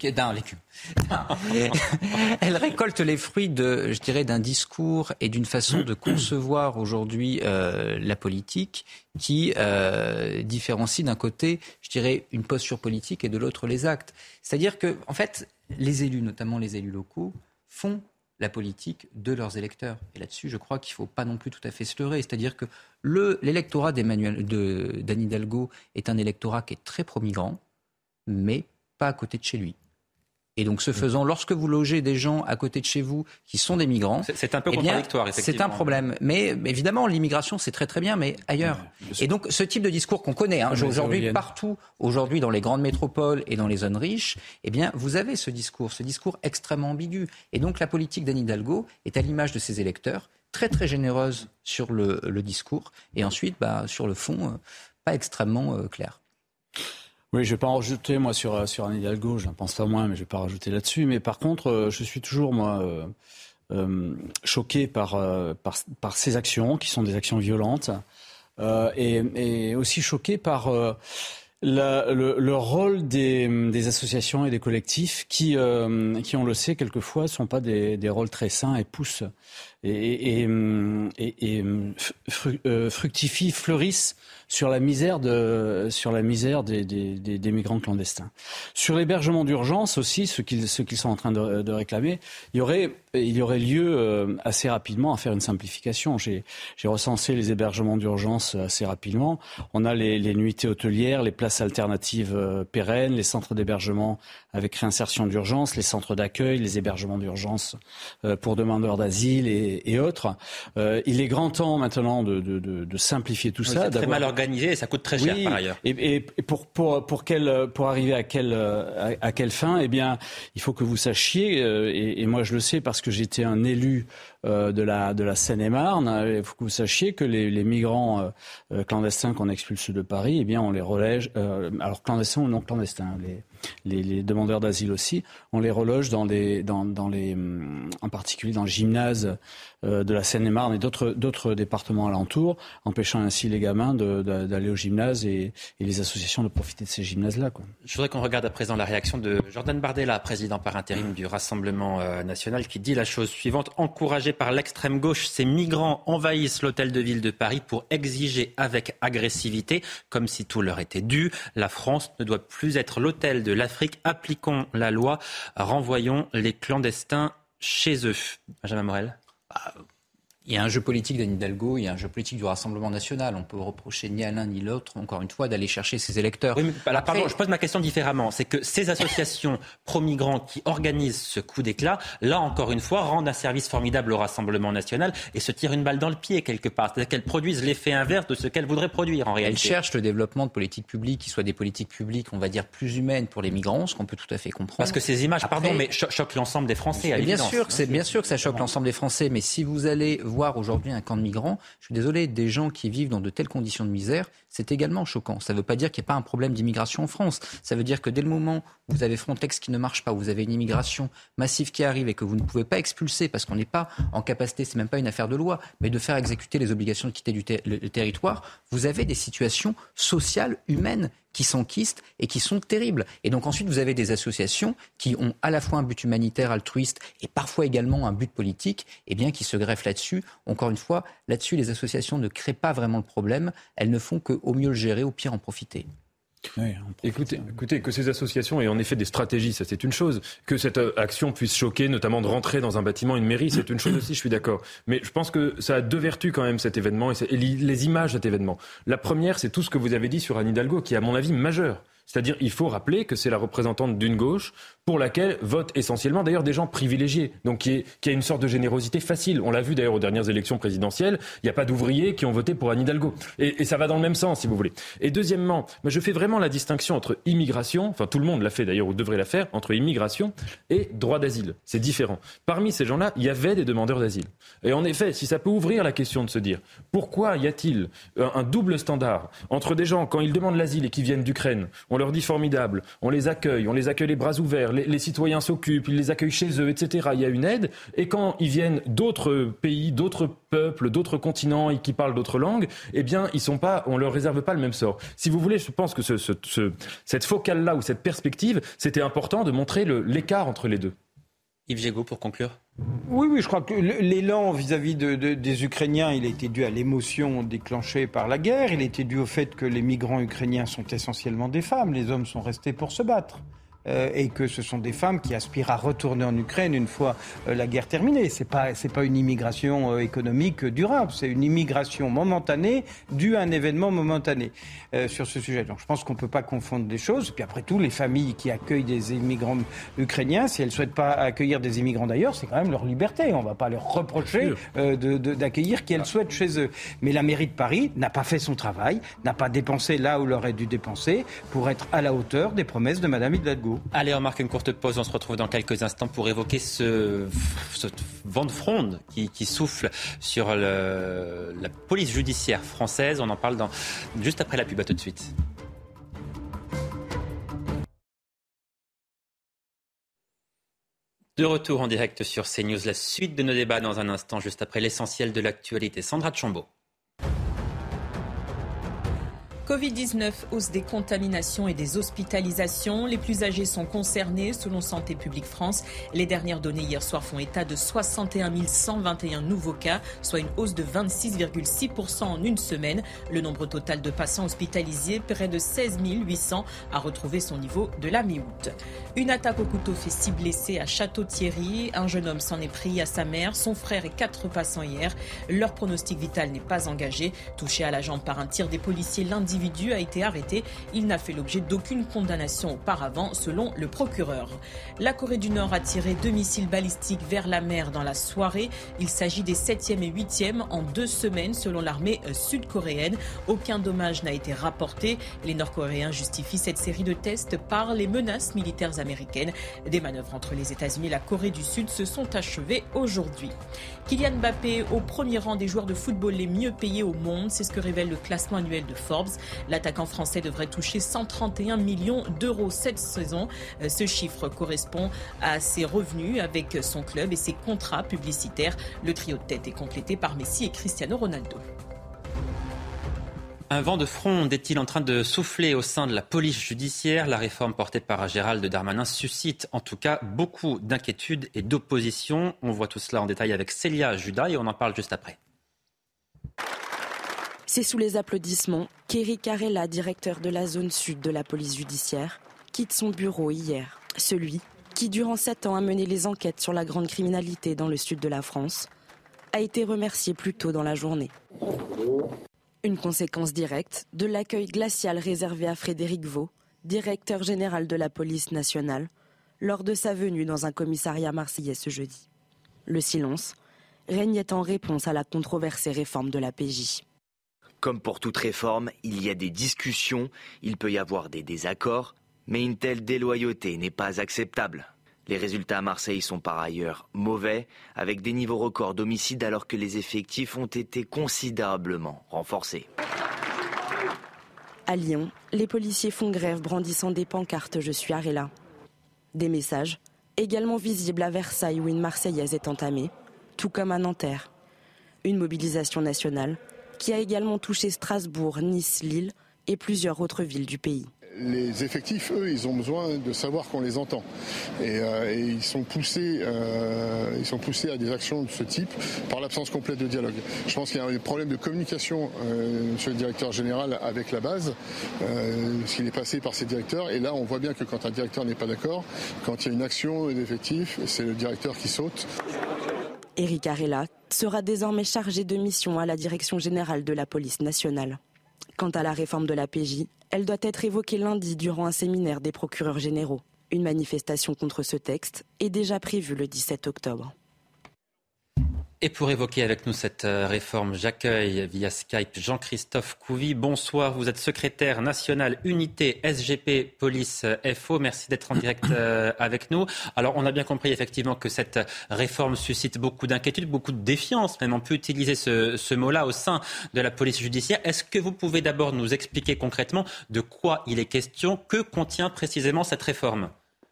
Elle récolte les fruits d'un discours et d'une façon de concevoir aujourd'hui la politique qui différencie d'un côté, une posture politique et de l'autre les actes. C'est-à-dire que, en fait, les élus, notamment les élus locaux, font la politique de leurs électeurs. Et là-dessus, je crois qu'il ne faut pas non plus tout à fait se leurrer. C'est-à-dire que l'électorat d'Anne Hidalgo est un électorat qui est très pro-migrant, mais pas à côté de chez lui. Et donc, ce faisant, lorsque vous logez des gens à côté de chez vous qui sont des migrants... C'est un peu contradictoire, effectivement. C'est un problème. Mais évidemment, l'immigration, c'est très très bien, mais ailleurs. Et donc, ce type de discours qu'on connaît, aujourd'hui, partout, aujourd'hui, dans les grandes métropoles et dans les zones riches, vous avez ce discours extrêmement ambigu. Et donc, la politique d'Anne Hidalgo est à l'image de ses électeurs, très très généreuse sur le discours, et ensuite, sur le fond, pas extrêmement claire. Oui, je ne vais pas en rajouter, moi, sur Anne Hidalgo, je n'en pense pas moins, mais je ne vais pas rajouter là-dessus. Mais par contre, je suis toujours, moi, choqué par ces actions, qui sont des actions violentes, et aussi choqué par le rôle des associations et des collectifs qui, on le sait, quelquefois, ne sont pas des rôles très sains et poussent et fructifient, fleurissent sur la misère des migrants clandestins. Sur l'hébergement d'urgence aussi, ce qu'ils sont en train de réclamer, il y aurait lieu assez rapidement à faire une simplification. J'ai recensé les hébergements d'urgence assez rapidement. On a les nuitées hôtelières, les places alternatives pérennes, les centres d'hébergement avec réinsertion d'urgence, les centres d'accueil, les hébergements d'urgence pour demandeurs d'asile et autres. Il est grand temps maintenant de simplifier tout ça. C'est très mal organisé et ça coûte très cher par ailleurs. Et pour arriver à quelle fin, il faut que vous sachiez, et moi je le sais parce que j'étais un élu de la Seine-et-Marne, il faut que vous sachiez que les migrants clandestins qu'on expulse de Paris, on les relège, alors clandestins ou non clandestins, les demandeurs d'asile aussi, on les reloge en particulier dans le gymnase de la Seine-et-Marne et d'autres départements alentours, empêchant ainsi les gamins d'aller au gymnase et les associations de profiter de ces gymnases-là. Je voudrais qu'on regarde à présent la réaction de Jordan Bardella, président par intérim du Rassemblement national, qui dit la chose suivante. Encouragés par l'extrême gauche, ces migrants envahissent l'hôtel de ville de Paris pour exiger avec agressivité, comme si tout leur était dû. La France ne doit plus être l'hôtel de l'Afrique. Appliquons la loi, renvoyons les clandestins chez eux. Benjamin Morel. Il y a un jeu politique d'Anne Hidalgo, il y a un jeu politique du Rassemblement national. On peut reprocher ni à l'un ni l'autre, encore une fois, d'aller chercher ses électeurs. Oui, mais pardon, je pose ma question différemment. C'est que ces associations pro-migrants qui organisent ce coup d'éclat, là, encore une fois, rendent un service formidable au Rassemblement national et se tirent une balle dans le pied, quelque part. C'est-à-dire qu'elles produisent l'effet inverse de ce qu'elles voudraient produire, en réalité. Elles cherchent le développement de politiques publiques qui soient des politiques publiques, on va dire, plus humaines pour les migrants, ce qu'on peut tout à fait comprendre. Parce que ces images, choquent l'ensemble des Français, à l'évidence. Bien sûr que ça choque l'ensemble des Français, mais si vous allez voir aujourd'hui un camp de migrants, je suis désolé, des gens qui vivent dans de telles conditions de misère, c'est également choquant. Ça ne veut pas dire qu'il n'y a pas un problème d'immigration en France. Ça veut dire que dès le moment où vous avez Frontex qui ne marche pas, où vous avez une immigration massive qui arrive et que vous ne pouvez pas expulser parce qu'on n'est pas en capacité, c'est même pas une affaire de loi, mais de faire exécuter les obligations de quitter le territoire, vous avez des situations sociales, humaines, qui s'enquistent et qui sont terribles. Et donc ensuite, vous avez des associations qui ont à la fois un but humanitaire, altruiste et parfois également un but politique, et bien qui se greffent là-dessus. Encore une fois, là-dessus, les associations ne créent pas vraiment le problème. Elles ne font qu'au mieux le gérer, au pire en profiter. Oui, écoutez, que ces associations aient en effet des stratégies, ça c'est une chose. Que cette action puisse choquer, notamment de rentrer dans un bâtiment, une mairie, c'est une chose aussi, je suis d'accord. Mais je pense que ça a deux vertus quand même, cet événement, et les images de cet événement. La première, c'est tout ce que vous avez dit sur Anne Hidalgo, qui est à mon avis majeure. C'est-à-dire, il faut rappeler que c'est la représentante d'une gauche pour laquelle votent essentiellement d'ailleurs des gens privilégiés, donc qui a une sorte de générosité facile. On l'a vu d'ailleurs aux dernières élections présidentielles, il n'y a pas d'ouvriers qui ont voté pour Anne Hidalgo. Et ça va dans le même sens, si vous voulez. Et deuxièmement, je fais vraiment la distinction entre immigration, enfin tout le monde l'a fait d'ailleurs ou devrait la faire, entre immigration et droit d'asile. C'est différent. Parmi ces gens-là, il y avait des demandeurs d'asile. Et en effet, si ça peut ouvrir la question de se dire, pourquoi y a-t-il un double standard entre des gens, quand ils demandent l'asile et qui viennent d'Ukraine, on leur dit formidable, on les accueille les bras ouverts, les citoyens s'occupent, ils les accueillent chez eux, etc. Il y a une aide. Et quand ils viennent d'autres pays, d'autres peuples, d'autres continents et qui parlent d'autres langues, eh bien, on leur réserve pas le même sort. Si vous voulez, je pense que cette focale-là ou cette perspective, c'était important de montrer l'écart entre les deux. Yves Gégaud, pour conclure. Oui, je crois que l'élan vis-à-vis des Ukrainiens, il a été dû à l'émotion déclenchée par la guerre. Il a été dû au fait que les migrants ukrainiens sont essentiellement des femmes. Les hommes sont restés pour se battre. Et que ce sont des femmes qui aspirent à retourner en Ukraine une fois la guerre terminée. C'est pas une immigration économique durable, c'est une immigration momentanée due à un événement momentané sur ce sujet. Donc je pense qu'on peut pas confondre des choses. Puis après tout, les familles qui accueillent des immigrants ukrainiens, si elles souhaitent pas accueillir des immigrants d'ailleurs, c'est quand même leur liberté. On va pas leur reprocher d'accueillir qui elles souhaitent chez eux. Mais la mairie de Paris n'a pas fait son travail, n'a pas dépensé là où elle aurait dû dépenser pour être à la hauteur des promesses de Madame Hidalgo. Allez, on marque une courte pause. On se retrouve dans quelques instants pour évoquer ce vent de fronde qui souffle sur la police judiciaire française. On en parle juste après la pub. À tout de suite. De retour en direct sur CNews. La suite de nos débats dans un instant, juste après l'essentiel de l'actualité. Sandra Tchombo. Covid-19, hausse des contaminations et des hospitalisations. Les plus âgés sont concernés. Selon Santé publique France, les dernières données hier soir font état de 61 121 nouveaux cas, soit une hausse de 26,6% en une semaine. Le nombre total de patients hospitalisés, près de 16 800, a retrouvé son niveau de la mi-août. Une attaque au couteau fait 6 blessés à Château-Thierry. Un jeune homme s'en est pris à sa mère, son frère et 4 passants hier. Leur pronostic vital n'est pas engagé. Touché à la jambe par un tir des policiers lundi, l'individu a été arrêté. Il n'a fait l'objet d'aucune condamnation auparavant, selon le procureur. La Corée du Nord a tiré 2 missiles balistiques vers la mer dans la soirée. Il s'agit des 7e et 8e en 2 semaines, selon l'armée sud-coréenne. Aucun dommage n'a été rapporté. Les Nord-Coréens justifient cette série de tests par les menaces militaires américaines. Des manœuvres entre les États-Unis et la Corée du Sud se sont achevées aujourd'hui. Kylian Mbappé au premier rang des joueurs de football les mieux payés au monde. C'est ce que révèle le classement annuel de Forbes. L'attaquant français devrait toucher 131 millions d'euros cette saison. Ce chiffre correspond à ses revenus avec son club et ses contrats publicitaires. Le trio de tête est complété par Messi et Cristiano Ronaldo. Un vent de fronde est-il en train de souffler au sein de la police judiciaire ? La réforme portée par Gérald Darmanin suscite en tout cas beaucoup d'inquiétudes et d'opposition. On voit tout cela en détail avec Célia Judas et on en parle juste après. C'est sous les applaudissements qu'Éric Carella, directeur de la zone sud de la police judiciaire, quitte son bureau hier. Celui qui, durant 7 ans, a mené les enquêtes sur la grande criminalité dans le sud de la France. a été remercié plus tôt dans la journée. Une conséquence directe de l'accueil glacial réservé à Frédéric Vaux, directeur général de la police nationale, lors de sa venue dans un commissariat marseillais ce jeudi. Le silence régnait en réponse à la controversée réforme de la PJ. Comme pour toute réforme, il y a des discussions, il peut y avoir des désaccords, mais une telle déloyauté n'est pas acceptable. Les résultats à Marseille sont par ailleurs mauvais, avec des niveaux records d'homicides alors que les effectifs ont été considérablement renforcés. À Lyon, les policiers font grève brandissant des pancartes « Je suis Arella ». Des messages également visibles à Versailles où une Marseillaise est entamée, tout comme à Nanterre. Une mobilisation nationale qui a également touché Strasbourg, Nice, Lille et plusieurs autres villes du pays. Les effectifs, eux, ils ont besoin de savoir qu'on les entend. Et ils sont poussés à des actions de ce type par l'absence complète de dialogue. Je pense qu'il y a un problème de communication, monsieur le directeur général, avec la base, parce qu'il est passé par ses directeurs. Et là, on voit bien que quand un directeur n'est pas d'accord, quand il y a une action d'effectifs, c'est le directeur qui saute. Éric Arella sera désormais chargé de mission à la direction générale de la police nationale. Quant à la réforme de la PJ, elle doit être évoquée lundi durant un séminaire des procureurs généraux. Une manifestation contre ce texte est déjà prévue le 17 octobre. Et pour évoquer avec nous cette réforme, j'accueille via Skype Jean-Christophe Couvi. Bonsoir, vous êtes secrétaire national unité SGP Police FO. Merci d'être en direct avec nous. Alors, on a bien compris effectivement que cette réforme suscite beaucoup d'inquiétudes, beaucoup de défiance, même on peut utiliser ce mot-là au sein de la police judiciaire. Est-ce que vous pouvez d'abord nous expliquer concrètement de quoi il est question, que contient précisément cette réforme ?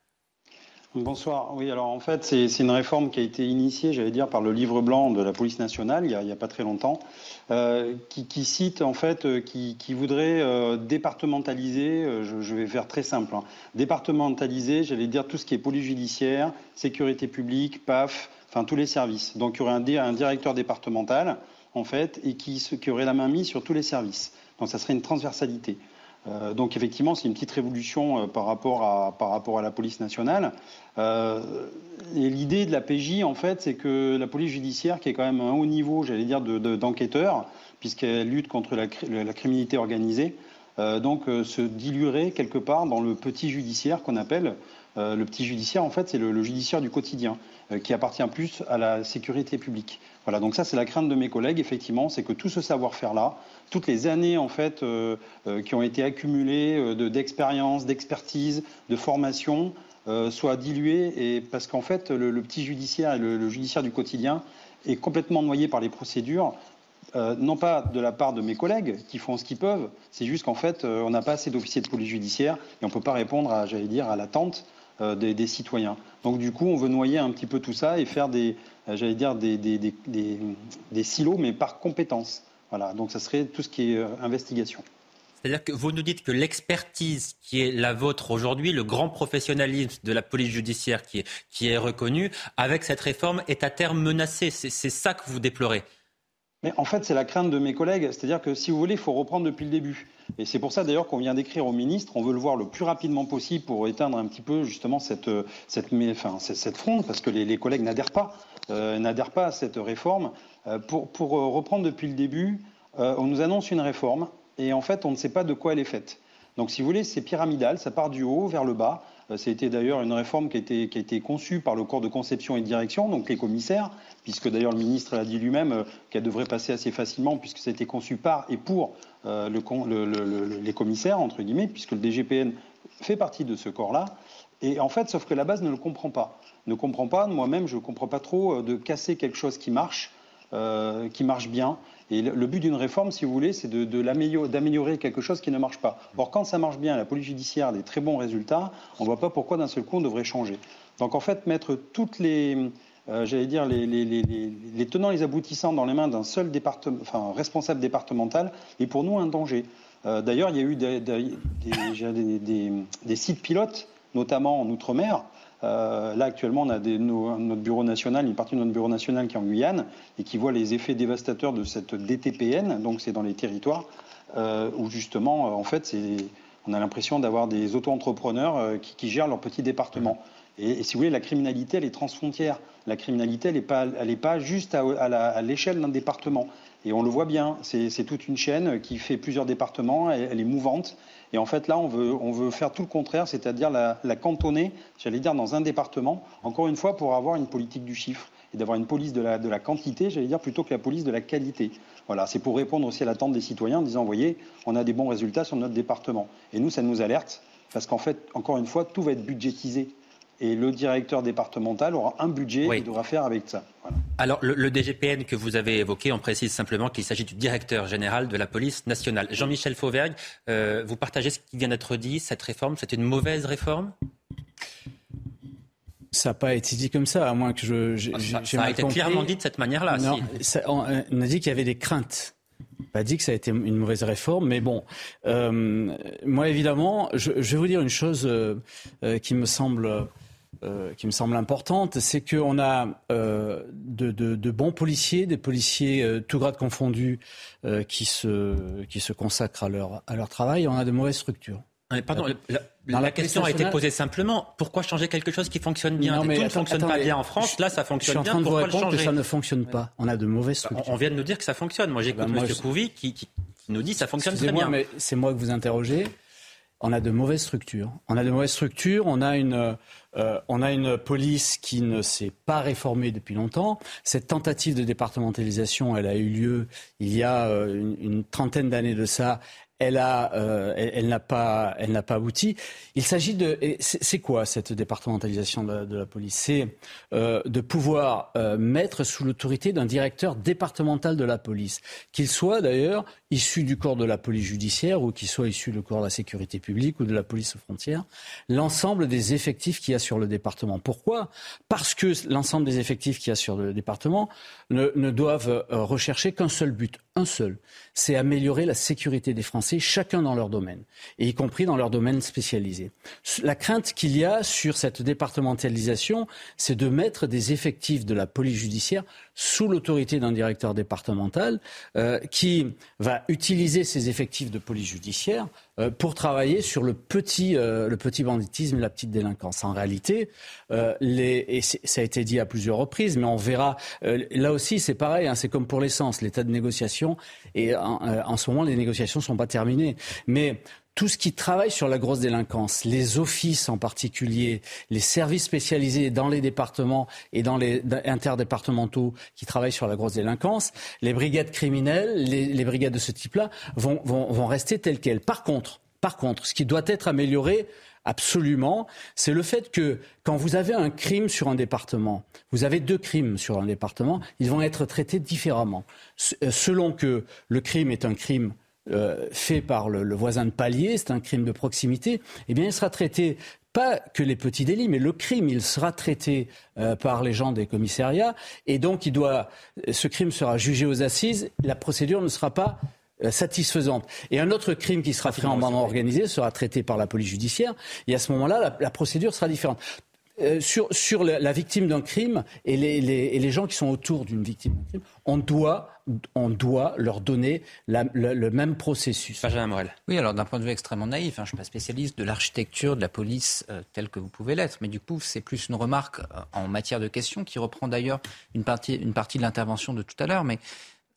Bonsoir. Oui, alors en fait, c'est une réforme qui a été initiée, j'allais dire, par le livre blanc de la police nationale, il y a pas très longtemps, qui cite, en fait, qui voudrait départementaliser, je vais faire très simple, départementaliser, j'allais dire, tout ce qui est police judiciaire, sécurité publique, PAF, enfin tous les services. Donc il y aurait un directeur départemental, en fait, et qui aurait la main mise sur tous les services. Donc ça serait une transversalité. Donc effectivement, c'est une petite révolution par rapport à la police nationale. Et l'idée de la PJ, en fait, c'est que la police judiciaire, qui est quand même un haut niveau, j'allais dire, d'enquêteurs, puisqu'elle lutte contre la criminalité organisée, se diluerait quelque part dans le petit judiciaire qu'on appelle. Le petit judiciaire, en fait, c'est le judiciaire du quotidien, qui appartient plus à la sécurité publique. Voilà, donc ça, c'est la crainte de mes collègues, effectivement, c'est que tout ce savoir-faire-là, toutes les années, en fait, qui ont été accumulées d'expérience, d'expertise, de formation, soient diluées, et parce qu'en fait, le petit judiciaire et le judiciaire du quotidien est complètement noyé par les procédures. Non pas de la part de mes collègues qui font ce qu'ils peuvent, c'est juste qu'en fait, on n'a pas assez d'officiers de police judiciaire et on ne peut pas répondre à l'attente des citoyens. Donc du coup, on veut noyer un petit peu tout ça et faire des silos, mais par compétence. Voilà, donc ça serait tout ce qui est investigation. C'est-à-dire que vous nous dites que l'expertise qui est la vôtre aujourd'hui, le grand professionnalisme de la police judiciaire qui est reconnu, avec cette réforme est à terme menacé. C'est ça que vous déplorez. Mais en fait, c'est la crainte de mes collègues. C'est-à-dire que si vous voulez, il faut reprendre depuis le début. Et c'est pour ça d'ailleurs qu'on vient d'écrire au ministre. On veut le voir le plus rapidement possible pour éteindre un petit peu justement cette fronde, parce que les collègues n'adhèrent pas à cette réforme. Pour reprendre depuis le début, on nous annonce une réforme et en fait, on ne sait pas de quoi elle est faite. Donc si vous voulez, c'est pyramidal, ça part du haut vers le bas. Ça a été d'ailleurs une réforme qui a été conçue par le corps de conception et de direction, donc les commissaires, puisque d'ailleurs le ministre l'a dit lui-même qu'elle devrait passer assez facilement, puisque ça a été conçu par et pour les commissaires, entre guillemets, puisque le DGPN fait partie de ce corps-là. Et en fait, sauf que la base ne le comprend pas. Moi-même, je ne comprends pas trop de casser quelque chose qui marche bien. Et le but d'une réforme, si vous voulez, c'est d'améliorer quelque chose qui ne marche pas. Or, quand ça marche bien, la police judiciaire a des très bons résultats, on ne voit pas pourquoi d'un seul coup on devrait changer. Donc en fait, mettre toutes les tenants et les aboutissants dans les mains d'un seul responsable départemental est pour nous un danger. D'ailleurs, il y a eu des sites pilotes, notamment en Outre-mer. Là, actuellement, on a notre bureau national, une partie de notre bureau national qui est en Guyane et qui voit les effets dévastateurs de cette DTPN, donc c'est dans les territoires, où justement, en fait, on a l'impression d'avoir des auto-entrepreneurs qui gèrent leur petit département. Et si vous voulez, la criminalité, elle est transfrontière. La criminalité, elle n'est pas juste à l'échelle d'un département. Et on le voit bien, c'est toute une chaîne qui fait plusieurs départements, elle est mouvante. Et en fait, là, on veut faire tout le contraire, c'est-à-dire la cantonner, j'allais dire, dans un département, encore une fois, pour avoir une politique du chiffre et d'avoir une police de la quantité, j'allais dire, plutôt que la police de la qualité. Voilà, c'est pour répondre aussi à l'attente des citoyens en disant, vous voyez, on a des bons résultats sur notre département. Et nous, ça nous alerte, parce qu'en fait, encore une fois, tout va être budgétisé. Et le directeur départemental aura un budget qu'il devra faire avec ça. Voilà. Alors, le DGPN que vous avez évoqué, on précise simplement qu'il s'agit du directeur général de la police nationale. Jean-Michel Fauvergue, vous partagez ce qui vient d'être dit, cette réforme, c'est une mauvaise réforme ? Ça n'a pas été dit comme ça, à moins que ça a été clairement dit de cette manière-là. Non, on a dit qu'il y avait des craintes. Pas dit que ça a été une mauvaise réforme, mais bon, moi évidemment, je vais vous dire une chose qui me semble importante, c'est qu'on a de bons policiers, des policiers tout grade confondus, qui se consacrent à leur travail, et on a de mauvaises structures. Pardon, la question a été posée simplement. Pourquoi changer quelque chose qui fonctionne bien ? Tout ne fonctionne pas bien en France. Là, ça fonctionne bien. Pourquoi le changer ? Je suis en train de vous répondre que ça ne fonctionne pas. On a de mauvaises structures. On vient de nous dire que ça fonctionne. Moi, j'écoute M. Couvi qui nous dit que ça fonctionne très bien. Mais c'est moi que vous interrogez. On a de mauvaises structures. On a une police qui ne s'est pas réformée depuis longtemps. Cette tentative de départementalisation, elle a eu lieu il y a une trentaine d'années de ça. Elle n'a pas abouti. Il s'agit c'est quoi cette départementalisation de la police ? C'est de pouvoir mettre sous l'autorité d'un directeur départemental de la police, qu'il soit d'ailleurs issu du corps de la police judiciaire ou qu'il soit issu du corps de la sécurité publique ou de la police aux frontières, l'ensemble des effectifs qu'il y a sur le département. Pourquoi ? Parce que l'ensemble des effectifs qu'il y a sur le département ne doivent rechercher qu'un seul but, c'est améliorer la sécurité des Français, chacun dans leur domaine, et y compris dans leur domaine spécialisé. La crainte qu'il y a sur cette départementalisation, c'est de mettre des effectifs de la police judiciaire sous l'autorité d'un directeur départemental qui va utiliser ces effectifs de police judiciaire pour travailler sur le petit banditisme et la petite délinquance. En réalité, et ça a été dit à plusieurs reprises, mais on verra, là aussi c'est pareil, hein, c'est comme pour l'essence, l'état de négociation, et en ce moment les négociations ne sont pas terminées. Mais tout ce qui travaille sur la grosse délinquance, les offices en particulier, les services spécialisés dans les départements et dans les interdépartementaux qui travaillent sur la grosse délinquance, les brigades criminelles, les brigades de ce type-là vont rester telles quelles. Par contre, ce qui doit être amélioré absolument, c'est le fait que quand vous avez un crime sur un département, vous avez 2 crimes sur un département, ils vont être traités différemment. Selon que le crime est un crime fait par le voisin de palier, c'est un crime de proximité, eh bien il sera traité, pas que les petits délits, mais le crime, il sera traité par les gens des commissariats, et donc ce crime sera jugé aux assises, la procédure ne sera pas satisfaisante. Et un autre crime qui sera fait en bande organisée sera traité par la police judiciaire, et à ce moment-là, la procédure sera différente. Sur la victime d'un crime et les gens qui sont autour d'une victime d'un crime, on doit leur donner le même processus. Benjamin Morel. Oui, alors d'un point de vue extrêmement naïf, je ne suis pas spécialiste de l'architecture de la police telle que vous pouvez l'être, mais du coup c'est plus une remarque en matière de questions qui reprend d'ailleurs une partie de l'intervention de tout à l'heure, mais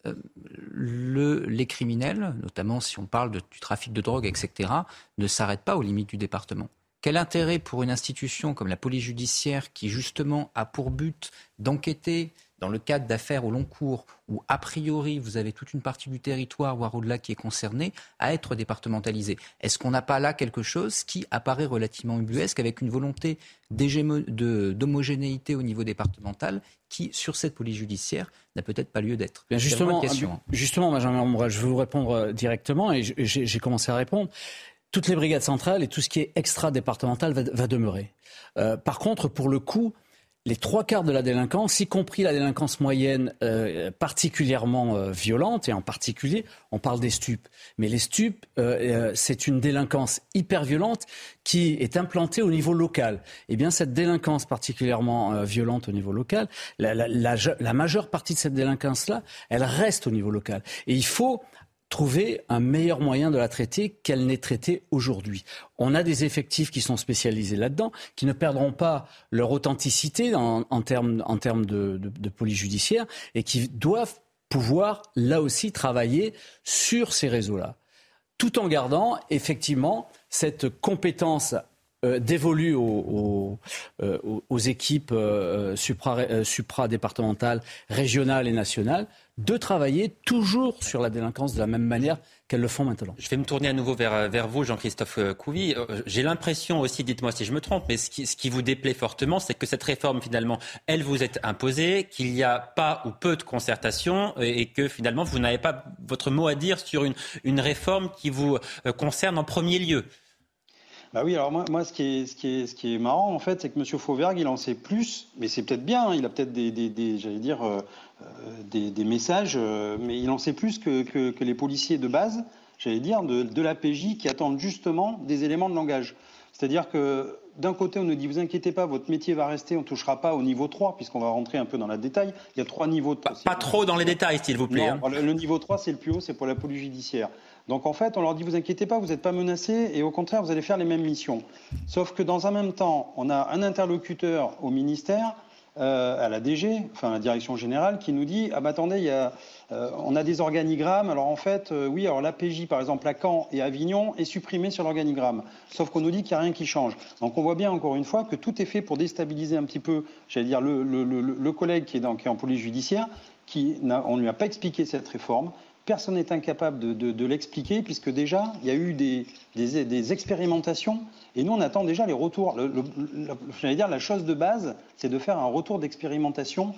les criminels, notamment si on parle du trafic de drogue, etc., ne s'arrêtent pas aux limites du département. Quel intérêt pour une institution comme la police judiciaire qui justement a pour but d'enquêter dans le cadre d'affaires au long cours où a priori vous avez toute une partie du territoire voire au-delà qui est concernée à être départementalisée ? Est-ce qu'on n'a pas là quelque chose qui apparaît relativement ubuesque avec une volonté d'homogénéité au niveau départemental qui, sur cette police judiciaire, n'a peut-être pas lieu d'être ? Bien justement, Benjamin Morel, je vais vous répondre directement et j'ai commencé à répondre. Toutes les brigades centrales et tout ce qui est extra-départemental va demeurer. Par contre, pour le coup, les 3/4 de la délinquance, y compris la délinquance moyenne particulièrement violente, et en particulier, on parle des stupes. Mais les stupes, c'est une délinquance hyper violente qui est implantée au niveau local. Eh bien, cette délinquance particulièrement violente au niveau local, la majeure partie de cette délinquance-là, elle reste au niveau local. Et il faut trouver un meilleur moyen de la traiter qu'elle n'est traitée aujourd'hui. On a des effectifs qui sont spécialisés là-dedans, qui ne perdront pas leur authenticité en termes de police judiciaire et qui doivent pouvoir, là aussi, travailler sur ces réseaux-là, tout en gardant, effectivement, cette compétence dévolue aux équipes supra-départementales, régionales et nationales, de travailler toujours sur la délinquance de la même manière qu'elles le font maintenant. Je vais me tourner à nouveau vers vous, Jean-Christophe Couvi. J'ai l'impression aussi, dites-moi si je me trompe, mais ce qui vous déplaît fortement, c'est que cette réforme, finalement, elle vous est imposée, qu'il n'y a pas ou peu de concertation et que, finalement, vous n'avez pas votre mot à dire sur une réforme qui vous concerne en premier lieu. Bah oui, alors moi ce qui est marrant, en fait, c'est que M. Fauvergue, il en sait plus, mais c'est peut-être bien, hein, il a peut-être des messages, mais il en sait plus que les policiers de base, de l'APJ, qui attendent justement des éléments de langage. C'est-à-dire que d'un côté, on nous dit, vous inquiétez pas, votre métier va rester, on ne touchera pas au niveau 3, puisqu'on va rentrer un peu dans le détail. Il y a 3 niveaux. Pas trop dans les détails, s'il vous plaît. Non, le niveau 3, c'est le plus haut, c'est pour la police judiciaire. Donc en fait, on leur dit, vous inquiétez pas, vous n'êtes pas menacés, et au contraire, vous allez faire les mêmes missions. Sauf que dans un même temps, on a un interlocuteur au ministère, à la DG, enfin la direction générale, qui nous dit, attendez, on a des organigrammes, alors en fait, oui, alors l'APJ, par exemple, à Caen et Avignon, est supprimée sur l'organigramme. Sauf qu'on nous dit qu'il n'y a rien qui change. Donc on voit bien, encore une fois, que tout est fait pour déstabiliser un petit peu, le collègue qui est en police judiciaire, on ne lui a pas expliqué cette réforme. Personne n'est incapable de l'expliquer, puisque déjà, il y a eu des expérimentations, et nous, on attend déjà les retours. La chose de base, c'est de faire un retour d'expérimentation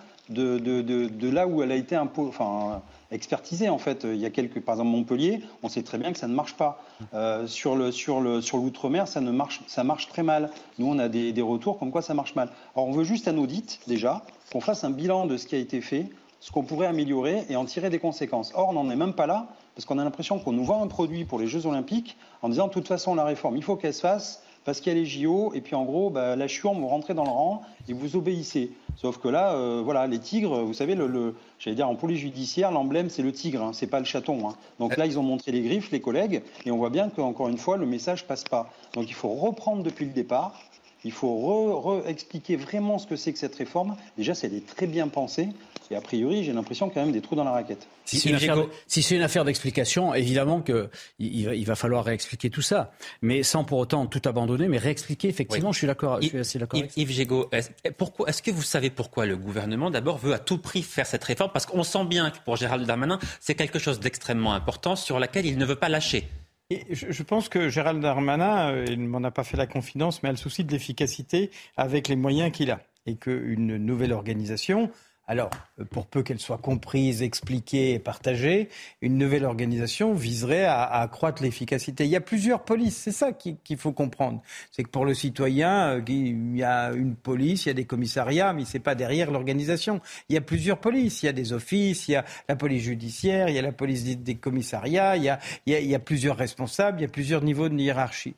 de là où elle a été expertisée, en fait. Il y a par exemple, Montpellier, on sait très bien que ça ne marche pas. Sur l'outre-mer, ça marche très mal. Nous, on a des retours comme quoi ça marche mal. Alors, on veut juste un audit, déjà, qu'on fasse un bilan de ce qui a été fait, ce qu'on pourrait améliorer et en tirer des conséquences. Or, on n'en est même pas là, parce qu'on a l'impression qu'on nous vend un produit pour les Jeux Olympiques en disant, de toute façon, la réforme, il faut qu'elle se fasse, parce qu'il y a les JO, et puis en gros, la chiourme, vous rentrez dans le rang et vous obéissez. Sauf que là, les tigres, vous savez, en police judiciaire, l'emblème, c'est le tigre, hein, c'est pas le chaton. Hein. Donc là, ils ont montré les griffes, les collègues, et on voit bien qu'encore une fois, le message passe pas. Donc il faut reprendre depuis le départ. Il faut expliquer vraiment ce que c'est que cette réforme. Déjà, elle est très bien pensée. Et a priori, j'ai l'impression qu'il y a même des trous dans la raquette. Si c'est une affaire d'explication, évidemment qu'il va falloir réexpliquer tout ça. Mais sans pour autant tout abandonner, mais réexpliquer, effectivement, oui. Je suis assez d'accord avec ça. Yves Gégaud, est-ce que vous savez pourquoi le gouvernement, d'abord, veut à tout prix faire cette réforme ? Parce qu'on sent bien que pour Gérald Darmanin, c'est quelque chose d'extrêmement important sur laquelle il ne veut pas lâcher. Et je pense que Gérald Darmanin, il ne m'en a pas fait la confidence, mais a le souci de l'efficacité avec les moyens qu'il a. Et qu'une nouvelle organisation, alors, pour peu qu'elle soit comprise, expliquée et partagée, une nouvelle organisation viserait à accroître l'efficacité. Il y a plusieurs polices, c'est ça qu'il faut comprendre. C'est que pour le citoyen, il y a une police, il y a des commissariats, mais c'est pas derrière l'organisation. Il y a plusieurs polices, il y a des offices, il y a la police judiciaire, il y a la police des commissariats, il y a plusieurs responsables, il y a plusieurs niveaux de hiérarchie.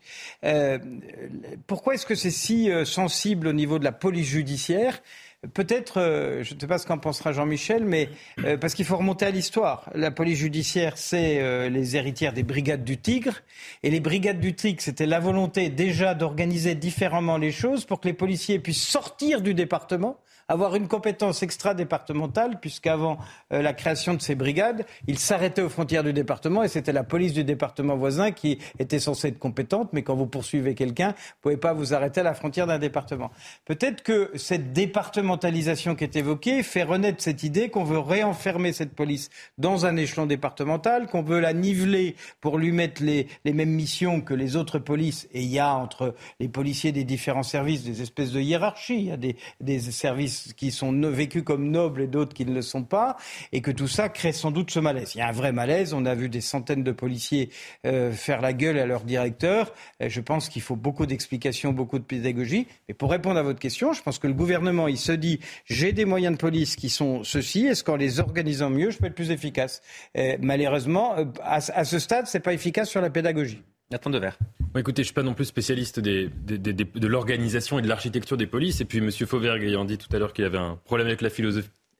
Pourquoi est-ce que c'est si sensible au niveau de la police judiciaire ? Peut-être, je ne sais pas ce qu'en pensera Jean-Michel, mais parce qu'il faut remonter à l'histoire. La police judiciaire, c'est les héritières des brigades du Tigre. Et les brigades du Tigre, c'était la volonté déjà d'organiser différemment les choses pour que les policiers puissent sortir du département, avoir une compétence extra-départementale, puisqu'avant la création de ces brigades, ils s'arrêtaient aux frontières du département et c'était la police du département voisin qui était censée être compétente, mais quand vous poursuivez quelqu'un, vous ne pouvez pas vous arrêter à la frontière d'un département. Peut-être que cette départementalisation qui est évoquée fait renaître cette idée qu'on veut réenfermer cette police dans un échelon départemental, qu'on veut la niveler pour lui mettre les mêmes missions que les autres polices. Et il y a entre les policiers des différents services des espèces de hiérarchie, il y a des services qui sont vécus comme nobles et d'autres qui ne le sont pas, et que tout ça crée sans doute ce malaise. Il y a un vrai malaise, on a vu des centaines de policiers faire la gueule à leur directeur. Je pense qu'il faut beaucoup d'explications, beaucoup de pédagogie. Mais pour répondre à votre question, je pense que le gouvernement, il se dit, j'ai des moyens de police qui sont ceux-ci, est-ce qu'en les organisant mieux, je peux être plus efficace ? Malheureusement, à ce stade, c'est pas efficace sur la pédagogie. Nathan Devers. Bon, écoutez, je ne suis pas non plus spécialiste de l'organisation et de l'architecture des polices. Et puis, M. Fauvergue ayant dit tout à l'heure qu'il avait un problème avec la philosophie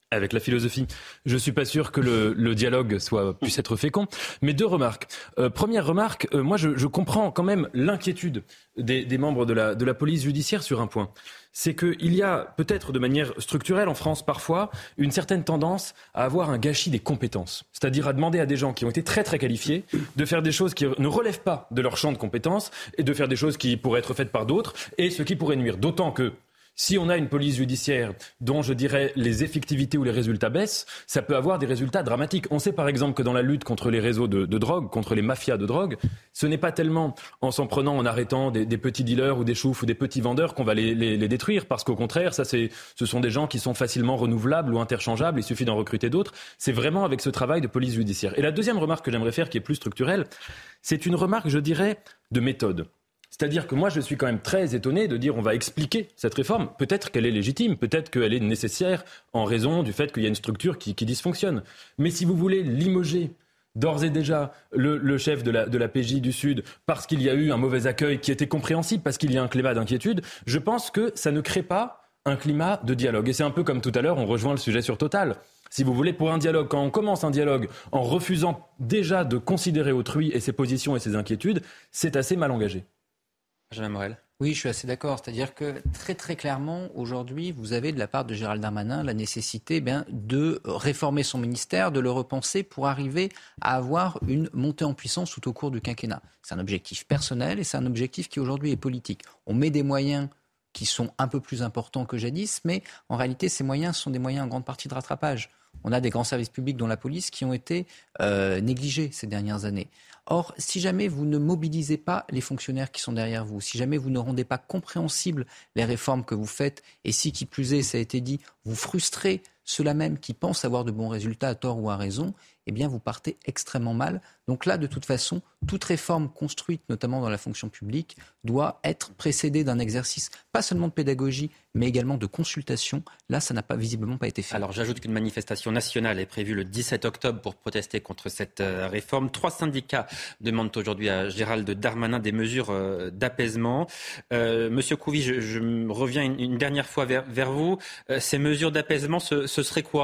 avec la philosophie. Je ne suis pas sûr que le dialogue puisse être fécond. Mais 2 remarques. Première remarque, moi je comprends quand même l'inquiétude des membres de la police judiciaire sur un point. C'est qu'il y a peut-être de manière structurelle en France parfois une certaine tendance à avoir un gâchis des compétences. C'est-à-dire à demander à des gens qui ont été très très qualifiés de faire des choses qui ne relèvent pas de leur champ de compétences et de faire des choses qui pourraient être faites par d'autres et ce qui pourrait nuire. D'autant que si on a une police judiciaire dont, je dirais, les effectivités ou les résultats baissent, ça peut avoir des résultats dramatiques. On sait par exemple que dans la lutte contre les réseaux de drogue, contre les mafias de drogue, ce n'est pas tellement en s'en prenant, en arrêtant des petits dealers ou des choufs ou des petits vendeurs qu'on va les détruire, parce qu'au contraire, ce sont des gens qui sont facilement renouvelables ou interchangeables, il suffit d'en recruter d'autres. C'est vraiment avec ce travail de police judiciaire. Et la deuxième remarque que j'aimerais faire, qui est plus structurelle, c'est une remarque, je dirais, de méthode. C'est-à-dire que moi, je suis quand même très étonné de dire on va expliquer cette réforme. Peut-être qu'elle est légitime, peut-être qu'elle est nécessaire en raison du fait qu'il y a une structure qui dysfonctionne. Mais si vous voulez limoger d'ores et déjà le chef de la PJ du Sud parce qu'il y a eu un mauvais accueil qui était compréhensible, parce qu'il y a un climat d'inquiétude, je pense que ça ne crée pas un climat de dialogue. Et c'est un peu comme tout à l'heure, on rejoint le sujet sur Total. Si vous voulez, pour un dialogue, quand on commence un dialogue en refusant déjà de considérer autrui et ses positions et ses inquiétudes, c'est assez mal engagé. Benjamin Morel. Oui, je suis assez d'accord. C'est-à-dire que très très clairement, aujourd'hui, vous avez de la part de Gérald Darmanin la nécessité de réformer son ministère, de le repenser pour arriver à avoir une montée en puissance tout au cours du quinquennat. C'est un objectif personnel et c'est un objectif qui aujourd'hui est politique. On met des moyens qui sont un peu plus importants que jadis, mais en réalité, ces moyens sont des moyens en grande partie de rattrapage. On a des grands services publics, dont la police, qui ont été négligés ces dernières années. Or, si jamais vous ne mobilisez pas les fonctionnaires qui sont derrière vous, si jamais vous ne rendez pas compréhensibles les réformes que vous faites, et si, qui plus est, ça a été dit, vous frustrez ceux-là même qui pensent avoir de bons résultats à tort ou à raison, eh bien vous partez extrêmement mal. Donc là, de toute façon, toute réforme construite, notamment dans la fonction publique, doit être précédée d'un exercice, pas seulement de pédagogie, mais également de consultation. Là, ça n'a visiblement pas été fait. Alors j'ajoute qu'une manifestation nationale est prévue le 17 octobre pour protester contre cette réforme. 3 syndicats demandent aujourd'hui à Gérald Darmanin des mesures d'apaisement. Monsieur Couvi, je reviens une dernière fois vers vous. Ces mesures d'apaisement, ce serait quoi ?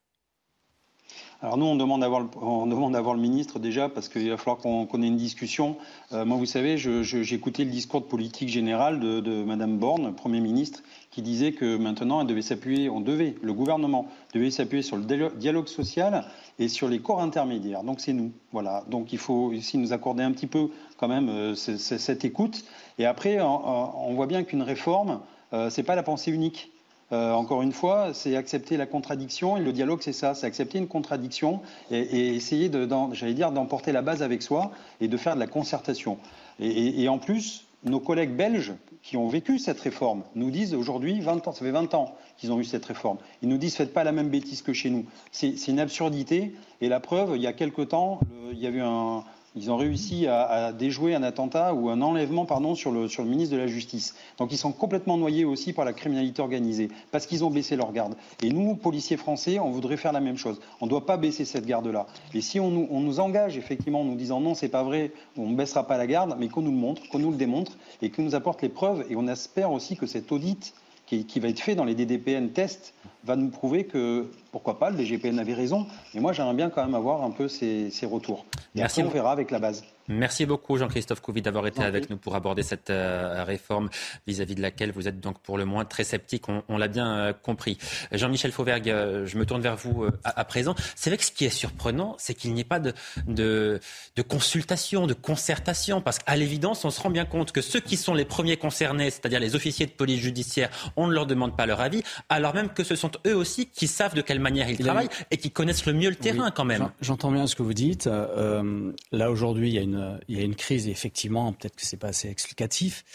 Alors nous, on demande à voir le ministre déjà, parce qu'il va falloir qu'on ait une discussion. Moi, vous savez, j'ai écouté le discours de politique générale de Madame Borne, Premier ministre, qui disait que maintenant, le gouvernement devait s'appuyer sur le dialogue social et sur les corps intermédiaires. Donc c'est nous, voilà. Donc il faut ici nous accorder un petit peu quand même cette écoute. Et après, on voit bien qu'une réforme, c'est pas la pensée unique. Encore une fois, c'est accepter la contradiction, et le dialogue, c'est ça, c'est accepter une contradiction et essayer d'emporter la base avec soi et de faire de la concertation. Et en plus, nos collègues belges qui ont vécu cette réforme nous disent aujourd'hui, 20 ans, ça fait 20 ans qu'ils ont eu cette réforme, ils nous disent faites pas la même bêtise que chez nous. C'est une absurdité, et la preuve, il y a quelque temps, ils ont réussi à déjouer un attentat ou un enlèvement sur le ministre de la Justice. Donc ils sont complètement noyés aussi par la criminalité organisée, parce qu'ils ont baissé leur garde. Et nous, policiers français, on voudrait faire la même chose. On ne doit pas baisser cette garde-là. Et si on nous engage effectivement en nous disant non, c'est pas vrai, on ne baissera pas la garde, mais qu'on nous le montre, qu'on nous le démontre, et qu'on nous apporte les preuves. Et on espère aussi que cet audit qui va être fait dans les DDPN tests va nous prouver que, pourquoi pas, le DGPN avait raison. Mais moi, j'aimerais bien quand même avoir un peu ces retours. Et Merci. Après, on verra avec la base. Merci beaucoup Jean-Christophe Couvi d'avoir été avec nous pour aborder cette réforme vis-à-vis de laquelle vous êtes donc pour le moins très sceptique, on l'a bien compris. Jean-Michel Fauvergue, je me tourne vers vous à présent. C'est vrai que ce qui est surprenant, c'est qu'il n'y ait pas de consultation, de concertation, parce qu'à l'évidence, on se rend bien compte que ceux qui sont les premiers concernés, c'est-à-dire les officiers de police judiciaire, on ne leur demande pas leur avis, alors même que ce sont eux aussi qui savent de quelle manière ils travaillent et qui connaissent le mieux le terrain quand même. J'entends bien ce que vous dites. Là aujourd'hui, il y a une crise et effectivement, peut-être que c'est pas assez explicatif.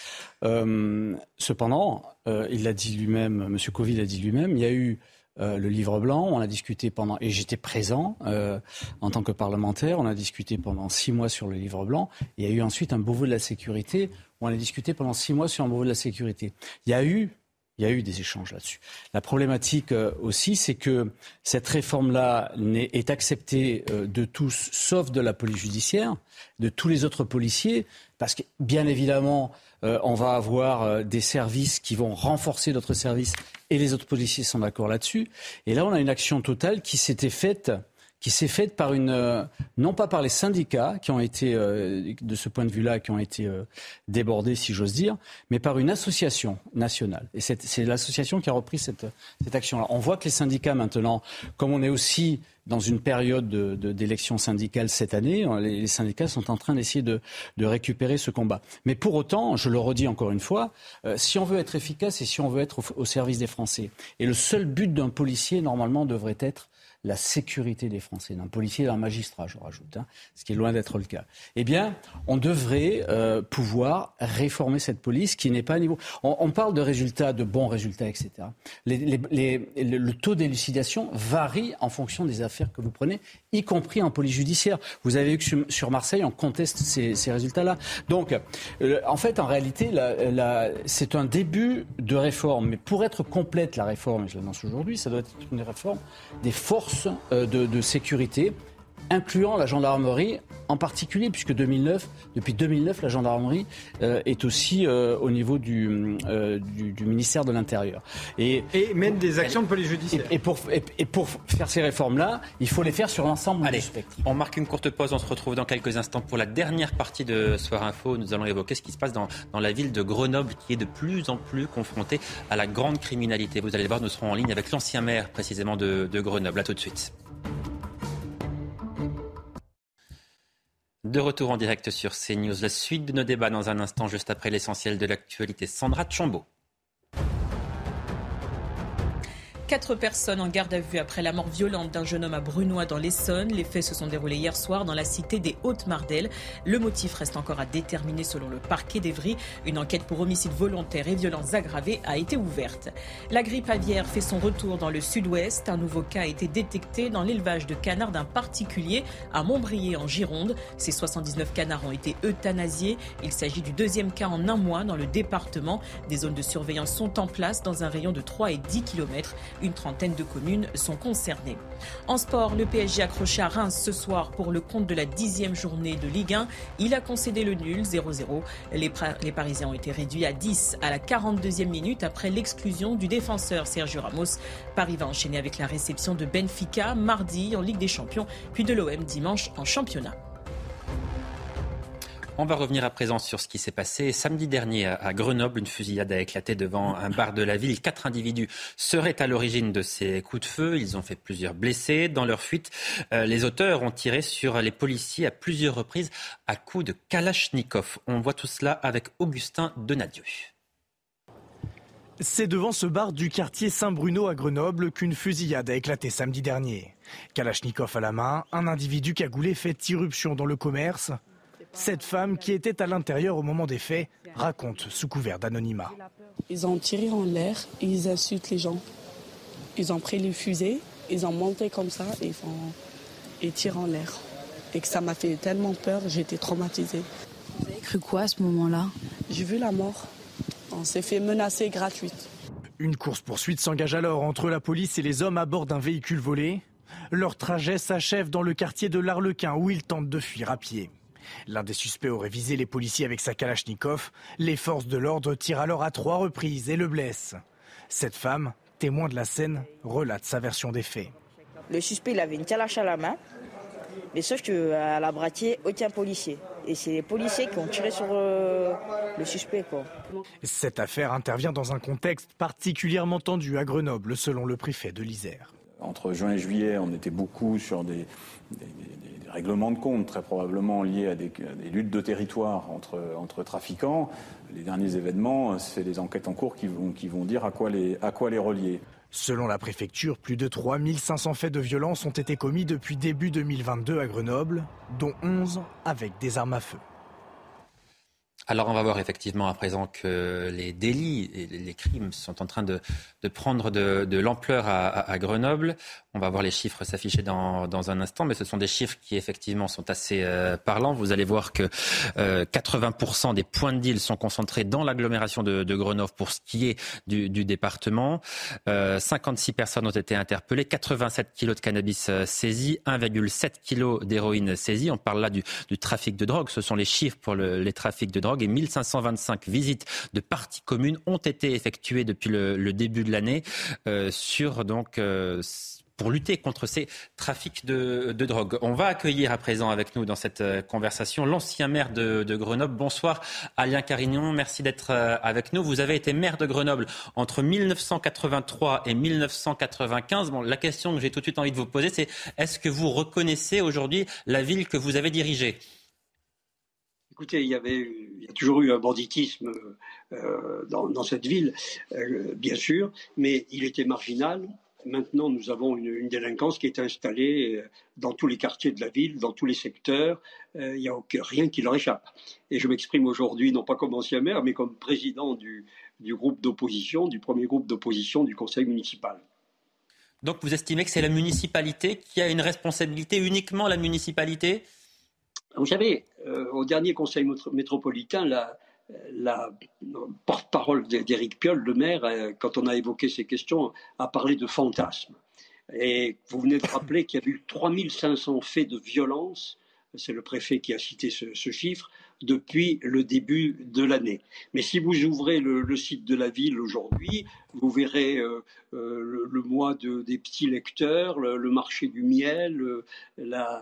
Cependant, il l'a dit lui-même, M. Couvi l'a dit lui-même, il y a eu le livre blanc, on a discuté et j'étais présent en tant que parlementaire, on a discuté pendant 6 mois sur le livre blanc. Il y a eu ensuite un Beauvau de la sécurité, où on a discuté pendant 6 mois sur un Beauvau de la sécurité. Il y a eu Il y a eu des échanges là-dessus. La problématique aussi, c'est que cette réforme-là est acceptée de tous, sauf de la police judiciaire, de tous les autres policiers, parce que bien évidemment, on va avoir des services qui vont renforcer d'autres services, et les autres policiers sont d'accord là-dessus. Et là, on a une action totale qui s'est faite par non pas par les syndicats qui ont été, de ce point de vue-là, qui ont été débordés, si j'ose dire, mais par une association nationale. Et c'est l'association qui a repris cette action-là. On voit que les syndicats maintenant, comme on est aussi dans une période d'élection syndicale cette année, les syndicats sont en train d'essayer de récupérer ce combat. Mais pour autant, je le redis encore une fois, si on veut être efficace et si on veut être au service des Français, et le seul but d'un policier, normalement, devrait être la sécurité des Français, d'un policier et d'un magistrat, je rajoute, ce qui est loin d'être le cas. Eh bien, on devrait pouvoir réformer cette police qui n'est pas à niveau. On parle de résultats, de bons résultats, etc. Le taux d'élucidation varie en fonction des affaires que vous prenez, y compris en police judiciaire. Vous avez vu que sur Marseille, on conteste ces résultats-là. Donc, en fait, en réalité, c'est un début de réforme. Mais pour être complète, la réforme, et je l'annonce aujourd'hui, ça doit être une réforme des forces de sécurité, incluant la gendarmerie en particulier, puisque depuis 2009, la gendarmerie est aussi au niveau du ministère de l'Intérieur. Et mène des actions de police judiciaire. Et pour faire ces réformes-là, il faut les faire sur l'ensemble du spectre. On marque une courte pause, on se retrouve dans quelques instants pour la dernière partie de Soir Info. Nous allons évoquer ce qui se passe dans la ville de Grenoble, qui est de plus en plus confrontée à la grande criminalité. Vous allez le voir, nous serons en ligne avec l'ancien maire précisément de Grenoble. À tout de suite. De retour en direct sur CNews. La suite de nos débats dans un instant, juste après l'essentiel de l'actualité. Sandra Tchombo. 4 personnes en garde à vue après la mort violente d'un jeune homme à Brunoy dans l'Essonne. Les faits se sont déroulés hier soir dans la cité des Hautes-Mardelles. Le motif reste encore à déterminer selon le parquet d'Évry. Une enquête pour homicide volontaire et violences aggravées a été ouverte. La grippe aviaire fait son retour dans le sud-ouest. Un nouveau cas a été détecté dans l'élevage de canards d'un particulier à Montbrier en Gironde. Ces 79 canards ont été euthanasiés. Il s'agit du 2e cas en un mois dans le département. Des zones de surveillance sont en place dans un rayon de 3 et 10 km. Une trentaine de communes sont concernées. En sport, le PSG accroché à Reims ce soir pour le compte de la 10e journée de Ligue 1. Il a concédé le nul, 0-0. Les Parisiens ont été réduits à 10 à la 42e minute après l'exclusion du défenseur Sergio Ramos. Paris va enchaîner avec la réception de Benfica mardi en Ligue des Champions, puis de l'OM dimanche en championnat. On va revenir à présent sur ce qui s'est passé samedi dernier à Grenoble. Une fusillade a éclaté devant un bar de la ville. 4 individus seraient à l'origine de ces coups de feu. Ils ont fait plusieurs blessés. Dans leur fuite, les auteurs ont tiré sur les policiers à plusieurs reprises à coups de Kalachnikov. On voit tout cela avec Augustin Donadieu. C'est devant ce bar du quartier Saint-Bruno à Grenoble qu'une fusillade a éclaté samedi dernier. Kalachnikov à la main, un individu cagoulé fait irruption dans le commerce. Cette femme, qui était à l'intérieur au moment des faits, raconte sous couvert d'anonymat. Ils ont tiré en l'air et ils insultent les gens. Ils ont pris les fusées, ils ont monté comme ça et tirent en l'air. Et que ça m'a fait tellement peur, j'ai été traumatisée. Vous avez cru quoi à ce moment-là? J'ai vu la mort. On s'est fait menacer gratuite. Une course-poursuite s'engage alors entre la police et les hommes à bord d'un véhicule volé. Leur trajet s'achève dans le quartier de l'Arlequin où ils tentent de fuir à pied. L'un des suspects aurait visé les policiers avec sa Kalachnikov. Les forces de l'ordre tirent alors à 3 reprises et le blessent. Cette femme, témoin de la scène, relate sa version des faits. Le suspect il avait une calache à la main, mais sauf qu'elle a braqué aucun policier. Et c'est les policiers qui ont tiré sur le suspect, quoi. Cette affaire intervient dans un contexte particulièrement tendu à Grenoble, selon le préfet de l'Isère. Entre juin et juillet, on était beaucoup sur des règlements de compte, très probablement liés à des luttes de territoire entre trafiquants. Les derniers événements, c'est les enquêtes en cours qui vont dire à quoi les relier. Selon la préfecture, plus de 3500 faits de violence ont été commis depuis début 2022 à Grenoble, dont 11 avec des armes à feu. Alors on va voir effectivement à présent que les délits et les crimes sont en train de prendre de l'ampleur à Grenoble. On va voir les chiffres s'afficher dans un instant, mais ce sont des chiffres qui effectivement sont assez parlants. Vous allez voir que 80% des points de deal sont concentrés dans l'agglomération de Grenoble pour ce qui est du département. 56 personnes ont été interpellées, 87 kilos de cannabis saisis, 1,7 kg d'héroïne saisie. On parle là du trafic de drogue. Ce sont les chiffres pour les trafics de drogue. Et 1525 visites de parties communes ont été effectuées depuis le début de l'année pour lutter contre ces trafics de drogue. On va accueillir à présent avec nous dans cette conversation l'ancien maire de Grenoble. Bonsoir Alain Carignon, merci d'être avec nous. Vous avez été maire de Grenoble entre 1983 et 1995. La question que j'ai tout de suite envie de vous poser, c'est est-ce que vous reconnaissez aujourd'hui la ville que vous avez dirigée ? Écoutez, il y a toujours eu un banditisme dans cette ville, bien sûr, mais il était marginal. Maintenant, nous avons une délinquance qui est installée dans tous les quartiers de la ville, dans tous les secteurs. Il n'y a rien qui leur échappe. Et je m'exprime aujourd'hui, non pas comme ancien maire, mais comme président du groupe d'opposition, du premier groupe d'opposition du conseil municipal. Donc vous estimez que c'est la municipalité qui a une responsabilité, uniquement la municipalité ? Vous savez, au dernier conseil métropolitain, la porte-parole d'Éric Piolle, le maire, quand on a évoqué ces questions, a parlé de fantasme. Et vous venez de rappeler qu'il y a eu 3500 faits de violence, c'est le préfet qui a cité ce chiffre, depuis le début de l'année. Mais si vous ouvrez le site de la ville aujourd'hui, vous verrez le mois des petits lecteurs, le marché du miel, je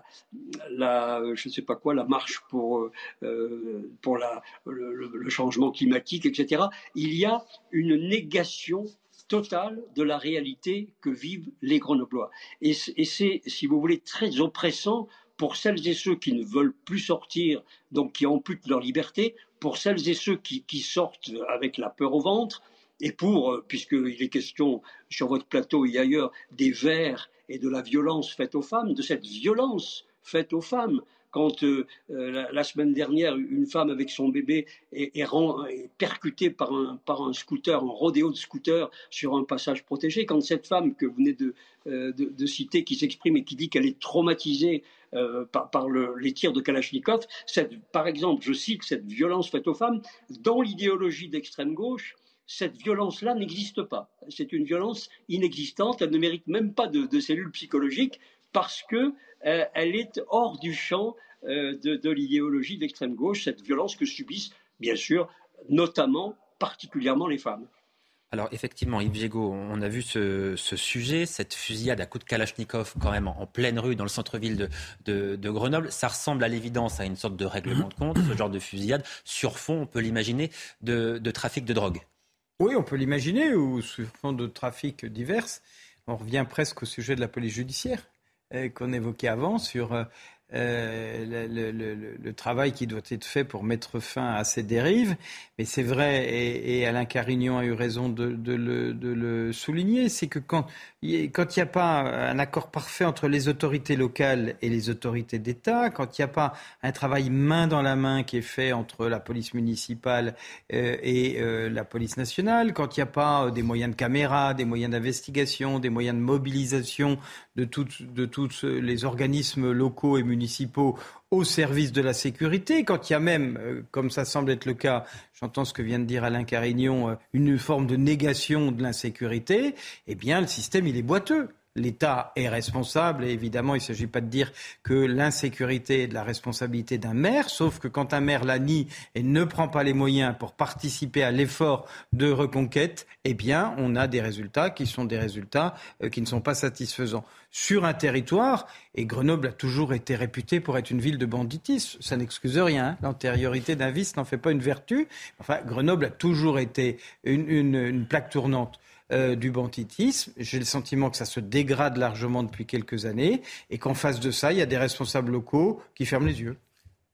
ne sais pas quoi, la marche pour le changement climatique, etc. Il y a une négation totale de la réalité que vivent les Grenoblois. Et c'est, si vous voulez, très oppressant pour celles et ceux qui ne veulent plus sortir, donc qui amputent leur liberté, pour celles et ceux qui sortent avec la peur au ventre, et puisqu'il est question sur votre plateau et ailleurs, des vers et de la violence faite aux femmes, de cette violence faite aux femmes. Quand la semaine dernière, une femme avec son bébé est percutée par un scooter, un rodéo de scooter sur un passage protégé, quand cette femme que vous venez de citer, qui s'exprime et qui dit qu'elle est traumatisée par les tirs de Kalachnikov, par exemple, je cite cette violence faite aux femmes, dans l'idéologie d'extrême gauche, cette violence-là n'existe pas. C'est une violence inexistante, elle ne mérite même pas de cellules psychologiques parce qu'elle est hors du champ de l'idéologie d'extrême gauche, cette violence que subissent, bien sûr, notamment, particulièrement les femmes. Alors effectivement, Yves Gégaud, on a vu ce sujet, cette fusillade à coups de Kalachnikov quand même en pleine rue dans le centre-ville de Grenoble. Ça ressemble à l'évidence à une sorte de règlement de compte, ce genre de fusillade, sur fond, on peut l'imaginer, de trafic de drogue. Oui, on peut l'imaginer, ou sur fond de trafic divers. On revient presque au sujet de la police judiciaire qu'on évoquait avant sur le travail qui doit être fait pour mettre fin à ces dérives. Mais c'est vrai, et Alain Carignon a eu raison de le souligner, c'est que quand il n'y a pas un accord parfait entre les autorités locales et les autorités d'État, quand il n'y a pas un travail main dans la main qui est fait entre la police municipale et la police nationale, quand il n'y a pas des moyens de caméra, des moyens d'investigation, des moyens de mobilisation de tous les organismes locaux et municipaux au service de la sécurité, quand il y a même, comme ça semble être le cas, j'entends ce que vient de dire Alain Carignon, une forme de négation de l'insécurité, eh bien le système il est boiteux. L'État est responsable et évidemment il ne s'agit pas de dire que l'insécurité est de la responsabilité d'un maire, sauf que quand un maire la nie et ne prend pas les moyens pour participer à l'effort de reconquête, eh bien on a des résultats qui sont des résultats qui ne sont pas satisfaisants. Sur un territoire, et Grenoble a toujours été réputée pour être une ville de banditisme, ça n'excuse rien, l'antériorité d'un vice n'en fait pas une vertu, enfin Grenoble a toujours été une plaque tournante du banditisme. J'ai le sentiment que ça se dégrade largement depuis quelques années et qu'en face de ça, il y a des responsables locaux qui ferment les yeux.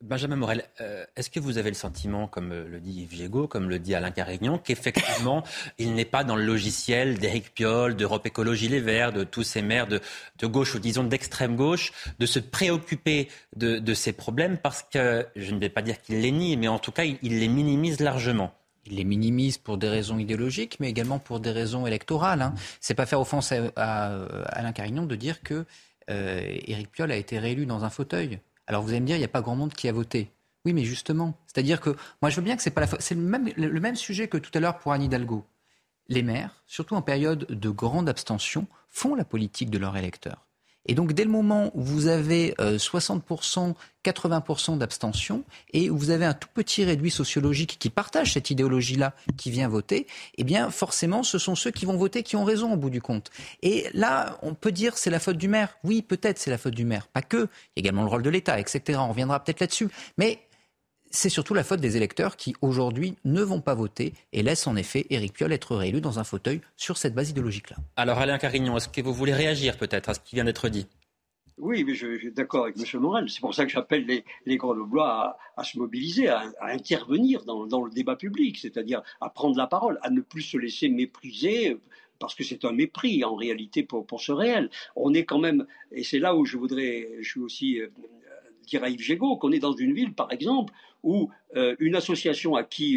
Benjamin Morel, est-ce que vous avez le sentiment, comme le dit Yves Gégaud, comme le dit Alain Carignan, qu'effectivement, il n'est pas dans le logiciel d'Éric Piolle, d'Europe Écologie Les Verts, de tous ces maires de gauche ou disons d'extrême gauche, de se préoccuper de ces problèmes parce que, je ne vais pas dire qu'il les nie, mais en tout cas, il les minimise largement? Il les minimise pour des raisons idéologiques, mais également pour des raisons électorales. C'est pas faire offense à Alain Carignan de dire que Éric Piolle a été réélu dans un fauteuil. Alors vous allez me dire, il n'y a pas grand monde qui a voté. Oui, mais justement, c'est-à-dire que moi je veux bien que c'est le même sujet que tout à l'heure pour Anne Hidalgo. Les maires, surtout en période de grande abstention, font la politique de leurs électeurs. Et donc dès le moment où vous avez 60%, 80% d'abstention et où vous avez un tout petit réduit sociologique qui partage cette idéologie-là, qui vient voter, eh bien forcément ce sont ceux qui vont voter qui ont raison au bout du compte. Et là, on peut dire c'est la faute du maire. Oui, peut-être c'est la faute du maire. Pas que. Il y a également le rôle de l'État, etc. On reviendra peut-être là-dessus. Mais c'est surtout la faute des électeurs qui, aujourd'hui, ne vont pas voter et laissent en effet Éric Piolle être réélu dans un fauteuil sur cette base idéologique-là. Alors Alain Carignan, est-ce que vous voulez réagir peut-être à ce qui vient d'être dit ? Oui, mais je suis d'accord avec M. Morel. C'est pour ça que j'appelle les Grenoblois à se mobiliser, à intervenir dans le débat public, c'est-à-dire à prendre la parole, à ne plus se laisser mépriser, parce que c'est un mépris en réalité pour ce réel. On est quand même, et c'est là où je suis aussi dire à Yves Gégaud, qu'on est dans une ville, par exemple, où une association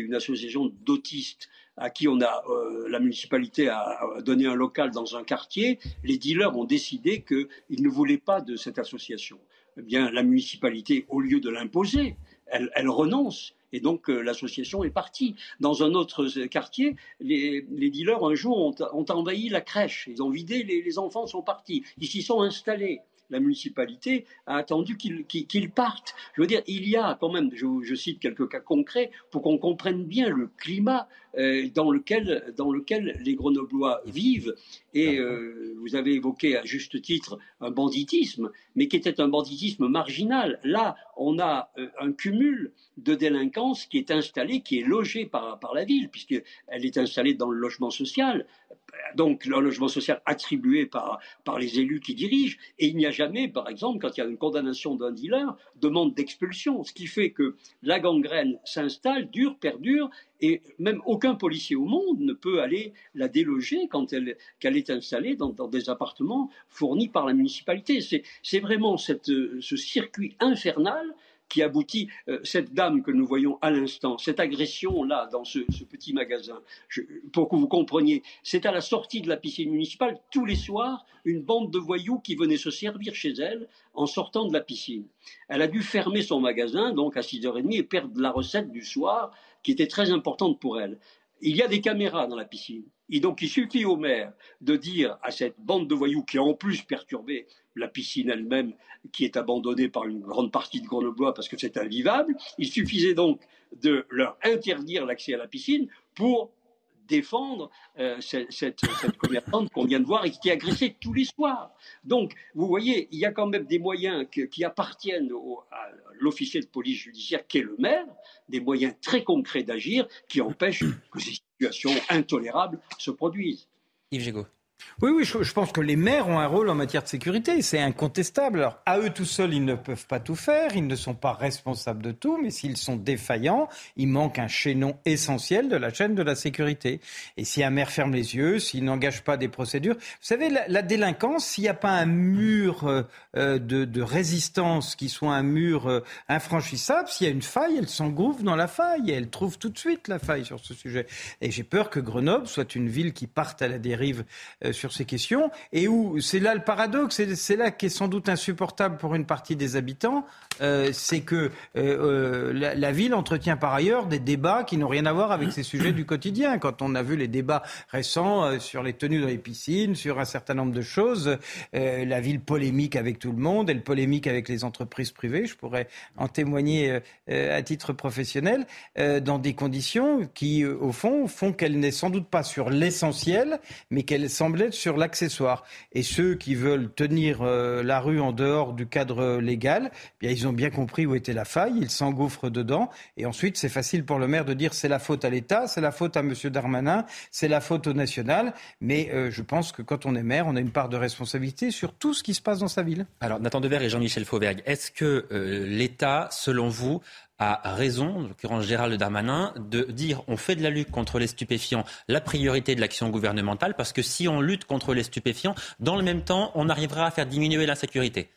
d'autistes à qui la municipalité a donné un local dans un quartier, les dealers ont décidé qu'ils ne voulaient pas de cette association. Eh bien, la municipalité, au lieu de l'imposer, elle renonce. Et donc, l'association est partie. Dans un autre quartier, les dealers, un jour, ont envahi la crèche. Ils ont vidé, les enfants sont partis. Ils s'y sont installés. La municipalité a attendu qu'ils partent. Je veux dire, il y a quand même, je cite quelques cas concrets, pour qu'on comprenne bien le climat dans lequel les Grenoblois vivent. Et vous avez évoqué à juste titre un banditisme, mais qui était un banditisme marginal. Là, on a un cumul de délinquance qui est installé, qui est logé par la ville, puisqu'elle est installée dans le logement social. Donc, le logement social attribué par les élus qui dirigent. Et il n'y a jamais, par exemple, quand il y a une condamnation d'un dealer, demande d'expulsion. Ce qui fait que la gangrène s'installe, perdure, et même aucun policier au monde ne peut aller la déloger qu'elle est installée dans des appartements fournis par la municipalité. C'est vraiment ce circuit infernal qui aboutit, cette dame que nous voyons à l'instant, cette agression-là dans ce petit magasin, pour que vous compreniez, c'est à la sortie de la piscine municipale, tous les soirs, une bande de voyous qui venaient se servir chez elle en sortant de la piscine. Elle a dû fermer son magasin, donc à 6h30, et perdre la recette du soir, qui était très importante pour elle. Il y a des caméras dans la piscine. Et donc, il suffit au maire de dire à cette bande de voyous qui a en plus perturbé la piscine elle-même, qui est abandonnée par une grande partie de Grenoblois parce que c'est invivable, il suffisait donc de leur interdire l'accès à la piscine pour défendre cette commerçante qu'on vient de voir et qui est agressée tous les soirs. Donc, vous voyez, il y a quand même des moyens qui appartiennent à l'officier de police judiciaire qu'est le maire, des moyens très concrets d'agir qui empêchent que ces situations intolérables se produisent. Yves Gégaud. Oui, je pense que les maires ont un rôle en matière de sécurité, c'est incontestable. Alors, à eux tout seuls, ils ne peuvent pas tout faire, ils ne sont pas responsables de tout, mais s'ils sont défaillants, il manque un chaînon essentiel de la chaîne de la sécurité. Et si un maire ferme les yeux, s'il n'engage pas des procédures... Vous savez, la délinquance, s'il n'y a pas un mur de résistance qui soit un mur infranchissable, s'il y a une faille, elle s'engouffre dans la faille, et elle trouve tout de suite la faille sur ce sujet. Et j'ai peur que Grenoble soit une ville qui parte à la dérive sur ces questions, et où c'est là le paradoxe, c'est là qui est sans doute insupportable pour une partie des habitants, c'est que la ville entretient par ailleurs des débats qui n'ont rien à voir avec ces sujets du quotidien. Quand on a vu les débats récents sur les tenues dans les piscines, sur un certain nombre de choses, la ville polémique avec tout le monde, elle polémique avec les entreprises privées, je pourrais en témoigner à titre professionnel, dans des conditions qui, au fond, font qu'elle n'est sans doute pas sur l'essentiel, mais qu'elle semble semble être sur l'accessoire. Et ceux qui veulent tenir la rue en dehors du cadre légal, bien, ils ont bien compris où était la faille, ils s'engouffrent dedans. Et ensuite, c'est facile pour le maire de dire c'est la faute à l'État, c'est la faute à M. Darmanin, c'est la faute au national. Mais je pense que quand on est maire, on a une part de responsabilité sur tout ce qui se passe dans sa ville. Alors, Nathan Devers et Jean-Michel Fauvergue, est-ce que l'État, selon vous, a raison, en l'occurrence Gérald Darmanin, de dire on fait de la lutte contre les stupéfiants la priorité de l'action gouvernementale, parce que si on lutte contre les stupéfiants, dans le même temps, on arrivera à faire diminuer l'insécurité?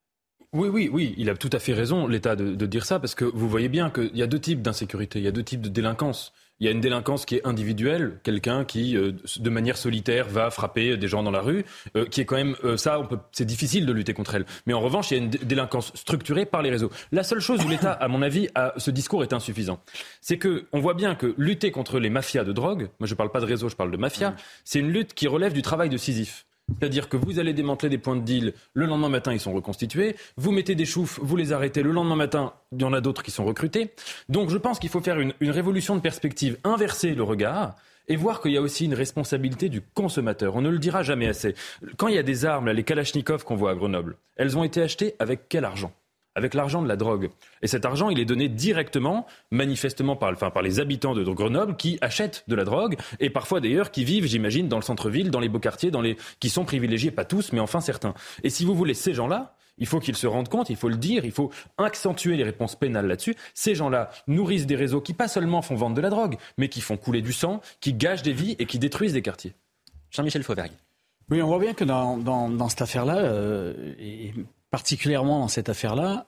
Oui, il a tout à fait raison, l'État, de dire ça, parce que vous voyez bien qu'il y a deux types d'insécurité, il y a deux types de délinquance. Il y a une délinquance qui est individuelle, quelqu'un qui, de manière solitaire, va frapper des gens dans la rue, qui est quand même c'est difficile de lutter contre elle. Mais en revanche, il y a une délinquance structurée par les réseaux. La seule chose où l'État, à mon avis, ce discours est insuffisant, c'est que on voit bien que lutter contre les mafias de drogue, moi je parle pas de réseau, je parle de mafia, c'est une lutte qui relève du travail de Sisyphe. C'est-à-dire que vous allez démanteler des points de deal, le lendemain matin ils sont reconstitués, vous mettez des choufs, vous les arrêtez, le lendemain matin il y en a d'autres qui sont recrutés. Donc je pense qu'il faut faire une révolution de perspective, inverser le regard et voir qu'il y a aussi une responsabilité du consommateur. On ne le dira jamais assez. Quand il y a des armes, là, les Kalachnikov qu'on voit à Grenoble, elles ont été achetées avec quel argent ? Avec l'argent de la drogue. Et cet argent, il est donné directement, manifestement par les habitants de Grenoble qui achètent de la drogue et parfois d'ailleurs qui vivent, j'imagine, dans le centre-ville, dans les beaux quartiers, qui sont privilégiés, pas tous, mais enfin certains. Et si vous voulez, ces gens-là, il faut qu'ils se rendent compte, il faut le dire, il faut accentuer les réponses pénales là-dessus. Ces gens-là nourrissent des réseaux qui pas seulement font vendre de la drogue, mais qui font couler du sang, qui gâchent des vies et qui détruisent des quartiers. Jean-Michel Fauvergue. Oui, on voit bien que dans cette affaire-là, et particulièrement dans cette affaire-là,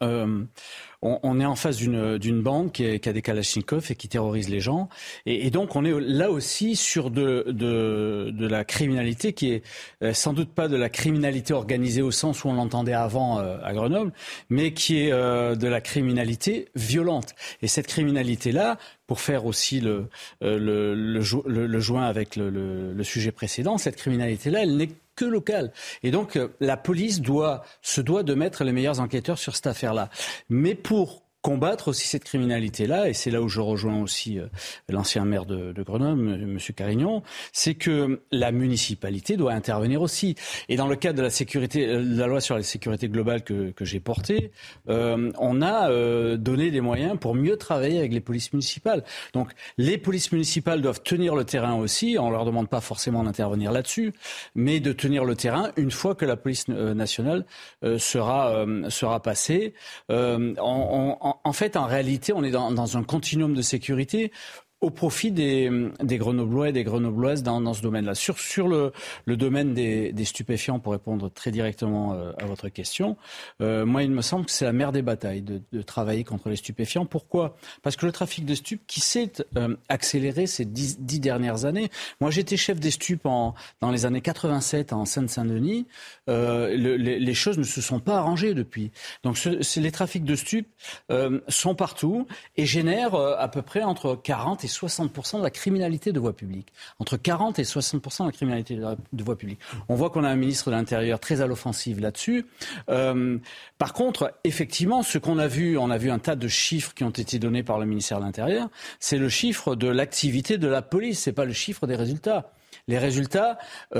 on est en face d'une bande qui a des Kalachnikov et qui terrorise les gens. Et donc, on est là aussi sur de la criminalité qui est sans doute pas de la criminalité organisée au sens où on l'entendait avant à Grenoble, mais qui est de la criminalité violente. Et cette criminalité-là, pour faire aussi le joint avec le sujet précédent, cette criminalité-là, elle n'est que locale. Et donc, la police se doit de mettre les meilleurs enquêteurs sur cette affaire-là. Mais pour combattre aussi cette criminalité-là, et c'est là où je rejoins aussi l'ancien maire de Grenoble, M. Carignon, c'est que la municipalité doit intervenir aussi. Et dans le cadre de la loi sur la sécurité globale que j'ai portée, on a donné des moyens pour mieux travailler avec les polices municipales. Donc les polices municipales doivent tenir le terrain aussi, on ne leur demande pas forcément d'intervenir là-dessus, mais de tenir le terrain une fois que la police nationale sera passée. En fait, en réalité, on est dans un continuum de sécurité au profit des Grenoblois et des Grenobloises dans ce domaine-là. Sur le domaine des stupéfiants, pour répondre très directement à votre question, moi, il me semble que c'est la mère des batailles de travailler contre les stupéfiants. Pourquoi ? Parce que le trafic de stupes qui s'est accéléré ces 10 dernières années. Moi, j'étais chef des stupes dans les années 87 en Seine-Saint-Denis. Les choses ne se sont pas arrangées depuis. Donc, les trafics de stupes sont partout et génèrent à peu près entre 40 et 60% de la criminalité de voie publique. Entre 40 et 60% de la criminalité de voie publique. On voit qu'on a un ministre de l'Intérieur très à l'offensive là-dessus. Par contre, effectivement, ce qu'on a vu, on a vu un tas de chiffres qui ont été donnés par le ministère de l'Intérieur. C'est le chiffre de l'activité de la police, c'est pas le chiffre des résultats. Les résultats,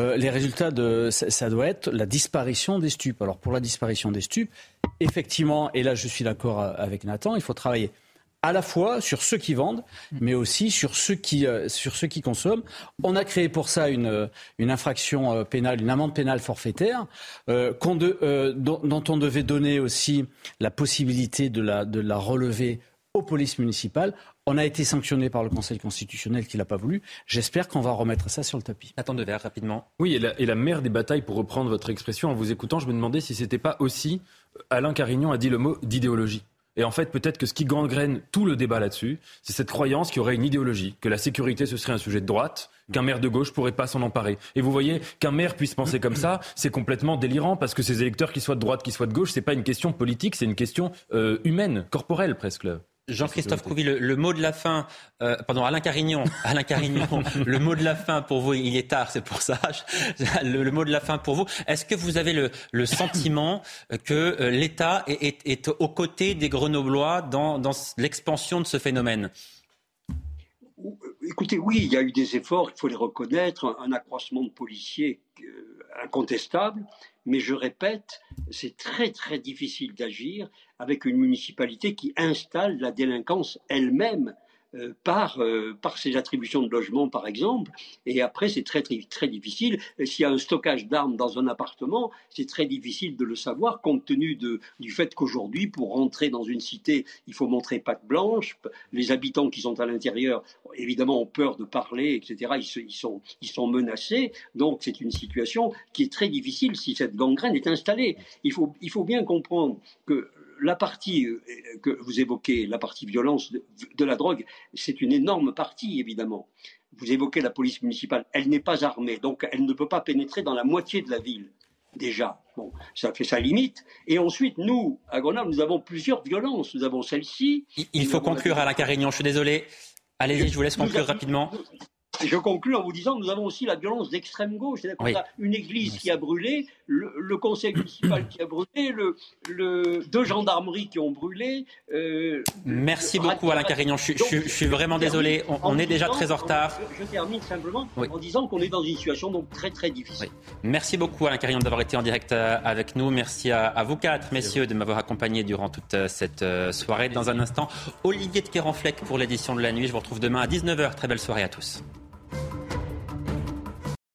ça doit être la disparition des stupes. Alors pour la disparition des stupes, effectivement, et là je suis d'accord avec Nathan, il faut travailler à la fois sur ceux qui vendent, mais aussi sur ceux qui consomment. On a créé pour ça une infraction pénale, une amende pénale forfaitaire, dont on devait donner aussi la possibilité de la relever aux polices municipales. On a été sanctionné par le Conseil constitutionnel qui ne l'a pas voulu. J'espère qu'on va remettre ça sur le tapis. Nathan Devers, rapidement. Oui, et la mère des batailles, pour reprendre votre expression, en vous écoutant, je me demandais si ce n'était pas aussi, Alain Carignon a dit le mot d'idéologie. Et en fait, peut-être que ce qui gangrène tout le débat là-dessus, c'est cette croyance qu'il y aurait une idéologie, que la sécurité, ce serait un sujet de droite, qu'un maire de gauche ne pourrait pas s'en emparer. Et vous voyez, qu'un maire puisse penser comme ça, c'est complètement délirant, parce que ces électeurs, qu'ils soient de droite, qu'ils soient de gauche, c'est pas une question politique, c'est une question humaine, corporelle presque. Jean-Christophe Couvi, le mot de la fin, Alain Carignon, le mot de la fin pour vous, il est tard, c'est pour ça, le mot de la fin pour vous, est-ce que vous avez le sentiment que l'État est aux côtés des Grenoblois dans l'expansion de ce phénomène ? Écoutez, oui, il y a eu des efforts, il faut les reconnaître, un accroissement de policiers incontestable, mais je répète, c'est très très difficile d'agir avec une municipalité qui installe la délinquance elle-même par ses attributions de logement, par exemple. Et après, c'est très, très, très difficile. S'il y a un stockage d'armes dans un appartement, c'est très difficile de le savoir, compte tenu du fait qu'aujourd'hui, pour rentrer dans une cité, il faut montrer patte blanche. Les habitants qui sont à l'intérieur, évidemment, ont peur de parler, etc. Ils sont menacés. Donc, c'est une situation qui est très difficile si cette gangrène est installée. Il faut bien comprendre que la partie que vous évoquez, la partie violence de la drogue, c'est une énorme partie, évidemment. Vous évoquez la police municipale, elle n'est pas armée, donc elle ne peut pas pénétrer dans la moitié de la ville, déjà. Bon, ça fait sa limite. Et ensuite, nous, à Grenoble, nous avons plusieurs violences. Nous avons celle-ci. Il faut conclure, Alain Carignan, je suis désolé. Allez-y, je vous laisse conclure rapidement. Je conclue en vous disant que nous avons aussi la violence d'extrême gauche. C'est-à-dire qu'on a une église qui a brûlé, le conseil municipal qui a brûlé, deux gendarmeries qui ont brûlé. Merci beaucoup Alain Carignan. Je suis vraiment désolé. On est déjà très en retard. Je termine simplement en disant qu'on est dans une situation donc très très difficile. Merci beaucoup Alain Carignan d'avoir été en direct avec nous. Merci à vous quatre, messieurs, de m'avoir accompagné durant toute cette soirée. Dans un instant, Olivier de Kerenfleck pour l'édition de la nuit. Je vous retrouve demain à 19h. Très belle soirée à tous.